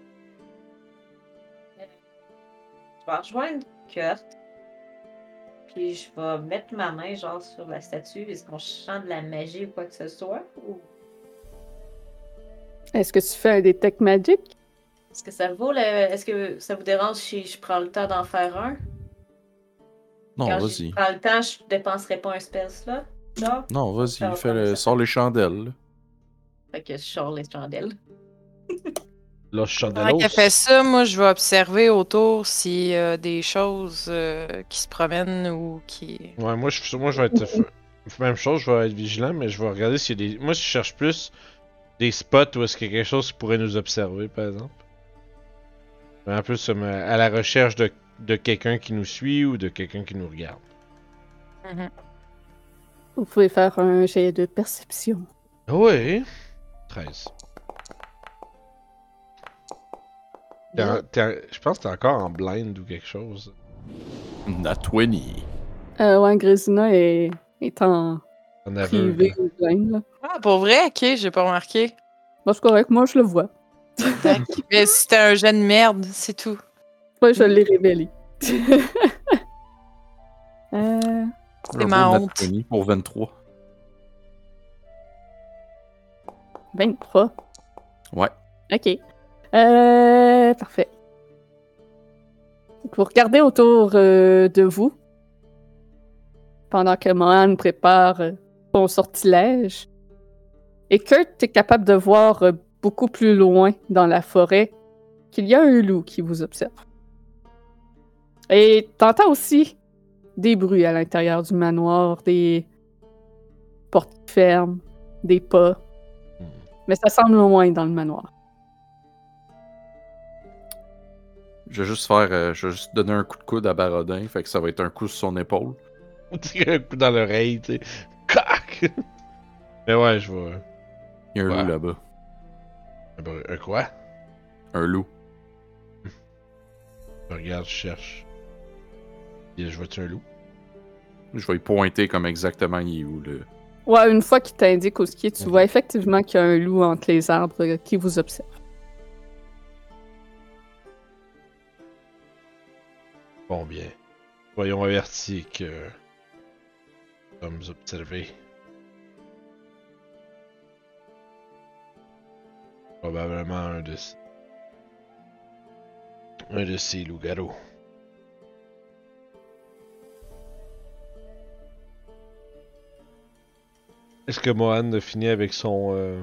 Je vais rejoindre Kurt. Puis je vais mettre ma main genre sur la statue. Est-ce qu'on sent de la magie ou quoi que ce soit? Ou Est-ce que tu fais un Detect Magic? est-ce que ça vaut le. Est-ce que ça vous dérange si je prends le temps d'en faire un? Non, Quand vas-y. je prends le temps, je dépenserai pas un spell slot. Genre? Non, Ça vas-y, va fais prendre le... ça. sors les chandelles. là. Fait que je sors les chandelles. Los Pendant Chandelos. qu'elle fait ça, moi, je vais observer autour s'il y a des choses euh, qui se promènent ou qui... Ouais, moi je, moi, je vais être. Même chose, je vais être vigilant, mais je vais regarder s'il y a des. Moi, je cherche plus des spots où est-ce qu'il y a quelque chose qui pourrait nous observer, par exemple. En plus, euh, à la recherche de, de quelqu'un qui nous suit ou de quelqu'un qui nous regarde. Mhm. Vous pouvez faire un jet de perception. Oui. treize. T'es en- t'es en- Je pense que t'es encore en blind ou quelque chose. Nat vingt. Euh, ouais, Grésina est, est en En aveugle. privé ou blind, là. Ah, pour vrai? Ok, j'ai pas remarqué. Bon, c'est correct, moi je le vois. Tac. Mais c'était un jeu de merde, c'est tout. Moi, je l'ai révélé. Euh, C'est ma beau honte. nat vingt pour vingt-trois. vingt-trois. Ouais. Ok. Euh, parfait. Vous regardez autour euh, de vous pendant que Mohan prépare euh, son sortilège. Et Kurt est capable de voir euh, beaucoup plus loin dans la forêt qu'il y a un loup qui vous observe. Et t'entends aussi des bruits à l'intérieur du manoir, des portes qui ferment, des pas. Mais ça semble loin dans le manoir. Je vais juste faire. euh, je vais juste donner un coup de coude à Barodin, fait que ça va être un coup sur son épaule. Un coup dans l'oreille, tu sais. Cac! Mais ouais, je vois. Il y a un Ouais. loup là-bas. Un, br- un quoi? Un loup. Je regarde, je cherche. Et je vois-tu un loup? Je vais y pointer comme exactement il est où, le. Ouais, une fois qu'il t'indique où ce qui est, tu Mhm. vois effectivement qu'il y a un loup entre les arbres euh, qui vous observe. Bon, bien. Soyons avertis que. Nous sommes observés. Probablement un de ces. Un de ces loups-garous. Est-ce que Mohan a fini avec son. Euh...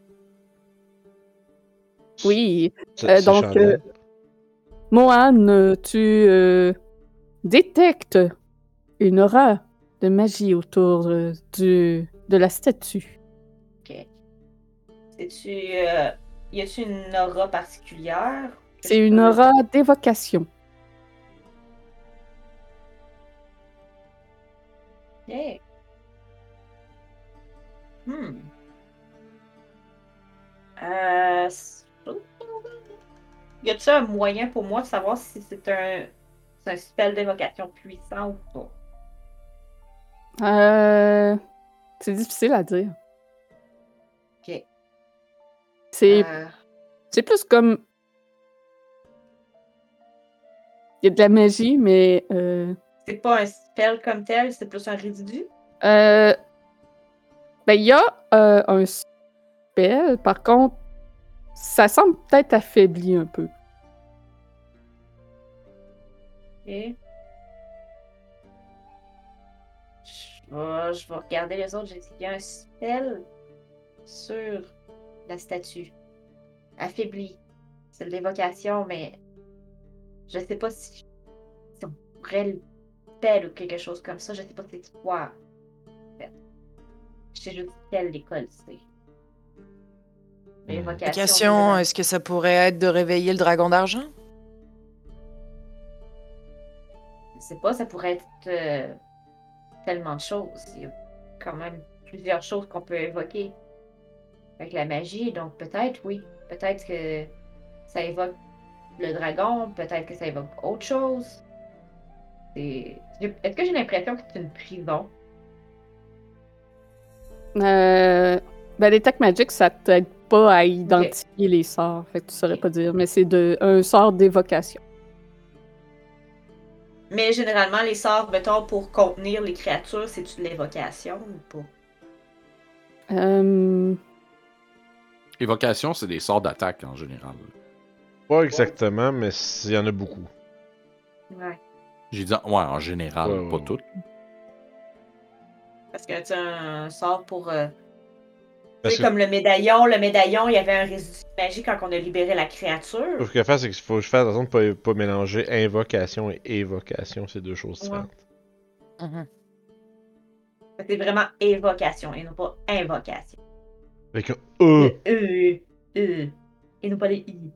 Oui, sa- Euh, ses donc, chandelles? Mohan, euh, tu euh, détectes une aura de magie autour euh, du, de la statue. Ok. C'est-tu. Euh, y a-tu une aura particulière? que C'est je une peux- aura d'évocation. Ok. Hmm. Euh. c'est- Y a-tu un moyen pour moi de savoir si c'est un, c'est un spell d'évocation puissant ou pas? Euh, c'est difficile à dire. Ok. C'est Euh, c'est plus comme... Il y a de la magie, mais... Euh, c'est pas un spell comme tel, c'est plus un résidu? euh, ben, il y a euh, un spell, par contre, ça semble peut-être affaibli un peu. Ok. Je vais, je vais regarder les autres. J'ai il y a un spell sur la statue. Affaibli. C'est de l'évocation, mais je sais pas si, si on pourrait le spell ou quelque chose comme ça. Je sais pas c'est quoi. En fait. Je sais juste quelle l'école c'est. L'évocation. La question, est-ce que ça pourrait être de réveiller le dragon d'argent? Je sais pas, ça pourrait être euh, tellement de choses. Il y a quand même plusieurs choses qu'on peut évoquer avec la magie, donc peut-être, oui. Peut-être que ça évoque le dragon, peut-être que ça évoque autre chose. C'est... j'ai- Est-ce que j'ai l'impression que c'est une prison? Euh, ben, les Tech Magic, ça t'aide pas à identifier les sorts. Fait que tu saurais Ok. pas dire, mais c'est de, un sort d'évocation. Mais généralement, les sorts, mettons, pour contenir les créatures, c'est-tu de l'évocation ou pas? Euh, Évocation, c'est des sorts d'attaque en général. Pas exactement, mais il y en a beaucoup. Ouais. J'ai dit, ouais, en général, Ouais, ouais, pas ouais. toutes. Parce que tu as un sort pour. euh, Tu Parce sais, que, comme le médaillon, le médaillon, il y avait un résidu de magie quand on a libéré la créature. ce qu'il faut faire, c'est qu'il faut que je fasse attention de pas, pas mélanger invocation et évocation, c'est deux choses différentes. Mhm. C'est vraiment évocation et non pas invocation. Avec un E. Le E, E, et non pas les I.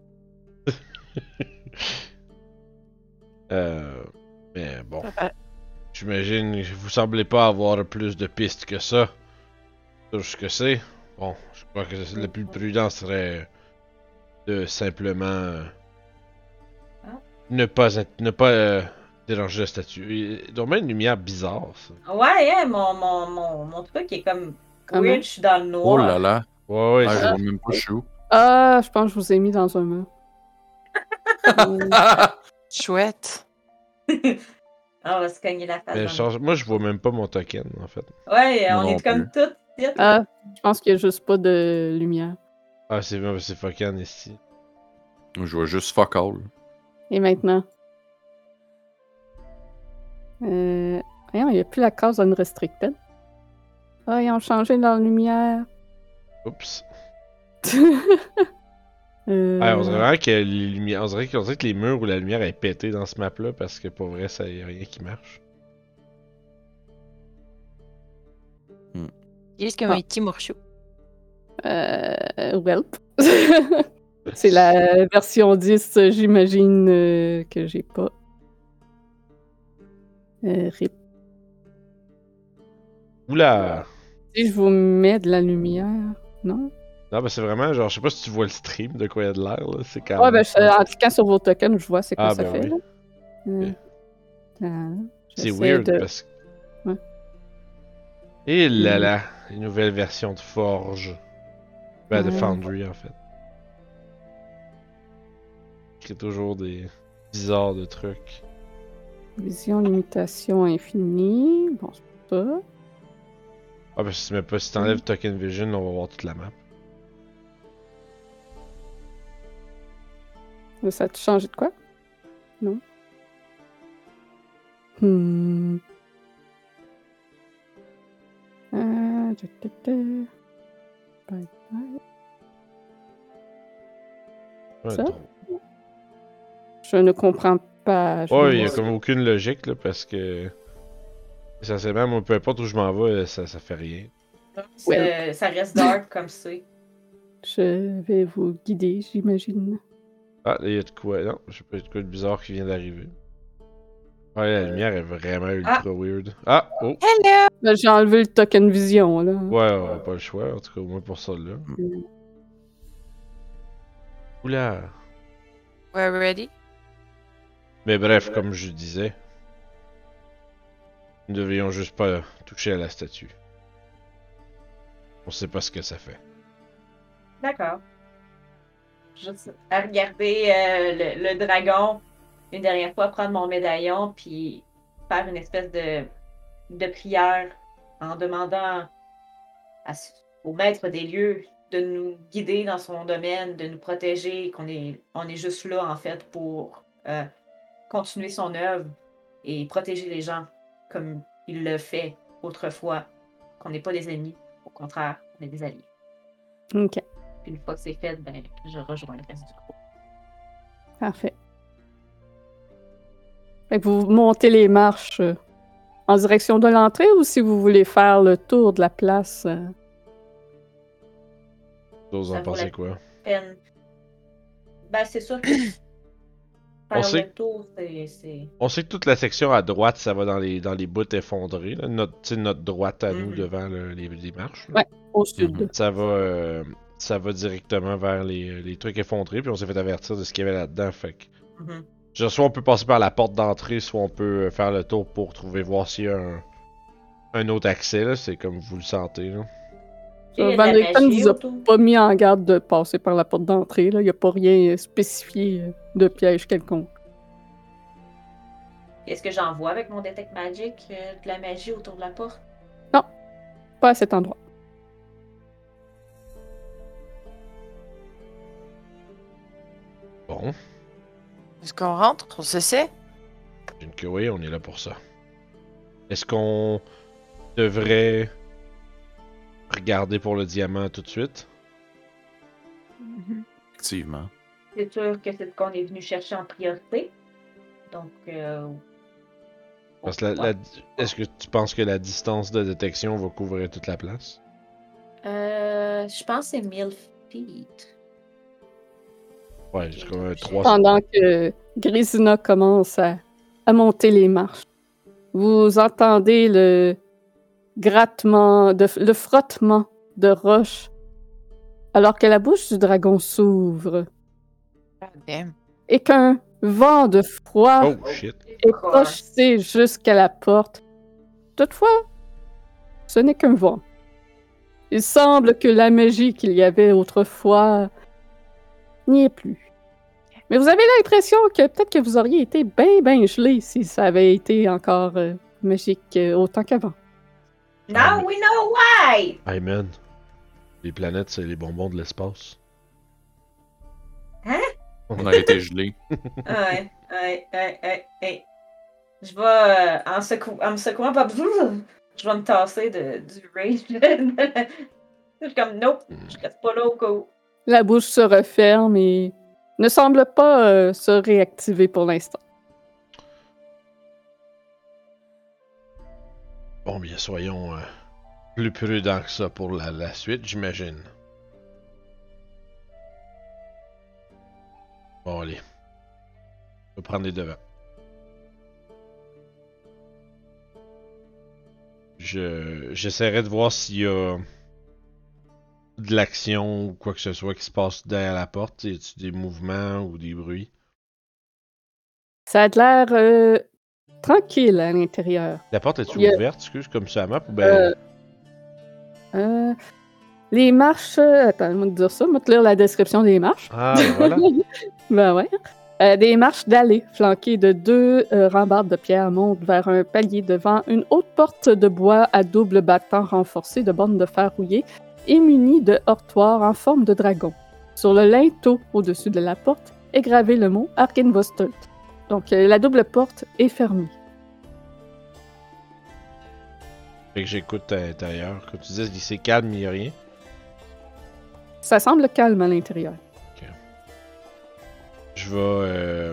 Euh, mais bon, Euh, j'imagine que vous semblez pas avoir plus de pistes que ça sur ce que c'est. Bon, je crois que le plus prudent serait de simplement euh, Ah. ne pas int- ne pas euh, déranger la statue. Il doit mettre une lumière bizarre, ça. Ouais, hein, mon, mon, mon, mon truc est comme Comment? weird, je suis dans le noir. Oh là là. Ouais, ouais, Ah, c'est- je vois même pas, je suis où. Ah, je pense que je vous ai mis dans un mur. Euh, Chouette. Ah, on va se cogner la face. Mais dans je change- Moi, je vois même pas mon token, en fait. le- Ouais, Moi on non est comme toutes. toutes. Ah, je pense qu'il y a juste pas de lumière. Ah, c'est c'est fucking ici. Je vois juste fuck all. Et maintenant? Euh... Voyons, il n'y a plus la case unrestricted. Ah, ils ont changé leur lumière. Oups. euh... Ah, on dirait vraiment que les lumières. On dirait, qu'on dirait que les murs où la lumière est pétée dans ce map-là parce que pour vrai, ça y a rien qui marche. Ils disent comme Ah. un petit morceau. Euh... Welp. C'est la version dix, j'imagine, euh, que j'ai pas. Euh, rip. Oula! Si je vous mets de la lumière, non? Non, ben c'est vraiment genre, je sais pas si tu vois le stream de quoi il y a de l'air, là. C'est quand Ouais, même. ben, je- en cliquant sur vos tokens, je vois c'est quoi Ah, ça ben fait. oui. Là. Euh, Ok. là, C'est j'essaie weird de- parce que. Ouais. Et là Mm. là, une nouvelle version de Forge. Ben, de Ouais. Foundry en fait. Il crée toujours des bizarres de trucs. Vision, limitation infinie. Bon, c'est ça. Ah, ben si tu mets pas, si t'enlèves Token Vision, on va voir toute la map. Mais ça a changé de quoi? Non? Hmm. Euh, ta, ta, ta. Bye, bye. Ouais, Ça? donc. Je ne comprends pas. Je Ouais, vais il y a voir. comme aucune logique là parce que. Essentiellement, moi, peu importe où je m'en vais, ça, ça fait rien. C'est- Ça reste dark comme c'est. Je vais vous guider, j'imagine. Ah, là, il y a de quoi. Non, je sais pas, il y a de quoi de bizarre qui vient d'arriver. Ouais, la lumière est vraiment ultra weird. Ah, oh! Hello! Là, j'ai enlevé le token vision, là. Ouais, on a pas le choix, en tout cas, au moins pour ça là. Mm. Oula! We're ready? Mais bref, comme je disais, nous ne devrions juste pas toucher à la statue. On sait pas ce que ça fait. D'accord. Juste à regarder euh, le, le dragon une dernière fois, prendre mon médaillon, puis faire une espèce de, de prière en demandant à, au maître des lieux de nous guider dans son domaine, de nous protéger, qu'on est, on est juste là, en fait, pour euh, continuer son œuvre et protéger les gens comme il le fait autrefois, qu'on n'est pas des ennemis. Au contraire, on est des alliés. Ok, Puis une fois que c'est fait, ben, je rejoins le reste du groupe. parfait. Fait que vous montez les marches euh, en direction de l'entrée ou si vous voulez faire le tour de la place? euh, Vous Ça en vaut pensez la- quoi? Peine. Ben, c'est sûr que On faire sait- le tour, c'est... c'est- On sait que toute la section à droite, ça va dans les, dans les bouts effondrés. Là. Notre, tu sais, notre droite à nous Mhm. devant le- les, les marches. là. Ouais. Au sud. Mhm. Ça va euh, ça va directement vers les, les trucs effondrés. Puis on s'est fait avertir de ce qu'il y avait là-dedans. Fait que. Mhm. Genre, soit on peut passer par la porte d'entrée, soit on peut euh, faire le tour pour trouver voir s'il y a un, un autre accès. Là. C'est comme vous le sentez. Là. Il y a de Van la Richten magie vous a autour. pas mis en garde de passer par la porte d'entrée. Il n'y a pas rien euh, spécifié euh, de piège quelconque. Est-ce que j'en vois avec mon Detect Magic euh, de la magie autour de la porte? Pas à cet endroit. Bon. Est-ce qu'on rentre? On se sait? J'imagine que oui, on est là pour ça. Est-ce qu'on devrait regarder pour le diamant tout de suite? Effectivement. C'est sûr que c'est ce qu'on est venu chercher en priorité. Donc, euh... Parce que la- ouais. la- est-ce que tu penses que la distance de détection va couvrir toute la place? Euh, je pense que c'est mille feet. Ouais, jusqu'à un trois cents. Pendant que Grisina commence à, à monter les marches, vous entendez le grattement, de, le frottement de roches alors que la bouche du dragon s'ouvre God damn. et qu'un vent de froid Oh shit. est projeté jusqu'à la porte. Toutefois, ce n'est qu'un vent. Il semble que la magie qu'il y avait autrefois n'y est plus. Mais vous avez l'impression que peut-être que vous auriez été bien, bien gelé si ça avait été encore euh, magique euh, autant qu'avant. Now we know why! Hey man, les planètes, c'est les bonbons de l'espace. Hein? On aurait été gelés. Ouais, ouais, ouais, ouais, ouais. Je vais, euh, en, secou en me secouant, pas je vais me tasser de, du rage. Je suis comme, nope, je reste pas là au cas où. La bouche se referme et ne semble pas euh, se réactiver pour l'instant. Bon, bien, soyons euh, plus prudents que ça pour la, la suite, j'imagine. Bon, allez. Je vais prendre les devants. Je j'essaierai de voir s'il y a de l'action ou quoi que ce soit qui se passe derrière la porte. Y a-t-il des mouvements ou des bruits? Ça a l'air euh, tranquille à l'intérieur. La porte est-tu Yeah. ouverte, excuse, comme sur la map ou ben... Euh, euh, les marches... euh, Attends, moi te dire ça, moi te lire la description des marches. Ah, ben voilà. Ben ouais. Euh, des marches dallées, flanquées de deux euh, rambardes de pierre, montent vers un palier devant une haute porte de bois à double battant renforcée de bornes de fer rouillées et munie de heurtoirs en forme de dragon. Sur le linteau au-dessus de la porte est gravé le mot Arkenvostert. Donc euh, la double porte est fermée. Fait que j'écoute à l'intérieur. Quand tu dis c'est calme, il n'y a rien. Ça semble calme à l'intérieur. Je vais... Euh...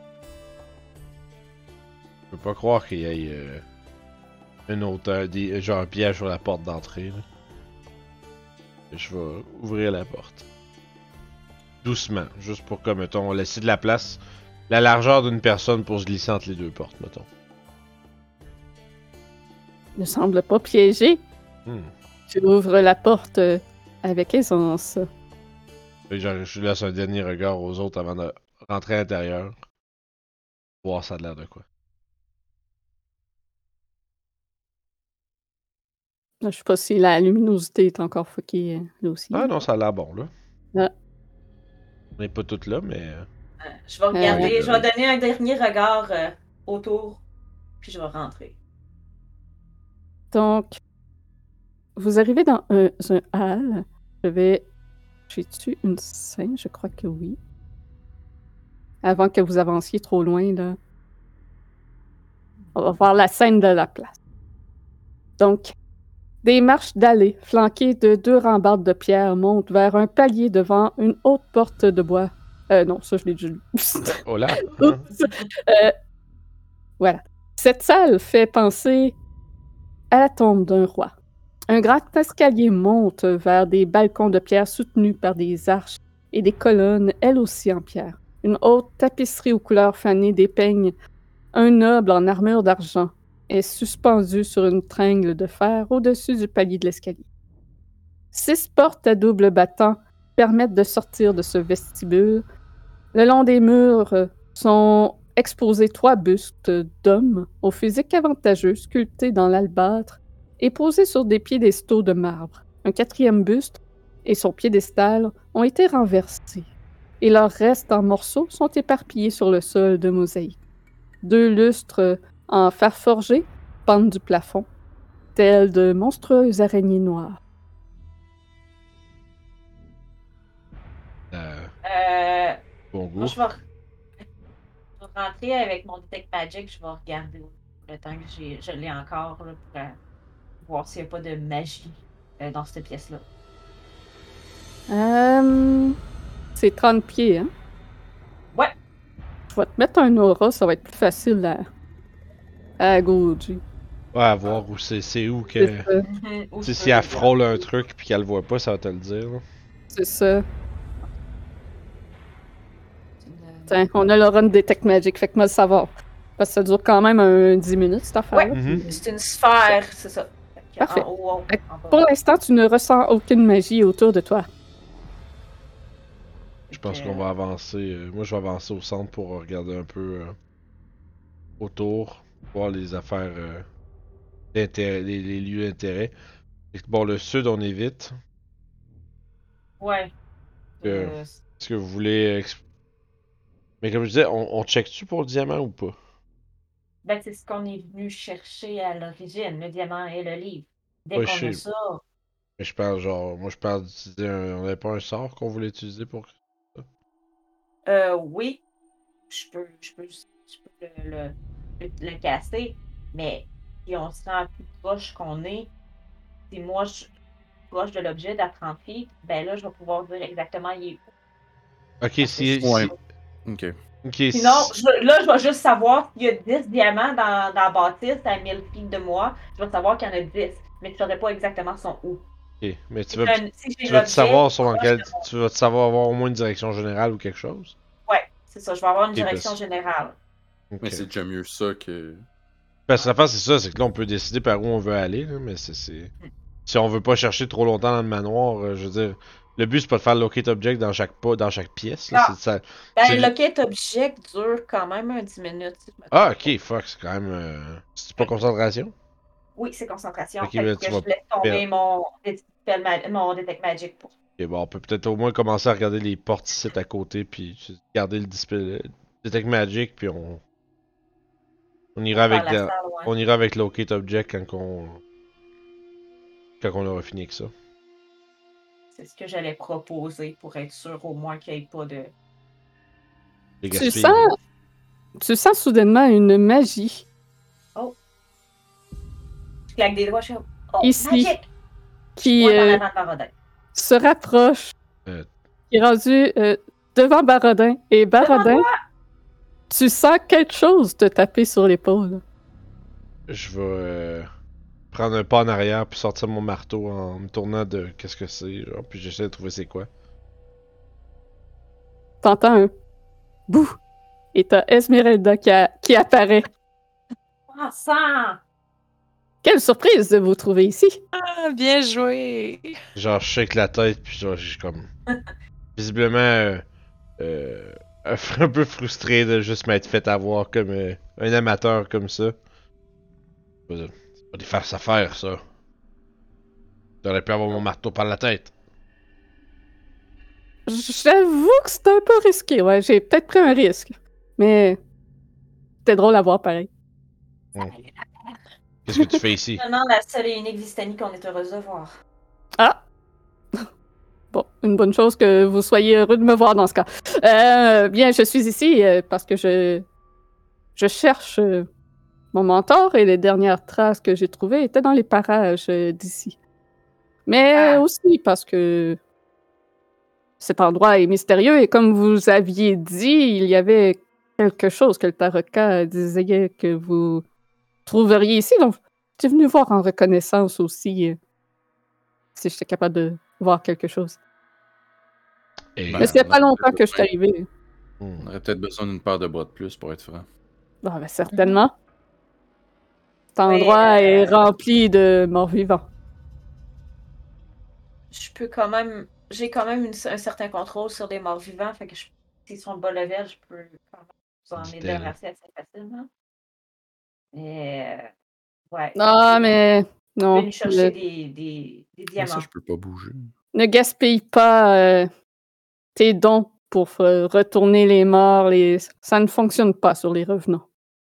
Je peux pas croire qu'il y ait euh, une hauteur, des, genre un piège sur la porte d'entrée. Là. Je vais ouvrir la porte. Doucement, juste pour que, mettons, laisser de la place, la largeur d'une personne pour se glisser entre les deux portes, mettons. Ne semble pas piégé. Hmm. Tu ouvres la porte euh, avec aisance. Fait que genre, je laisse un dernier regard aux autres avant de rentrer à l'intérieur. Voir ça a l'air de quoi. Je sais pas si la luminosité est encore fuckée euh, là aussi. Ah non, ça a l'air bon, là. Ah. On n'est pas toutes là, mais... euh, Euh, je vais regarder, Ouais. je vais donner un dernier regard euh, autour, puis je vais rentrer. Donc, vous arrivez dans un, un hall. Je vais... J'ai-tu une scène? Je crois que oui. Avant que vous avanciez trop loin, là. On va voir la scène de la place. Donc, des marches dallées, flanquées de deux rambardes de pierre, montent vers un palier devant une haute porte de bois. Euh, non, ça, je l'ai déjà lu. Oh là! Oups. Euh, voilà. Cette salle fait penser à la tombe d'un roi. Un grand escalier monte vers des balcons de pierre soutenus par des arches et des colonnes, elles aussi en pierre. Une haute tapisserie aux couleurs fanées dépeigne un noble en armure d'argent est suspendu sur une tringle de fer au-dessus du palier de l'escalier. Six portes à double battant permettent de sortir de ce vestibule. Le long des murs sont exposés trois bustes d'hommes au physique avantageux sculptés dans l'albâtre et posés sur des piédestaux de marbre. Un quatrième buste et son piédestal ont été renversés, et leurs restes en morceaux sont éparpillés sur le sol de mosaïque. Deux lustres en fer forgé pendent du plafond, tels de monstrueuses araignées noires. Euh, Euh, bon goût. moi, je vais, re- je vais rentrer avec mon Detect Magic, je vais regarder le temps que j'ai, je l'ai encore là, pour euh, voir s'il n'y a pas de magie euh, dans cette pièce-là. Euh, c'est trente pieds, hein? Ouais. Je vais te mettre un aura, ça va être plus facile à, à gauger. Ouais, à voir où c'est, c'est où que... C'est ça. Mhm, ou Tu sais, je si peux elle le frôle un truc puis qu'elle le voit pas, ça va te le dire. Là. C'est ça. garder. Tiens, on a le run Detect Magic, fait que moi le savoir. Parce que ça dure quand même un dix minutes, cette affaire-là. Ouais. Mhm. C'est une sphère, c'est ça. Fait que Parfait. En haut, en haut, Fait en bas. Pour l'instant, tu ne ressens aucune magie autour de toi. Je pense Ok. qu'on va avancer. euh, moi, je vais avancer au centre pour regarder un peu euh, autour, voir les affaires euh, d'intérêt, les, les lieux d'intérêt. Fait que, bon, le sud, on évite. Ouais. Euh, Euh, Est-ce que vous voulez. exp- Mais comme je disais, on, on check-tu pour le diamant ou pas? Ben, c'est ce qu'on est venu chercher à l'origine, le diamant et le livre. Dès Ouais, qu'on je a sais. ça, Mais je parle genre, moi je parle d'utiliser un. On avait pas un sort qu'on voulait utiliser pour. euh, oui, je peux, je peux, je peux le, le, le, le casser, mais si on se rend plus proche qu'on est, si moi je suis proche de l'objet d'à trente feet, ben là, je vais pouvoir dire exactement il est où. Ok, Parce que si. je- Ouais. si... Ok. Ok, Sinon, si. je- là, je vais juste savoir qu'il y a dix diamants dans, dans la bâtisse à mille feet de moi. Je vais savoir qu'il y en a dix, mais je ne saurais pas exactement son où. Ok, mais tu Si vas, j'ai un- si j'ai tu vas te l'objet savoir sur dans proche quel. de moi. Tu vas te savoir avoir au moins une direction générale ou quelque chose? Ouais, c'est ça, je vais avoir une Ok, direction parce- générale. Ok. Mais c'est déjà mieux ça que. Parce que l'affaire, c'est ça, c'est que là, on peut décider par où on veut aller, là, mais c'est. c'est- Hmm. Si on veut pas chercher trop longtemps dans le manoir, euh, je veux dire. Le but, c'est pas de faire locate object dans chaque pas, dans chaque pièce, là. C'est Ah, de ça. ben, c'est de- locate object dure quand même un dix minutes, si je me Ah, trompe ok, fuck, c'est quand même. Euh... C'est pas pas. concentration? Oui, c'est concentration. Ok, Fait ben que tu je vas laisse tomber perdre. mon, Dispel ma- mon Detect Magic pour. Ok, bon, on peut peut-être au moins commencer à regarder les portes ici à côté, puis garder le display, Detect Magic, puis on, on ira Dans avec la la- salle, ouais. on ira avec Locate Object quand on, quand on aura fini avec ça. C'est ce que j'allais proposer pour être sûr au moins qu'il n'y ait pas de. Les Tu gaspilles. sens, tu sens soudainement une magie Je claque des doigts, je suis comme, oh, Ici. magic! qui Pointe en euh, avant de Barodin. se rapproche, Euh. qui est rendu euh, devant Barodin. Et Barodin, tu sens quelque chose te taper sur l'épaule. Je vais euh, prendre un pas en arrière, puis sortir mon marteau en me tournant de qu'est-ce que c'est, genre, puis j'essaie de trouver c'est quoi. T'entends un bouh. Et t'as Esmeralda qui, a- qui apparaît. Ah, sang! Quelle surprise de vous trouver ici. Ah, bien joué! Genre, je shake la tête, puis genre, j'ai comme. Visiblement. Euh, euh, un peu frustré de juste m'être fait avoir comme euh, un amateur comme ça. C'est pas des farces à faire, ça. J'aurais pu avoir mon marteau par la tête. J'avoue que c'est un peu risqué, ouais. J'ai peut-être pris un risque. Mais c'était drôle à voir pareil. Hmm. Qu'est-ce que tu fais ici? Finalement, la seule et unique Vistani qu'on est heureuse de voir. Ah! Bon, une bonne chose que vous soyez heureux de me voir dans ce cas. Euh, bien, je suis ici euh, parce que je, je cherche euh, mon mentor et les dernières traces que j'ai trouvées étaient dans les parages euh, d'ici. Mais Ah. aussi parce que cet endroit est mystérieux et comme vous aviez dit, il y avait quelque chose que le Tarot disait que vous trouveriez ici. Donc, j'ai venu voir en reconnaissance aussi euh, si j'étais capable de voir quelque chose. Et, Ben, Mais ça fait on pas aurait longtemps peut-être que je suis besoin- arrivée. hmm. On aurait peut-être besoin d'une paire de bras de plus pour être franc. Ah, ben, certainement. Cet Oui, endroit euh, est rempli de morts-vivants. Je peux quand même. J'ai quand même une- un certain contrôle sur des morts vivants, fait que je- s'ils sont bas level, je peux quand même vous en Dit-elle. débarrasser assez facilement. Mais. euh, ouais. Ah, Je mais suis non. venue chercher le- des, des, des Comment ça, diamants. je peux pas bouger? Ne gaspille pas euh, tes dons pour euh, retourner les morts. Les... Ça ne fonctionne pas sur les revenants.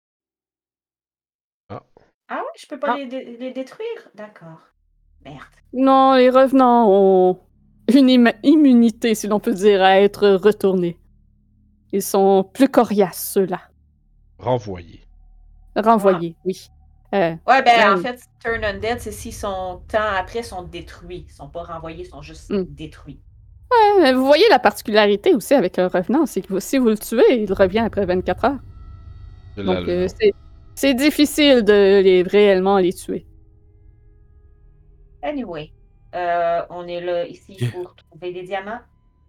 Ah ouais, je peux pas Ah. les, dé- les détruire? D'accord. Merde. Non, les revenants ont une im- immunité, si l'on peut dire, à être retournés. Ils sont plus coriaces, ceux-là. Renvoyé. Renvoyés, oui. Euh, Ouais, ben Ouais. en fait, Turn Undead, c'est s'ils sont temps après, sont détruits. Ils sont pas renvoyés, ils sont juste Mm. détruits. ouais, vous voyez la particularité aussi avec un revenant, c'est que vous- si vous le tuez, il revient après vingt-quatre heures. De la- Donc, euh, c'est- c'est difficile de les réellement les tuer. Anyway, euh, on est là ici pour trouver des diamants.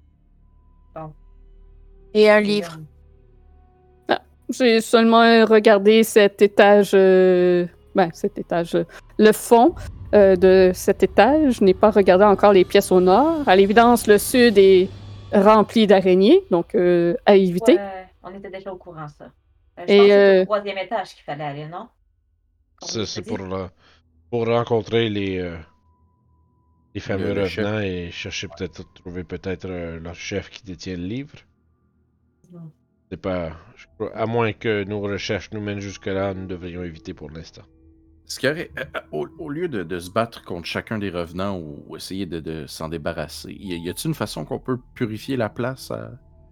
Et un Et, livre. euh, J'ai seulement regardé cet étage, euh, ben, cet étage, euh, le fond euh, de cet étage. Je n'ai pas regardé encore les pièces au nord. À l'évidence, le sud est rempli d'araignées, donc euh, à éviter. ouais, on était déjà au courant, ça. Euh, je Et, pense que c'est euh, au troisième étage qu'il fallait aller, non? On Ça, vous c'est a dit? pour, euh, pour rencontrer les, euh, les fameux Le- le chef. revenants et chercher peut-être, trouver peut-être euh, leur chef qui détient le livre. Mhm. C'est pas. je crois- À moins que nos recherches nous mènent jusque-là, nous devrions éviter pour l'instant. Ce qu'il y aurait, euh, euh, au, au lieu de, de se battre contre chacun des revenants ou, ou essayer de, de s'en débarrasser, y, a- y a-t-il une façon qu'on peut purifier la place à...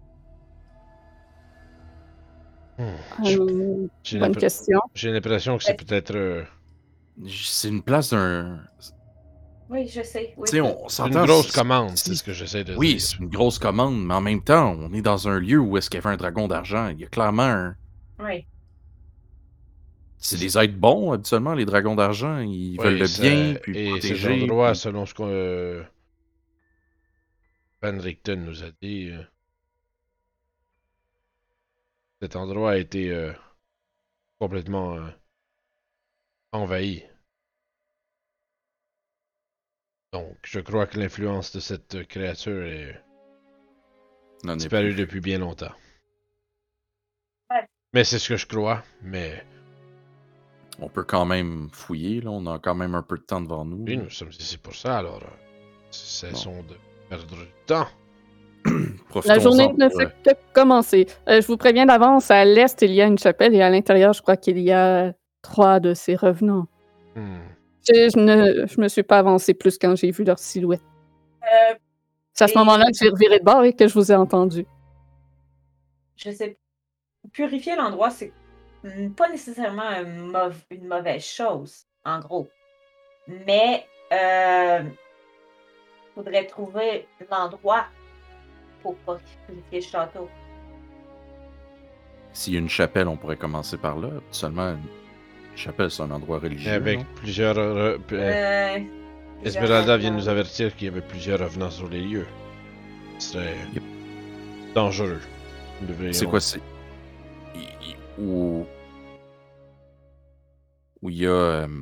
Hmm. Je- Euh, J'ai bonne l'impr- question. j'ai l'impression que c'est peut-être euh, C'est une place d'un... Oui, je sais. Tu Oui, sais, oui. on, on une s'entend... grosse c'est- commande, c'est si- ce que j'essaie de Oui, dire. c'est une grosse commande, mais en même temps, on est dans un lieu où est-ce qu'il y avait un dragon d'argent. Il y a clairement un... Oui. C'est des êtres bons, habituellement, les dragons d'argent. Ils veulent Oui, le bien, ça- puis et cet protéger. endroit, Puis... selon ce que euh, Van Richten nous a dit, euh, cet endroit a été euh, complètement euh, envahi. Donc, je crois que l'influence de cette créature est n'en est disparue plus. depuis bien longtemps. Ouais. Mais c'est ce que je crois, mais On peut quand même fouiller, là. On a quand même un peu de temps devant nous. oui, là. nous sommes ici pour ça, alors euh, cessons Bon. de perdre du temps. La journée Profitons-en ne pour, fait euh, que commencer. Euh, je vous préviens d'avance, à l'est, il y a une chapelle et à l'intérieur, je crois qu'il y a trois de ces revenants. Hmm. Je, je ne je me suis pas avancée plus quand j'ai vu leur silhouette. Euh, C'est à ce Et- moment-là que j'ai reviré de bord et que je vous ai entendu. je sais. Purifier l'endroit, c'est mm, pas nécessairement un mauv- une mauvaise chose, en gros. Mais euh, faudrait trouver l'endroit pour purifier le château. S'il y a une chapelle, on pourrait commencer par là. Seulement, une chapelle, c'est un endroit religieux. Avec non? plusieurs. euh, euh, Euh, Esmeralda vient déjà, nous avertir qu'il y avait plusieurs revenants sur les lieux. Ce serait Yep. dangereux. Nous devrions- C'est quoi, c'est... il- il- Où... Où il y a... euh,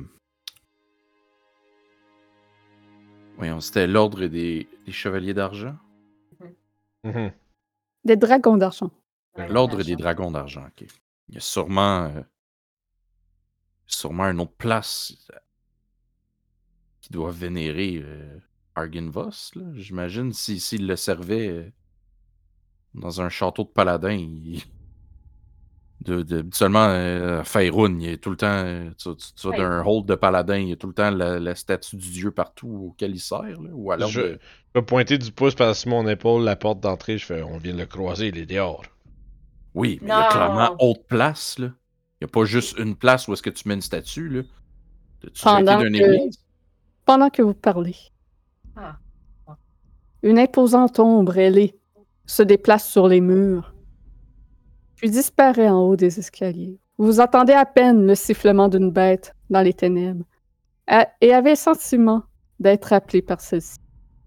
Voyons, c'était l'ordre des... des chevaliers d'argent? Mhm. Des dragons d'argent. Ouais, L'ordre l'argent. des dragons d'argent, ok. Il y a sûrement... euh, sûrement une autre place euh, qui doit vénérer euh, Argynvost, là. J'imagine, si- s'il le servait euh, dans un château de paladin, il... De, de, habituellement, euh, à Faerûn, il y a tout le temps... euh, Tu, tu- tu vas Ouais. d'un hall de paladin, il y a tout le temps la, la statue du dieu partout auquel il sert, là, ou alors Je de... je vais pointer du pouce par-dessus mon épaule la porte d'entrée. Je fais, on vient de le croiser, il est dehors. Oui, mais il y a Non. clairement autre place, là. Il n'y a pas juste une place où est-ce que tu mets une statue, là. T'as-tu déjà été Pendant d'une que- église? Pendant que vous parlez, Ah. une imposante ombre ailée se déplace sur les murs, puis disparaît en haut des escaliers. Vous entendez à peine le sifflement d'une bête dans les ténèbres a- et avez le sentiment d'être appelé par celle-ci.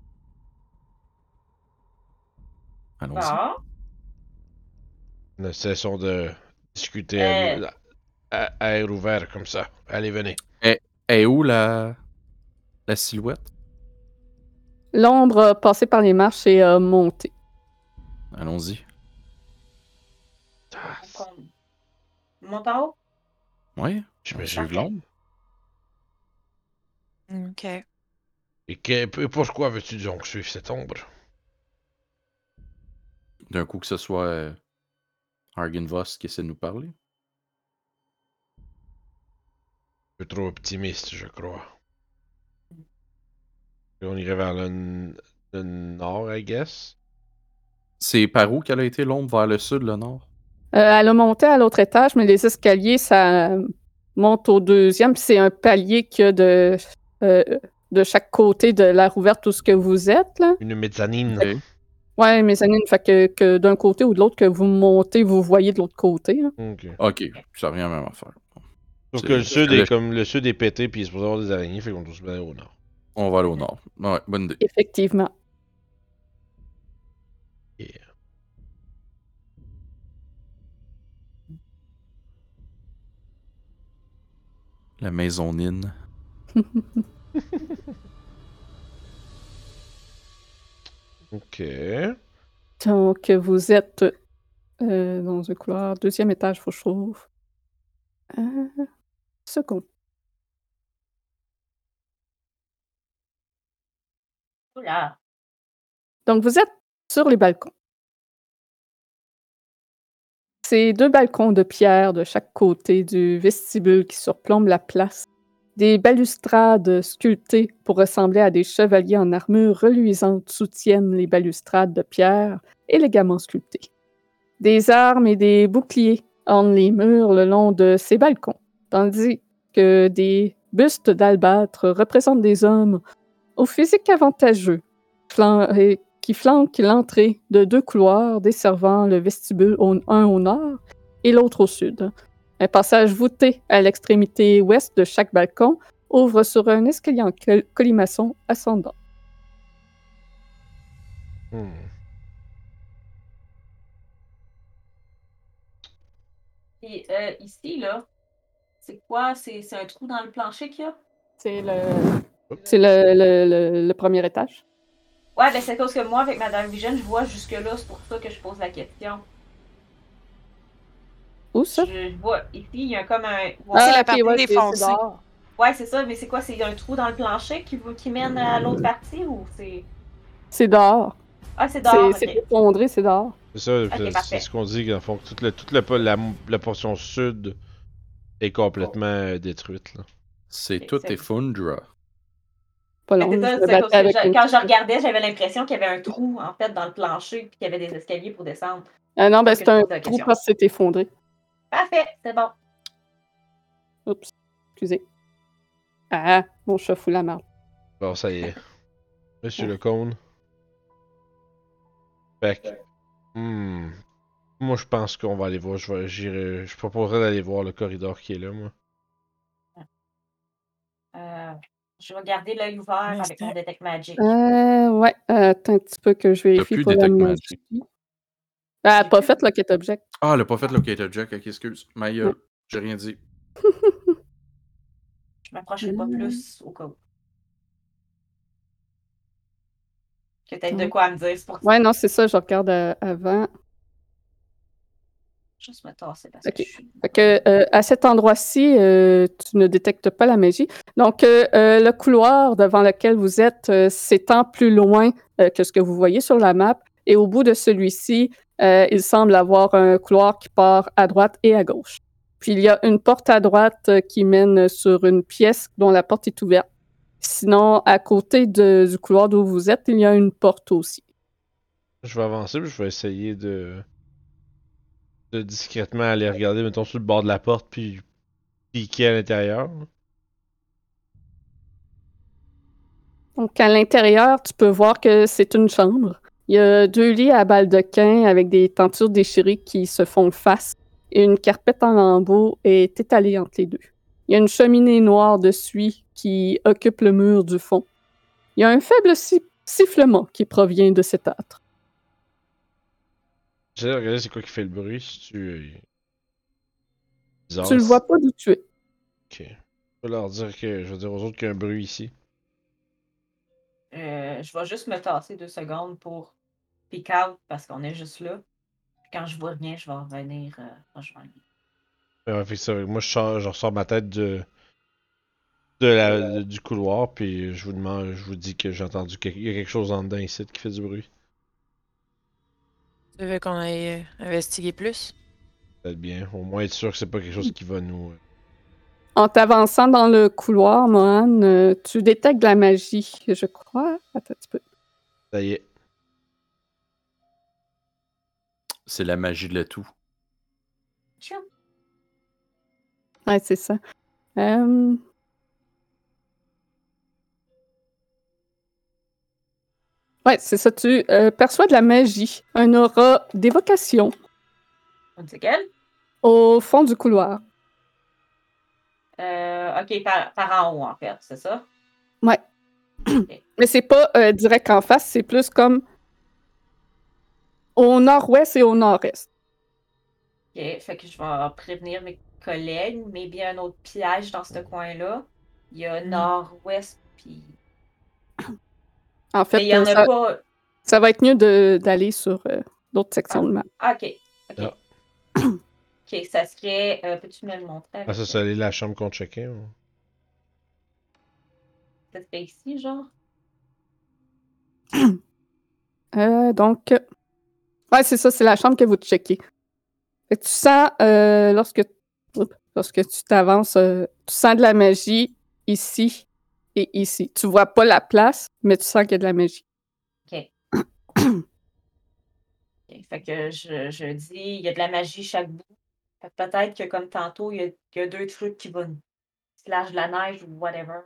Allons-y. Bon. Ne cessons de discuter Euh. à, à- à air ouvert comme ça. Allez, venez. Et où la... la silhouette? L'ombre a passé par les marches et a monté. Allons-y. Ah, Comme- Monte en haut? Oui, je on me suive Parfait. l'ombre. Ok. Et que- et pourquoi veux-tu donc suivre cette ombre? D'un coup que ce soit euh, Argynvost qui essaie de nous parler. Un peu trop optimiste, je crois. Et on irait vers le, n- le nord, I guess. C'est par où qu'elle a été l'ombre? Vers le sud, le nord? Euh, elle a monté à l'autre étage, mais les escaliers, ça monte au deuxième. puis C'est un palier qu'il y a de, euh, de chaque côté de l'air ouverte, tout ce que vous êtes. Là. Une mezzanine. Ok. Ouais, mes amis, fait que, que d'un côté ou de l'autre, que vous montez, vous voyez de l'autre côté. Là. Ok. Ok, ça revient à la même affaire. Sauf C'est- que le sud le- est comme le sud est pété puis il est supposé avoir des araignées, fait qu'on doit se battre au nord. On va aller au nord. Ouais, bonne idée. Effectivement. Yeah. La maison Nine. Ok. Donc, vous êtes euh, dans un couloir. Deuxième étage, faut que je trouve. Euh, second. Oula. Donc, vous êtes sur les balcons. C'est deux balcons de pierre de chaque côté du vestibule qui surplombent la place. Des balustrades sculptées pour ressembler à des chevaliers en armure reluisante soutiennent les balustrades de pierre élégamment sculptées. Des armes et des boucliers ornent les murs le long de ces balcons, tandis que des bustes d'albâtre représentent des hommes au physique avantageux, flan- et qui flanquent l'entrée de deux couloirs desservant le vestibule, au- un au nord et l'autre au sud. Un passage voûté à l'extrémité ouest de chaque balcon ouvre sur un escalier en col- colimaçon ascendant. Hmm. Et euh, ici, là, c'est quoi? C'est c'est un trou dans le plancher qu'il y a? C'est le, c'est le, le- le- le premier étage. Ouais, ben c'est à cause que moi, avec Madame Vision, je vois jusque-là, c'est pour ça que je pose la question. Où ça? Je vois, ici, il y a comme un... Ouais, Ah, la ok, partie ouais, c'est- défoncée. c'est dehors. ouais, c'est ça, mais c'est quoi? C'est un trou dans le plancher qui, vous- qui mène à l'autre partie ou c'est... C'est dehors. Ah, c'est dehors, C'est ok. c'est effondré, c'est dehors. C'est ça, Ok, c'est- parfait. c'est ce qu'on dit, dans le fond, que toute, le, toute le- la, la portion sud est complètement euh, détruite. Là. C'est Ok, tout c'est- Effundra. Pas Mais long. c'est ça, je me c'est à cause battais que avec je- une quand petite- je regardais, j'avais l'impression qu'il y avait un trou, en fait, dans le plancher, puis qu'il y avait des escaliers pour descendre. Ah non, ben Parce que c'est je un pose la trou question. parce que c'est effondré. Parfait, c'est bon. Oups, excusez. Ah, mon chat fout la marde. Bon, ça y est. Monsieur le cône. Fait que, hmm, moi, je pense qu'on va aller voir. Je, vais, j'irai, je proposerais d'aller voir le corridor qui est là, moi. Euh, je vais garder l'œil ouvert Mais avec mon c'était- Detect Magic. Euh, ouais, euh, attends un petit peu que je vérifie plus pour la Detect magie. Magic. Ah, elle a J'ai pas plus. fait Locate Object. Ah, elle a pas fait Locator Jack, ok, excuse. Ma gueule, j'ai rien dit. Je m'approcherai pas Mm. plus au cas où. Que t'aies de quoi à me dire, c'est pour ça. Ouais, non, c'est ça, je regarde euh, avant. Juste me tasser parce Ok. que je suis... Fait que, euh, à cet endroit-ci, euh, tu ne détectes pas la magie. Donc, euh, euh, le couloir devant lequel vous êtes euh, s'étend plus loin euh, que ce que vous voyez sur la map. Et au bout de celui-ci, euh, il semble avoir un couloir qui part à droite et à gauche. Puis, il y a une porte à droite euh, qui mène sur une pièce dont la porte est ouverte. Sinon, à côté de- du couloir d'où vous êtes, il y a une porte aussi. Je vais avancer, puis je vais essayer de. de discrètement aller regarder, mettons, sur le bord de la porte, puis piquer à l'intérieur. là. Donc, à l'intérieur, tu peux voir que c'est une chambre. Il y a deux lits à baldaquin avec des tentures déchirées qui se font face et une carpette en lambeaux est étalée entre les deux. Il y a une cheminée noire de suie qui occupe le mur du fond. Il y a un faible si- sifflement qui provient de cet âtre. J'essaie de regarder c'est quoi qui fait le bruit, si tu. euh, Bizarre. Tu le vois pas d'où tu es. Ok. Je vais leur dire que. Je vais dire aux autres qu'il y a un bruit ici. Euh, je vais juste me tasser deux secondes pour pick out parce qu'on est juste là. Puis quand je vois rien, je vais revenir euh, rejoindre. Ouais, fait que ça, moi, je, sors, je ressors ma tête de. de la, de- du couloir, puis je vous demande, je vous dis que j'ai entendu qu'il y a quelque chose en dedans ici qui fait du bruit. Tu veux qu'on aille euh, investiguer plus? Peut-être bien. Au moins être sûr que c'est pas quelque chose qui va nous. euh, En t'avançant dans le couloir, Mohan, euh, tu détectes de la magie, je crois. Attends un petit peu. Ça y est. C'est la magie de l'atout. Tiens. Ouais, c'est ça. Euh... Ouais, c'est ça. Tu euh, perçois de la magie, un aura d'évocation On dit quelle? au fond du couloir. Euh, ok, par, par en haut, en fait, c'est ça? Ouais. Mais c'est pas euh, direct en face, c'est plus comme au nord-ouest et au nord-est. Ok, fait que je vais prévenir mes collègues, mais bien un autre piège dans ce coin-là. Il y a nord-ouest, puis... En Mais fait, il y en euh, a ça, pas... ça va être mieux de- d'aller sur euh, d'autres sections de map. Ah, ok, ok. Ah. Ok, ça serait... euh, peux-tu me le montrer? Ah, Avec ça, c'est aller la chambre qu'on checkait. ou- Ça serait ici, genre? Euh, donc, euh, ouais, c'est ça, c'est la chambre que vous checkez. Fait que tu sens, euh, lorsque, oups, lorsque tu t'avances, euh, tu sens de la magie ici et ici. Tu vois pas la place, mais tu sens qu'il y a de la magie. OK. OK. Fait que je, je dis, il y a de la magie chaque bout. Fait que peut-être que comme tantôt, il y a, il y a deux trucs qui vont slash de la neige ou whatever.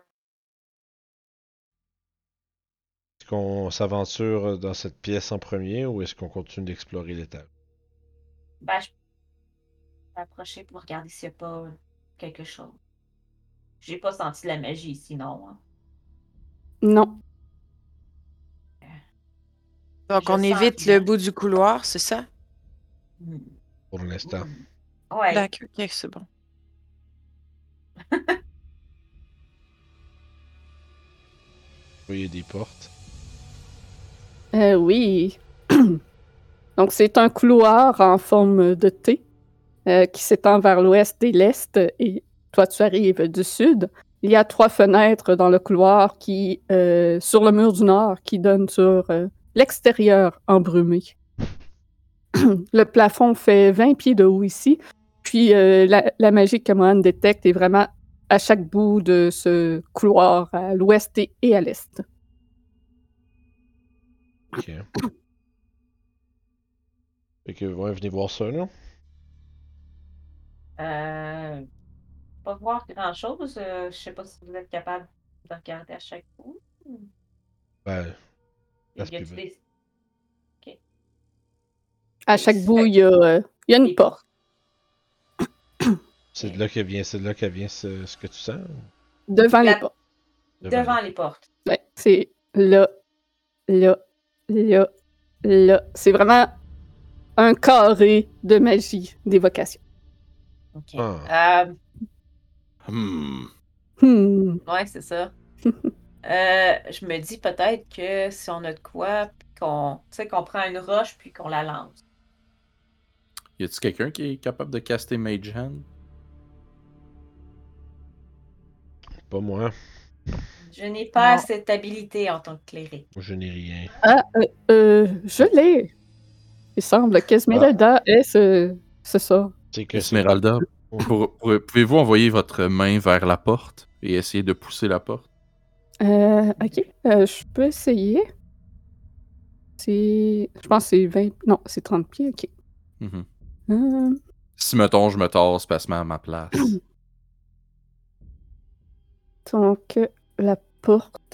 Est-ce qu'on s'aventure dans cette pièce en premier ou est-ce qu'on continue d'explorer l'étage? Ben, je peux m'approcher pour regarder s'il n'y a pas quelque chose. J'ai pas senti la magie ici, non. Hein. Non. Donc, Je on sens évite rien. le bout du couloir, c'est ça? Hmm. Pour l'instant. Hmm. Ouais. D'accord, ok, c'est bon. Oui, il y a des portes. Euh, oui. Donc, c'est un couloir en forme de T euh, qui s'étend vers l'ouest et l'est, et toi, tu arrives du sud. Il y a trois fenêtres dans le couloir qui, euh, sur le mur du nord qui donnent sur euh, l'extérieur embrumé. Le plafond fait vingt pieds de haut ici, puis euh, la, la magie que Mohan détecte est vraiment à chaque bout de ce couloir, à l'ouest et, et à l'est. Ok. Fait que, ouais, venez voir ça, là. Euh, pas voir grand-chose. Euh, je sais pas si vous êtes capable de regarder à chaque coup. Ben, ça Y se peut a-tu bien. des... OK. À Des chaque bout, sphères- il y a, euh, il y a une des porte. C'est de là que vient, c'est de là que vient ce, ce que tu sens? Devant La- les portes. Devant Devant les portes. Ouais, c'est là, là, là, là. C'est vraiment un carré de magie d'évocation. OK. Ah. Euh, Hmm. Hmm. ouais, c'est ça. Euh, je me dis peut-être que si on a de quoi, puis qu'on, tu sais, qu'on prend une roche puis qu'on la lance. Y a-tu quelqu'un qui est capable de caster Mage Hand? Pas moi. Je n'ai pas Non. cette habilité en tant que cléric. Moi, je n'ai rien. Ah, euh, euh, je l'ai. Il semble qu'Esmeralda ait ce, ce sort. C'est que c'est. Esmeralda, pour- pour- pouvez-vous envoyer votre main vers la porte et essayer de pousser la porte? Euh, ok, euh, je peux essayer. C'est. Je pense que c'est vingt. Non, c'est trente pieds, ok. Mhm. Euh, Si, mettons, je me tasse, passe-moi à ma place. donc, la porte.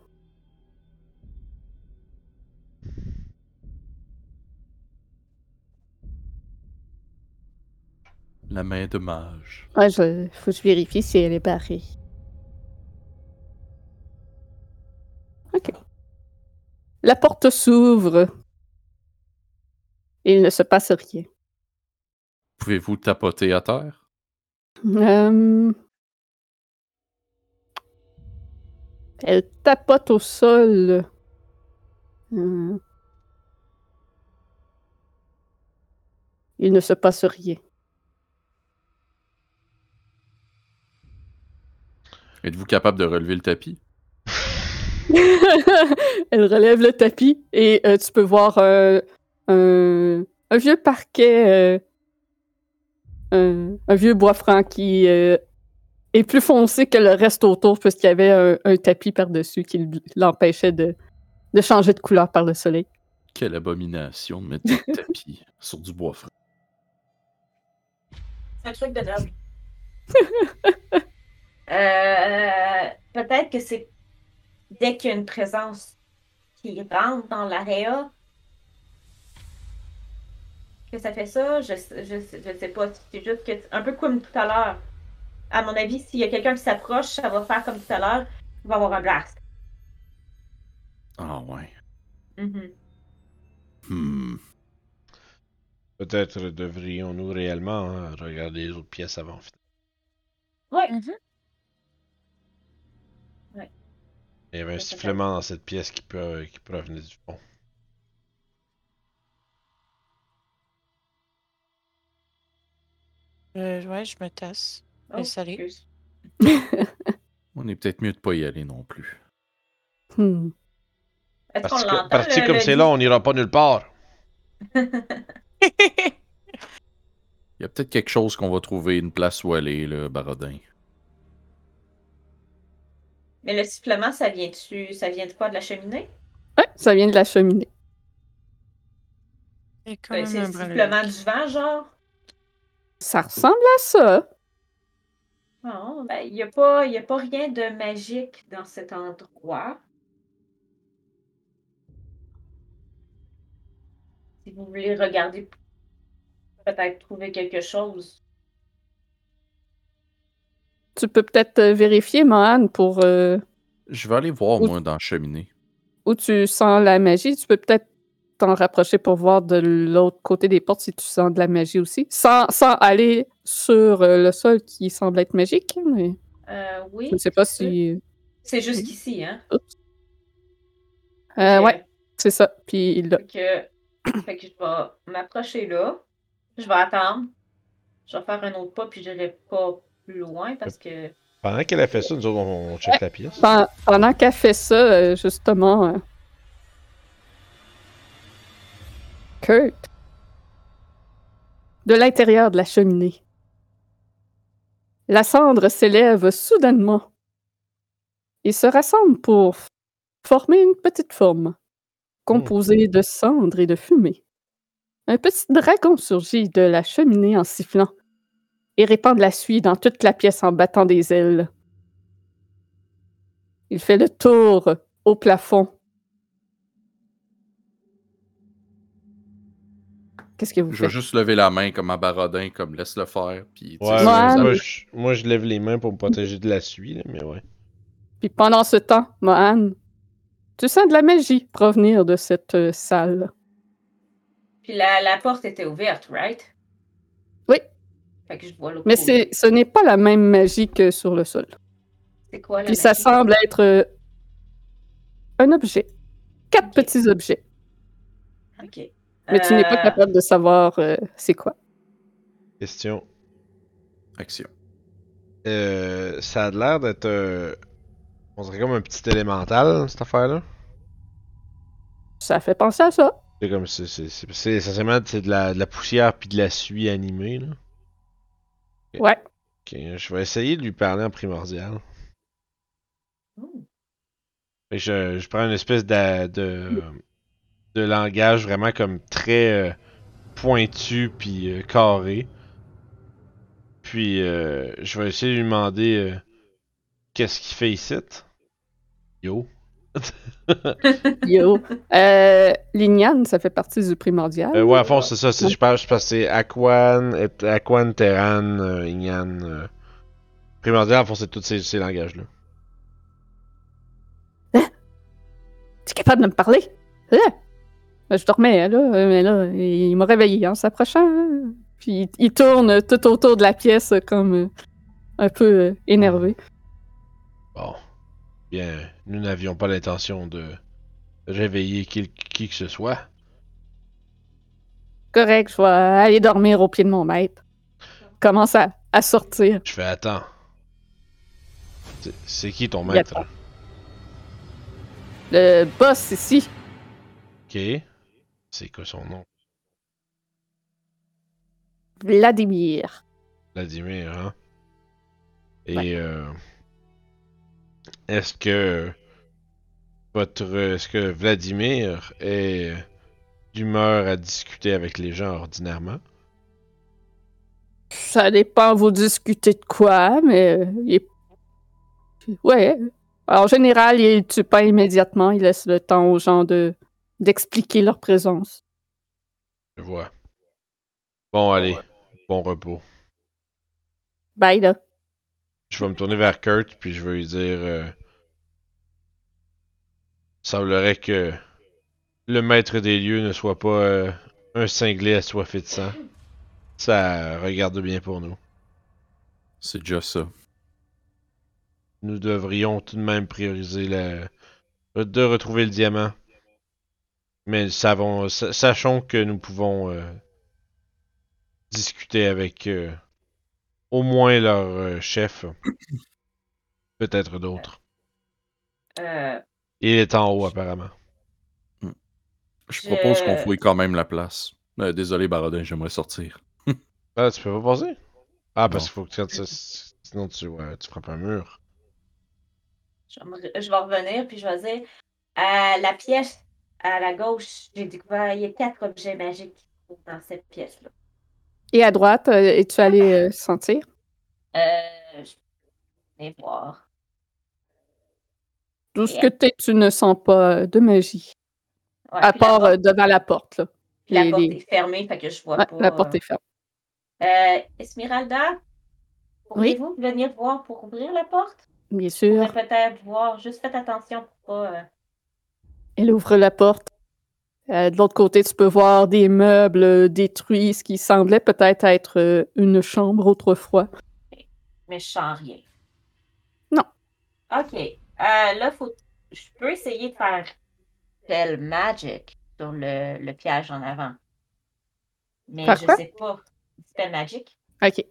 La main de mage. Ouais, je... faut que je vérifie si elle est barrée. Ok. La porte s'ouvre. Et il ne se passe rien. Pouvez-vous tapoter à terre? Euh, Elle tapote au sol. Euh, Il ne se passe rien. Êtes-vous capable de relever le tapis? Elle relève le tapis et euh, tu peux voir euh, un, un vieux parquet, euh, un, un vieux bois franc qui euh, est plus foncé que le reste autour puisqu'il y avait un, un tapis par-dessus qui l'empêchait de, de changer de couleur par le soleil. Quelle abomination de mettre des tapis sur du bois franc. C'est un truc de noble. euh, peut-être que c'est dès qu'il y a une présence qui rentre dans l'area que ça fait ça. Je, je, je sais pas. C'est juste que, un peu comme tout à l'heure. À mon avis, s'il y a quelqu'un qui s'approche, ça va faire comme tout à l'heure. Il va avoir un blast. Ah ouais. Mm-hmm. Hmm. Peut-être devrions-nous réellement hein, regarder les autres pièces avant. Ouais. Mhm. Ouais. Il y avait un Ça, ça sifflement dans cette pièce qui, peut, qui provenait du fond. Euh, ouais, je me tasse. Oh, Mais salut. excuse. On est peut-être mieux de pas y aller non plus. Hmm. Est-ce qu'on Parti, l'entend? parti le- comme le c'est dis- là, on n'ira pas nulle part. y a peut-être quelque chose qu'on va trouver, une place où aller, là, Barodin. Mais le sifflement, ça vient de ça vient de quoi? De la cheminée? Ouais, ça vient de la cheminée. C'est quand Ben, même c'est un le brin sifflement logique. du vent, genre? Ça ressemble à ça. Non, ben, il n'y a, pas- y a pas rien de magique dans cet endroit. Si vous voulez regarder, peut-être trouver quelque chose. Tu peux peut-être euh, vérifier, Mohan, pour euh, Je vais aller voir, Où- moi, dans la cheminée. où tu sens la magie. Tu peux peut-être t'en rapprocher pour voir de l'autre côté des portes si tu sens de la magie aussi. Sans, sans aller sur euh, le sol qui semble être magique, mais Euh, oui. je ne sais pas tu peux. si... C'est jusqu'ici, hein? Oups. Euh, Ok. ouais, c'est ça. Puis là. Fait que, fait que je vais m'approcher là. Je vais attendre. Je vais faire un autre pas, puis j'irai pas plus loin parce que. Pendant qu'elle a fait ça, nous autres, on, on check la pièce. Pen- Pendant qu'elle fait ça, euh, justement, euh, Kurt, de l'intérieur de la cheminée, la cendre s'élève soudainement et se rassemble pour former une petite forme, composée de cendres et de fumée. Un petit dragon surgit de la cheminée en sifflant et répand de la suie dans toute la pièce en battant des ailes. Il fait le tour au plafond. Qu'est-ce que vous Je vais faites? juste lever la main comme à Barodin, comme laisse le faire. Puis, tu sais, Ouais, si Mohan. ça- moi, je, moi, je lève les mains pour me protéger de la suie, là, mais ouais. Puis pendant ce temps, Mohan, tu sens de la magie provenir de cette euh, salle. Puis la, la porte était ouverte, right? Oui. Fait que je vois l'autre Mais côté. c'est, ce n'est pas la même magie que sur le sol. C'est quoi la Puis ça magie? semble être euh, un objet. Quatre Ok. petits objets. Ok. Mais tu n'es pas Euh, capable de savoir euh, c'est quoi. Question. Action. Euh, ça a l'air d'être. euh, on dirait comme un petit élémental, cette affaire-là. Ça fait penser à ça. C'est comme. C'est, c'est, c'est, c'est essentiellement c'est de la, de la poussière puis de la suie animée, là. Ok. Ouais. Ok, je vais essayer de lui parler en primordial. hmm. Fait que je, je prends une espèce de, de, de langage vraiment comme très euh, pointu puis euh, carré. Puis euh, je vais essayer de lui demander euh, qu'est-ce qu'il fait ici. Yo. Yo. Euh, Lignan, ça fait partie du primordial. Euh, ouais, à fond, c'est ça. c'est- Je pense je pense que c'est Aquan, et- Aquan, Terran, euh, Ignan. euh. Primordial, à fond, c'est tous ces, ces langages-là. Tu es capable de me parler? Hein? Ben, je dormais, là, euh, mais là, il m'a réveillé en s'approchant. hein. Puis il, il tourne tout autour de la pièce euh, comme euh, un peu euh, énervé. Bon. Bien, nous n'avions pas l'intention de réveiller qui, qui que ce soit. Correct, je vais aller dormir au pied de mon maître. Commence à, à sortir. Je fais attends. C'est- C'est qui ton Il maître? attend. Le boss ici, Ok. C'est quoi son nom? Vladimir. Vladimir, hein? Et Ouais. euh, est-ce que votre est-ce que Vladimir est d'humeur à discuter avec les gens ordinairement? Ça dépend, vous discutez de quoi, mais euh, il est... Ouais. En général, il tue pas immédiatement, il laisse le temps aux gens de d'expliquer leur présence. Je vois. Bon, allez. Bon repos. Bye, là. Je vais me tourner vers Kurt, puis je vais lui dire... Euh, il semblerait que le maître des lieux ne soit pas euh, un cinglé assoiffé de sang. Ça regarde bien pour nous. C'est déjà ça. Nous devrions tout de même prioriser la... de retrouver le diamant. Mais savons, sa- sachons que nous pouvons euh, discuter avec euh, au moins leur euh, chef. Peut-être d'autres. Euh, Il est en haut apparemment. Je Je- propose qu'on fouille quand même la place. Euh, désolé, Barodin, j'aimerais sortir. Ah, tu peux pas passer? Ah, parce Non. qu'il faut que tu... Sinon, tu, ouais, tu frappes un mur. Je vais, me- je vais revenir, puis je vais dire, à la pièce à la gauche, j'ai découvert, il y a quatre objets magiques qui se trouvent dans cette pièce-là. Et à droite, euh, es-tu allé euh, sentir? Euh, je vais voir. Tout ce Et, que t'es, tu ne sens pas euh, de magie. ouais, À puis la part porte, euh, devant la porte, là. puis la Les, porte les... est fermée, fait que je vois Ouais, la pas. porte euh. est fermée. Euh, Esmeralda, Oui, pourriez-vous venir voir pour ouvrir la porte? bien Je pourrais sûr. peut-être voir, juste faites attention pour pas. euh, Elle ouvre la porte. Euh, de l'autre côté, tu peux voir des meubles euh, détruits, ce qui semblait peut-être être euh, une chambre autrefois. Mais je sens rien. Non. Ok. Euh, là, faut. Je peux essayer de faire Spell Magic sur le, le piège en avant. Mais Faire je quoi? sais pas. Spell Magic. OK.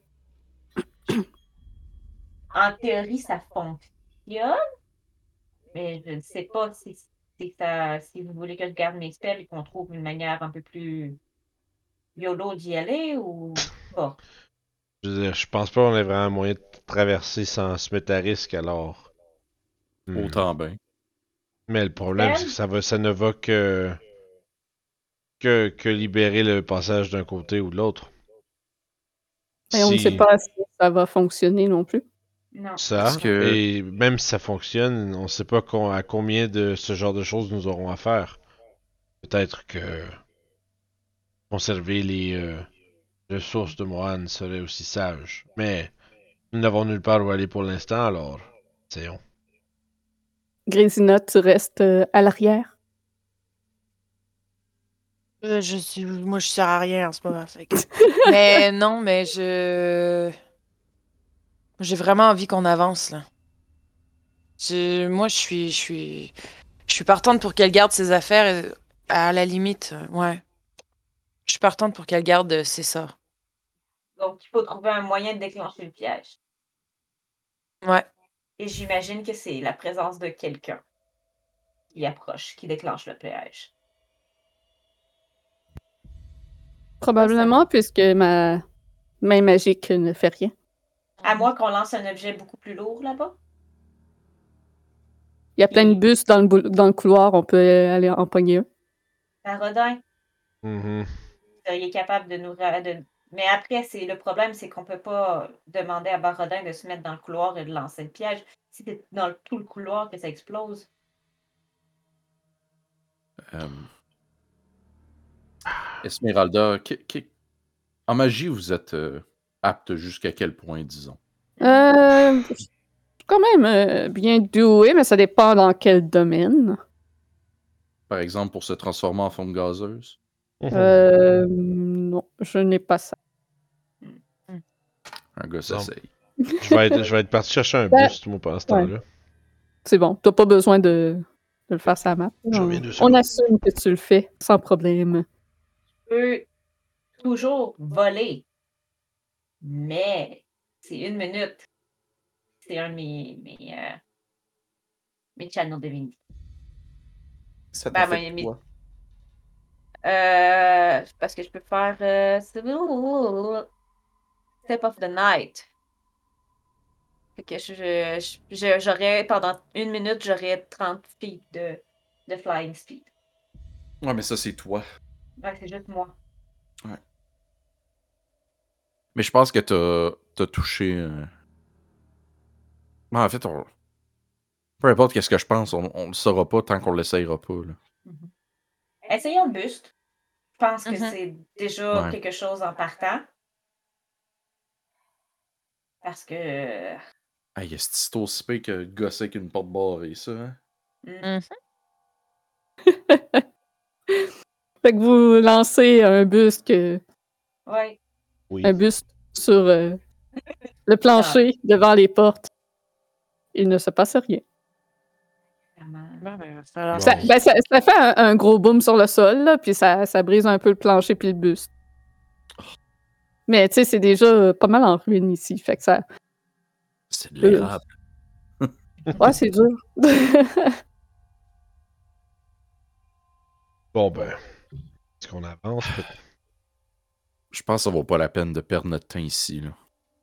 En théorie, ça fonctionne. Mais je ne sais pas si, si, ça, si vous voulez que je garde mes spells et qu'on trouve une manière un peu plus YOLO d'y aller ou pas. Je veux dire, je pense pas qu'on ait vraiment moyen de traverser sans se mettre à risque, alors... Hmm. Autant bien. Mais le problème, c'est que Spell? ça, va, ça ne va que... que... que libérer le passage d'un côté ou de l'autre. Et on ne sait Si pas si ça va fonctionner non plus. Non. ça, Parce que- et même si ça fonctionne, on sait pas con- à combien de ce genre de choses nous aurons à faire. Peut-être que conserver les euh, ressources de Mohan serait aussi sage. Mais nous n'avons nulle part où aller pour l'instant, alors essayons. Grésina, tu restes euh, à l'arrière. Euh, je suis, moi, je sers à rien en ce moment. Fait que- mais non, mais je. J'ai vraiment envie qu'on avance, là. Je- Moi, je suis, je suis, je suis partante pour qu'elle garde ses affaires. et- À la limite, euh, ouais. Je suis partante pour qu'elle garde euh, ses sorts. Donc, il faut trouver un moyen de déclencher le piège. Ouais. Et j'imagine que c'est la présence de quelqu'un qui approche, qui déclenche le piège. Probablement, puisque ma main magique ne fait rien. À moins qu'on lance un objet beaucoup plus lourd là-bas. Il y a plein de bus dans le, bou- dans le couloir, on peut aller en pogner un. Parodin, Mhm. vous seriez capable de nous... ra- de- Mais après, c'est le problème, c'est qu'on peut pas demander à Barodin de se mettre dans le couloir et de lancer le piège. Si c'est dans le- tout le couloir que ça explose. Euh, Esmeralda, que- que- en magie, vous êtes euh, apte jusqu'à quel point, disons? Euh, je suis quand même euh, bien doué, mais ça dépend dans quel domaine. Par exemple, pour se transformer en fonte gazeuse? Euh, non, je n'ai pas ça. Un gars Non. s'essaye. Je vais être, je vais être parti chercher un Ben, boost, moi, pendant ce ouais. temps-là. C'est bon, t'as pas besoin de, de le faire sa map. Je On, reviens deux on secondes. assume que tu le fais sans problème. Tu peux toujours voler. Mais c'est une minute. C'est un de mes, mes, euh, mes channels divinity. Ça Ben, t'affecte mais- mais- quoi? Euh, parce que je peux faire euh, Step of the Night. Fait que je, je- je- j'aurais, pendant une minute, j'aurais trente feet de, de flying speed. Ouais, mais ça, c'est toi. Ouais, c'est juste moi. Mais je pense que t'as, t'as touché. euh, Non, en fait, on... peu importe qu'est-ce que je pense, on, on le saura pas tant qu'on l'essayera pas. Là. Mhm. Essayons le buste. Je pense que Mhm. c'est déjà Ouais. quelque chose en partant. Parce que. euh, Hey, c'est aussi pire que gosser avec une porte barrée, ça. Hein? hmm. Fait que vous lancez un buste, que- Ouais. Oui. un buste sur euh, le plancher devant les portes. Il ne se passe rien. Vraiment. Bon, ben, ça a l'air- Bon. Ça, ben, ça, ça fait un, un gros boom sur le sol, là, puis ça, ça brise un peu le plancher puis le buste. Mais tu sais, c'est déjà euh, pas mal en ruine ici, fait que ça... C'est de l'érable. Ouais, c'est dur. Bon, ben. Est-ce qu'on avance? peut- Je pense que ça vaut pas la peine de perdre notre temps ici. Là.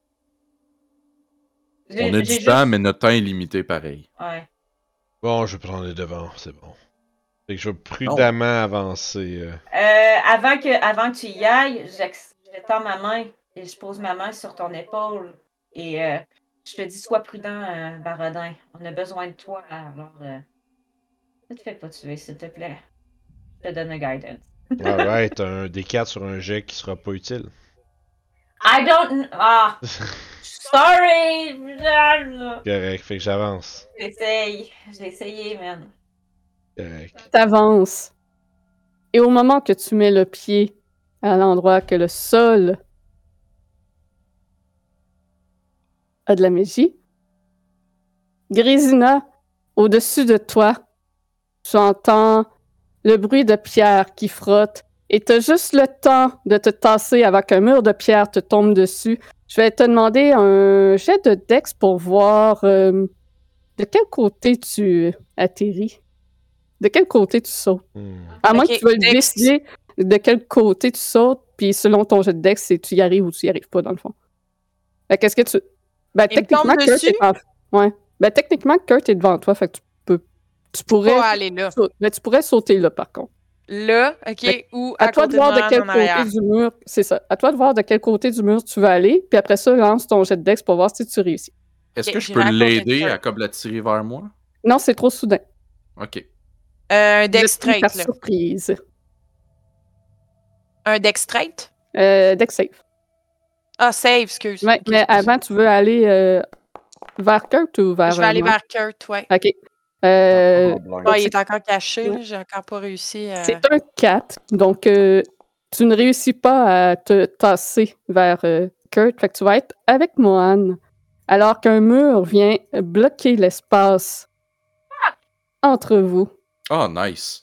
J'ai- On a j'ai du temps, juste- mais notre temps est limité pareil. Ouais. Bon, je vais prendre les devants, c'est bon. Fait que je vais prudemment avancer. euh. Euh, avant, que, avant que tu y ailles, j'ac- je tends ma main et je pose ma main sur ton épaule. Et euh, je te dis, sois prudent, euh, Barodin. On a besoin de toi. Alors, euh, ne te fais pas tuer, s'il te plaît. Je te donne un guidance. Alright, un D quatre sur un jet qui sera pas utile. I don't... kn- Ah! Sorry! Correct, fait que j'avance. J'essaye. J'ai essayé, man. Correct. T'avances. Et au moment que tu mets le pied à l'endroit que le sol a de la magie, Grésina, au-dessus de toi, tu entends le bruit de pierre qui frotte et t'as juste le temps de te tasser avant qu'un mur de pierre te tombe dessus. Je vais te demander un jet de dex pour voir euh, de quel côté tu atterris. De quel côté tu sautes. Hmm. À moins Ok, que tu veuilles dex. décider de quel côté tu sautes, puis selon ton jet de dex, c'est tu y arrives ou tu y arrives pas, dans le fond. Fait qu'est-ce que tu... Ben, Il me techniquement, tombe Kurt dessus? est en... Ouais. Ben, techniquement, Kurt est devant toi, fait que tu peux... Tu pourrais... Pas aller là. sau- Ben, tu pourrais sauter là, par contre. Là, ok, Fait ou À, à, toi côté de voir de moi, quel en arrière. côté du mur... C'est ça. À toi de voir de quel côté du mur tu veux aller, puis après ça, lance ton jet de dex pour voir si tu réussis. Est-ce Ok, que je j'irai peux à côté de l'aider Kurt. à comme la tirer vers moi? Non, c'est trop soudain. Ok. Euh, un Vous deck êtes pris straight, par là. surprise. Un deck straight? Euh, dex save. Ah, save, excuse. Ouais, Ok, mais excuse. avant, tu veux aller euh, vers Kurt ou vers... Je vais aller euh, moi? vers Kurt, ouais. OK. Euh, Ah, il est encore caché, Ouais. là. J'ai encore pas réussi à... C'est un quatre, donc euh, tu ne réussis pas à te tasser vers euh, Kurt, fait que tu vas être avec Mohan, alors qu'un mur vient bloquer l'espace entre vous. Oh, nice.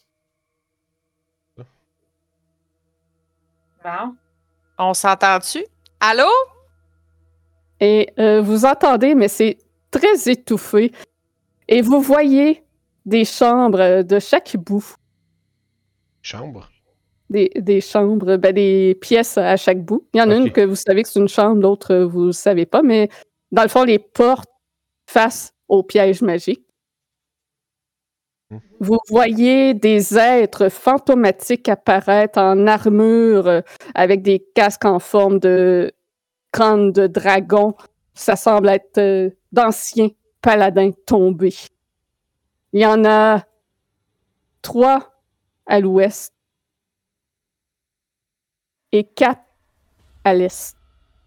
Bon. On s'entend-tu? Allô? Et euh, vous entendez, mais c'est très étouffé. Et vous voyez des chambres euh, de chaque bout. Chambre? Des, des chambres, ben, des pièces à chaque bout. Il y en a Ok. une que vous savez que c'est une chambre, l'autre, euh, vous ne savez pas, mais dans le fond, les portes face au piège magique. Hmm. Vous voyez des êtres fantomatiques apparaître en armure euh, avec des casques en forme de crâne de dragon. Ça semble être euh, d'anciens paladins tombés. Il y en a trois à l'ouest et quatre à l'est.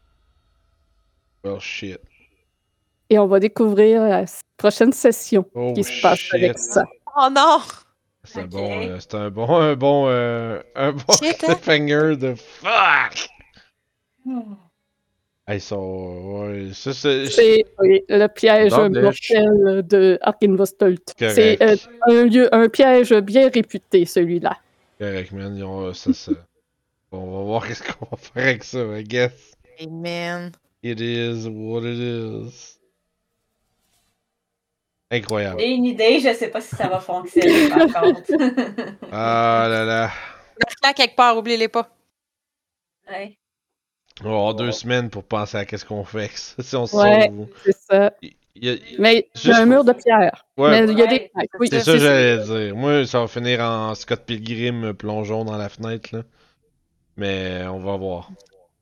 Oh shit. Et on va découvrir la s- prochaine session Oh qui se passe shit. avec ça. Oh non! C'est Ok. bon, euh, c'est un bon, un bon, euh, un bon Shit, hein? cliffhanger de fuck! Hmm. Ah, ils sont, ouais, ça c'est... C'est oui, le piège Dodge. mortel de Arkinvostolt. Correct. C'est euh, un, lieu, un piège bien réputé, celui-là. Correct, man, ils ont, ça, ça... On va voir qu'est-ce qu'on va faire avec ça, I guess. Hey, man. It is what it is. Incroyable. J'ai une idée, je sais pas si ça va fonctionner par contre. Ah là là. Là, quelque part, oubliez-les pas. Ouais. On va avoir deux semaines pour penser à qu'est-ce qu'on fait avec ça, si on se Ouais. sauve. C'est ça. Il y a- il- Mais il y Juste a un pour- mur de pierre. Ouais, Mais il y a Ouais. des. Oui, c'est ça que j'allais dire. Moi, ça va finir en Scott Pilgrim euh, plongeon dans la fenêtre, là. Mais on va voir.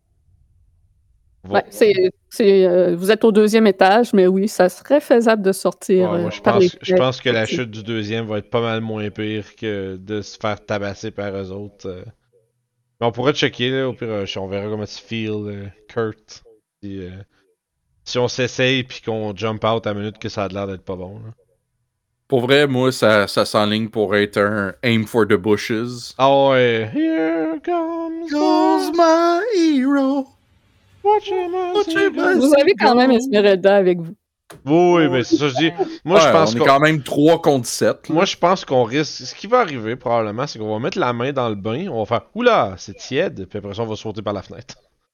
On va- Ouais, c'est, c'est, euh, vous êtes au deuxième étage, mais oui, ça serait faisable de sortir. Ouais, euh, moi, je par pense, les je pense que la fenêtres. chute du deuxième va être pas mal moins pire que de se faire tabasser par eux autres. euh. Mais on pourrait checker, là, au pire, euh, on verra comment tu feel, euh, Kurt. Si, euh, si on s'essaye puis qu'on jump out à la minute que ça a l'air d'être pas bon. Là. Pour vrai, moi, ça, ça s'enligne pour être un aim for the bushes. Ah ouais. Here comes Goes my hero. Watch him as Watch he him goes. as- Vous avez quand même Go. Esmeralda avec vous. Oui, oui, mais c'est ça que je dis. Moi, Ouais, je pense on est qu'on... quand même trois contre sept. Moi, je pense qu'on risque. Ce qui va arriver, probablement, c'est qu'on va mettre la main dans le bain, on va faire oula, c'est tiède, puis après ça, on va sauter par la fenêtre.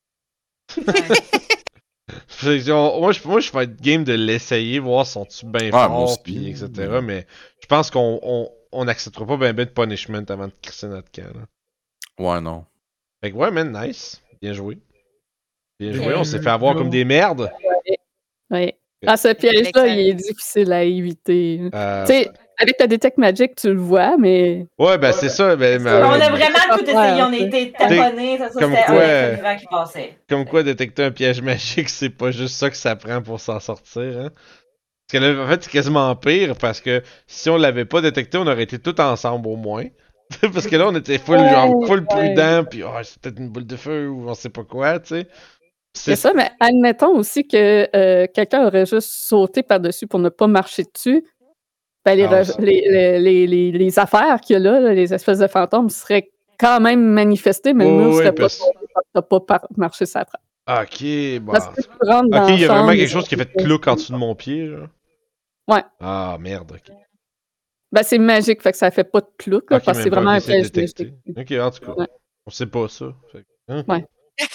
Fait que, on- moi, je, moi, je vais être game de l'essayer, voir si sont-tu bien Ouais, moi forts, aussi. puis et cetera. Mais je pense qu'on on, on acceptera pas ben ben de punishment avant de crisser notre camp. Là. Ouais, non. Fait que ouais, man, nice. Bien joué. Bien Bien joué, on s'est fait avoir joué. comme des merdes. Ouais. Ah, ce piège-là, il est difficile à éviter. Euh, Tu sais, avec la Detect Magic, tu le vois, mais. Ouais, ben c'est ça. Ben, mais, On a euh, vraiment tout essayé, on a été taponnés, ça, ça comme c'était quoi, un être vivant qui passait. Comme quoi, détecter un piège magique, c'est pas juste ça que ça prend pour s'en sortir, hein. Parce que là, en fait, c'est quasiment pire, parce que si on l'avait pas détecté, on aurait été tous ensemble au moins. Parce que là, on était full, Ouais, genre, full ouais. prudent, pis oh, c'est peut-être une boule de feu, ou on sait pas quoi, tu sais. C'est ça, mais admettons aussi que euh, quelqu'un aurait juste sauté par-dessus pour ne pas marcher dessus. Ben, les, Ah, re- les, les, les, les, les affaires qu'il y a là, là, les espèces de fantômes, seraient quand même manifestées, mais le Ouais, mur ouais, serait parce- pas tombé parce que t'as pas par- marché sa trappe. Ok, bon. Parce que tu rentres dans Ok, la il y a vraiment chambre, quelque chose qui a fait les- clouc en dessous de mon pied, là. Ouais. Ah, merde, ok. Ben, c'est magique, fait que ça fait pas de clouc, là, Ok, parce que c'est même pas, vraiment ok, un c'est piège détecté. magique. Ok, en tout cas, Ouais. on sait pas ça. Fait que, hein. Ouais.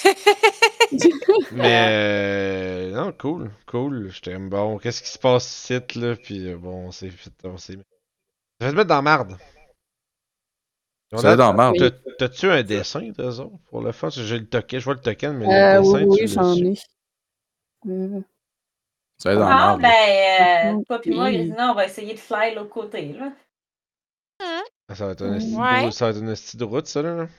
Mais euh, non, cool, cool. J'étais comme, bon, qu'est-ce qui se passe ici, là? Puis euh, bon, on s'est fait, on s'est on s'est fait mettre dans la marde. On Vous allez a- dans la merde. t'as- T'as-tu un dessin d'eux autres pour le fun? J'ai le token, je vois le token, mais Euh, le oui, dessin, tu oui, l'as j'en su. ai. Euh, Vous allez dans la Ah, merde. là. ben, euh, Mhm. toi pis moi, Grisina, on va essayer de fly l'autre côté, là. Ah, ça va être un esti de Ouais. route, ça va être un esti de route, ça, là.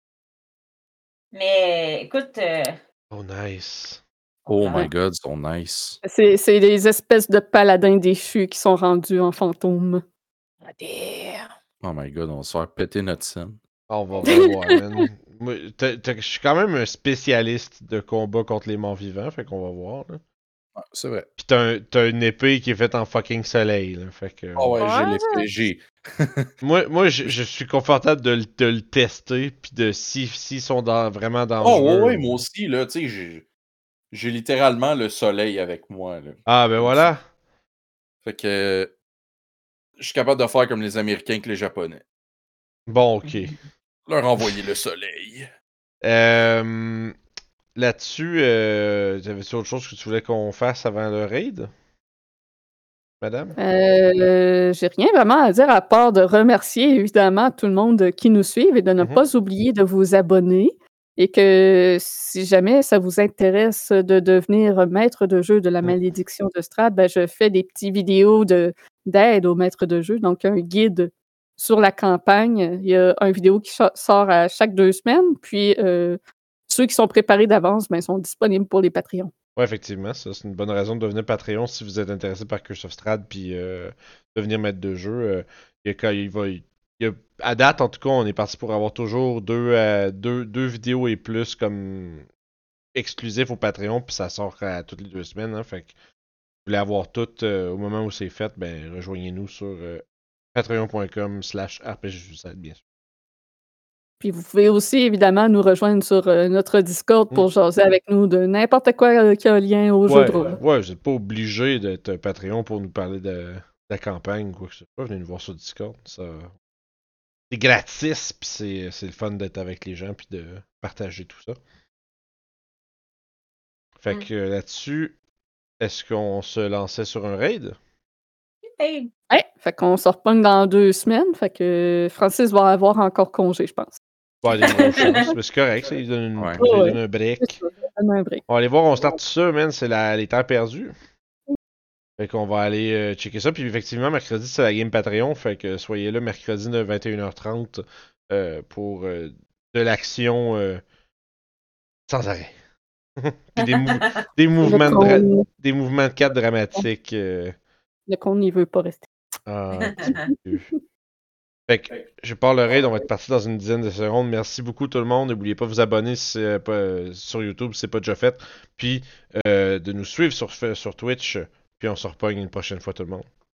Mais, écoute, euh, Oh, nice. Oh Ouais. my god, ils sont nice. C'est c'est des espèces de paladins déchus qui sont rendus en fantômes. Ah, damn. Oh my god, on va se faire péter notre scène. Ah, on va revoir, man. Moi, t'as- t'as- Je suis quand même un spécialiste de combat contre les morts vivants, fait qu'on va voir, là. Ouais, c'est vrai. Pis t'as un- t'as une épée qui est faite en fucking soleil, là, fait que... Oh ouais, j'ai Ouais. l'épée. J'ai. Moi, moi je, je suis confortable de, le- de le tester, puis de si s'ils sont dans, vraiment Oh dangereux. ouais, ouais, moi aussi, là, tu sais, j'ai. J'ai littéralement le soleil avec moi, là. Ah, ben voilà. Fait que. Je suis capable de faire comme les Américains que les Japonais. Bon, ok. Leur envoyer le soleil. Euh, Là-dessus, euh, t'avais-tu autre chose que tu voulais qu'on fasse avant le raid? Madame? Euh, j'ai rien vraiment à dire à part de remercier évidemment tout le monde qui nous suit et de ne Mhm. pas oublier de vous abonner. Et que si jamais ça vous intéresse de devenir maître de jeu de la Mm. malédiction de Strahd, ben, je fais des petites vidéos de, d'aide au maître de jeu, donc un guide sur la campagne. Il y a une vidéo qui so- sort à chaque deux semaines, puis euh, ceux qui sont préparés d'avance ben, sont disponibles pour les Patreons. Ouais, effectivement, ça c'est une bonne raison de devenir Patreon si vous êtes intéressé par Curse of Strahd puis euh, devenir maître de jeu. Euh, il y a, quand il va, il y a- à date, en tout cas, on est parti pour avoir toujours deux, euh, deux, deux vidéos et plus comme exclusifs au Patreon, puis ça sort à toutes les deux semaines. Hein, fait que vous voulez avoir tout euh, au moment où c'est fait, ben rejoignez-nous sur euh, patreon point com slash R P G Suicide, bien sûr. Puis vous pouvez aussi évidemment nous rejoindre sur euh, notre Discord pour Mm. jaser avec nous de n'importe quoi euh, qui a un lien au jeu Ouais, de rôle. ouais, vous n'êtes pas obligé d'être Patreon pour nous parler de, de la campagne ou quoi que ce soit. Venez nous voir sur Discord. Ça... C'est gratis, puis c'est, c'est le fun d'être avec les gens puis de partager tout ça. Fait Mm. que euh, là-dessus, est-ce qu'on se lançait sur un raid? hey, Ouais, fait qu'on se repogne dans deux semaines, fait que Francis va avoir encore congé, je pense. Bon, il y a une grosse chance, mais c'est correct, ça, il donne, une, Ouais. ça lui Ouais. donne un break. C'est ça, ça donne un break. On va aller voir, on start tout ça, man, c'est la, les temps perdus. Fait qu'on va aller euh, checker ça, puis effectivement, mercredi, c'est la game Patreon, fait que soyez là mercredi de vingt et une heures trente euh, pour euh, de l'action euh, sans arrêt. Puis des, mou- des, mouvements de dra- Le con, des mouvements de cartes dramatiques. euh, le con n'y veut pas rester. ah, Dieu. Fait que je pars le raid, on va être parti dans une dizaine de secondes. Merci beaucoup tout le monde. N'oubliez pas de vous abonner si c'est pas, euh, sur YouTube si c'est pas déjà fait. Puis euh, de nous suivre sur, sur Twitch. Puis on se repogne une prochaine fois tout le monde.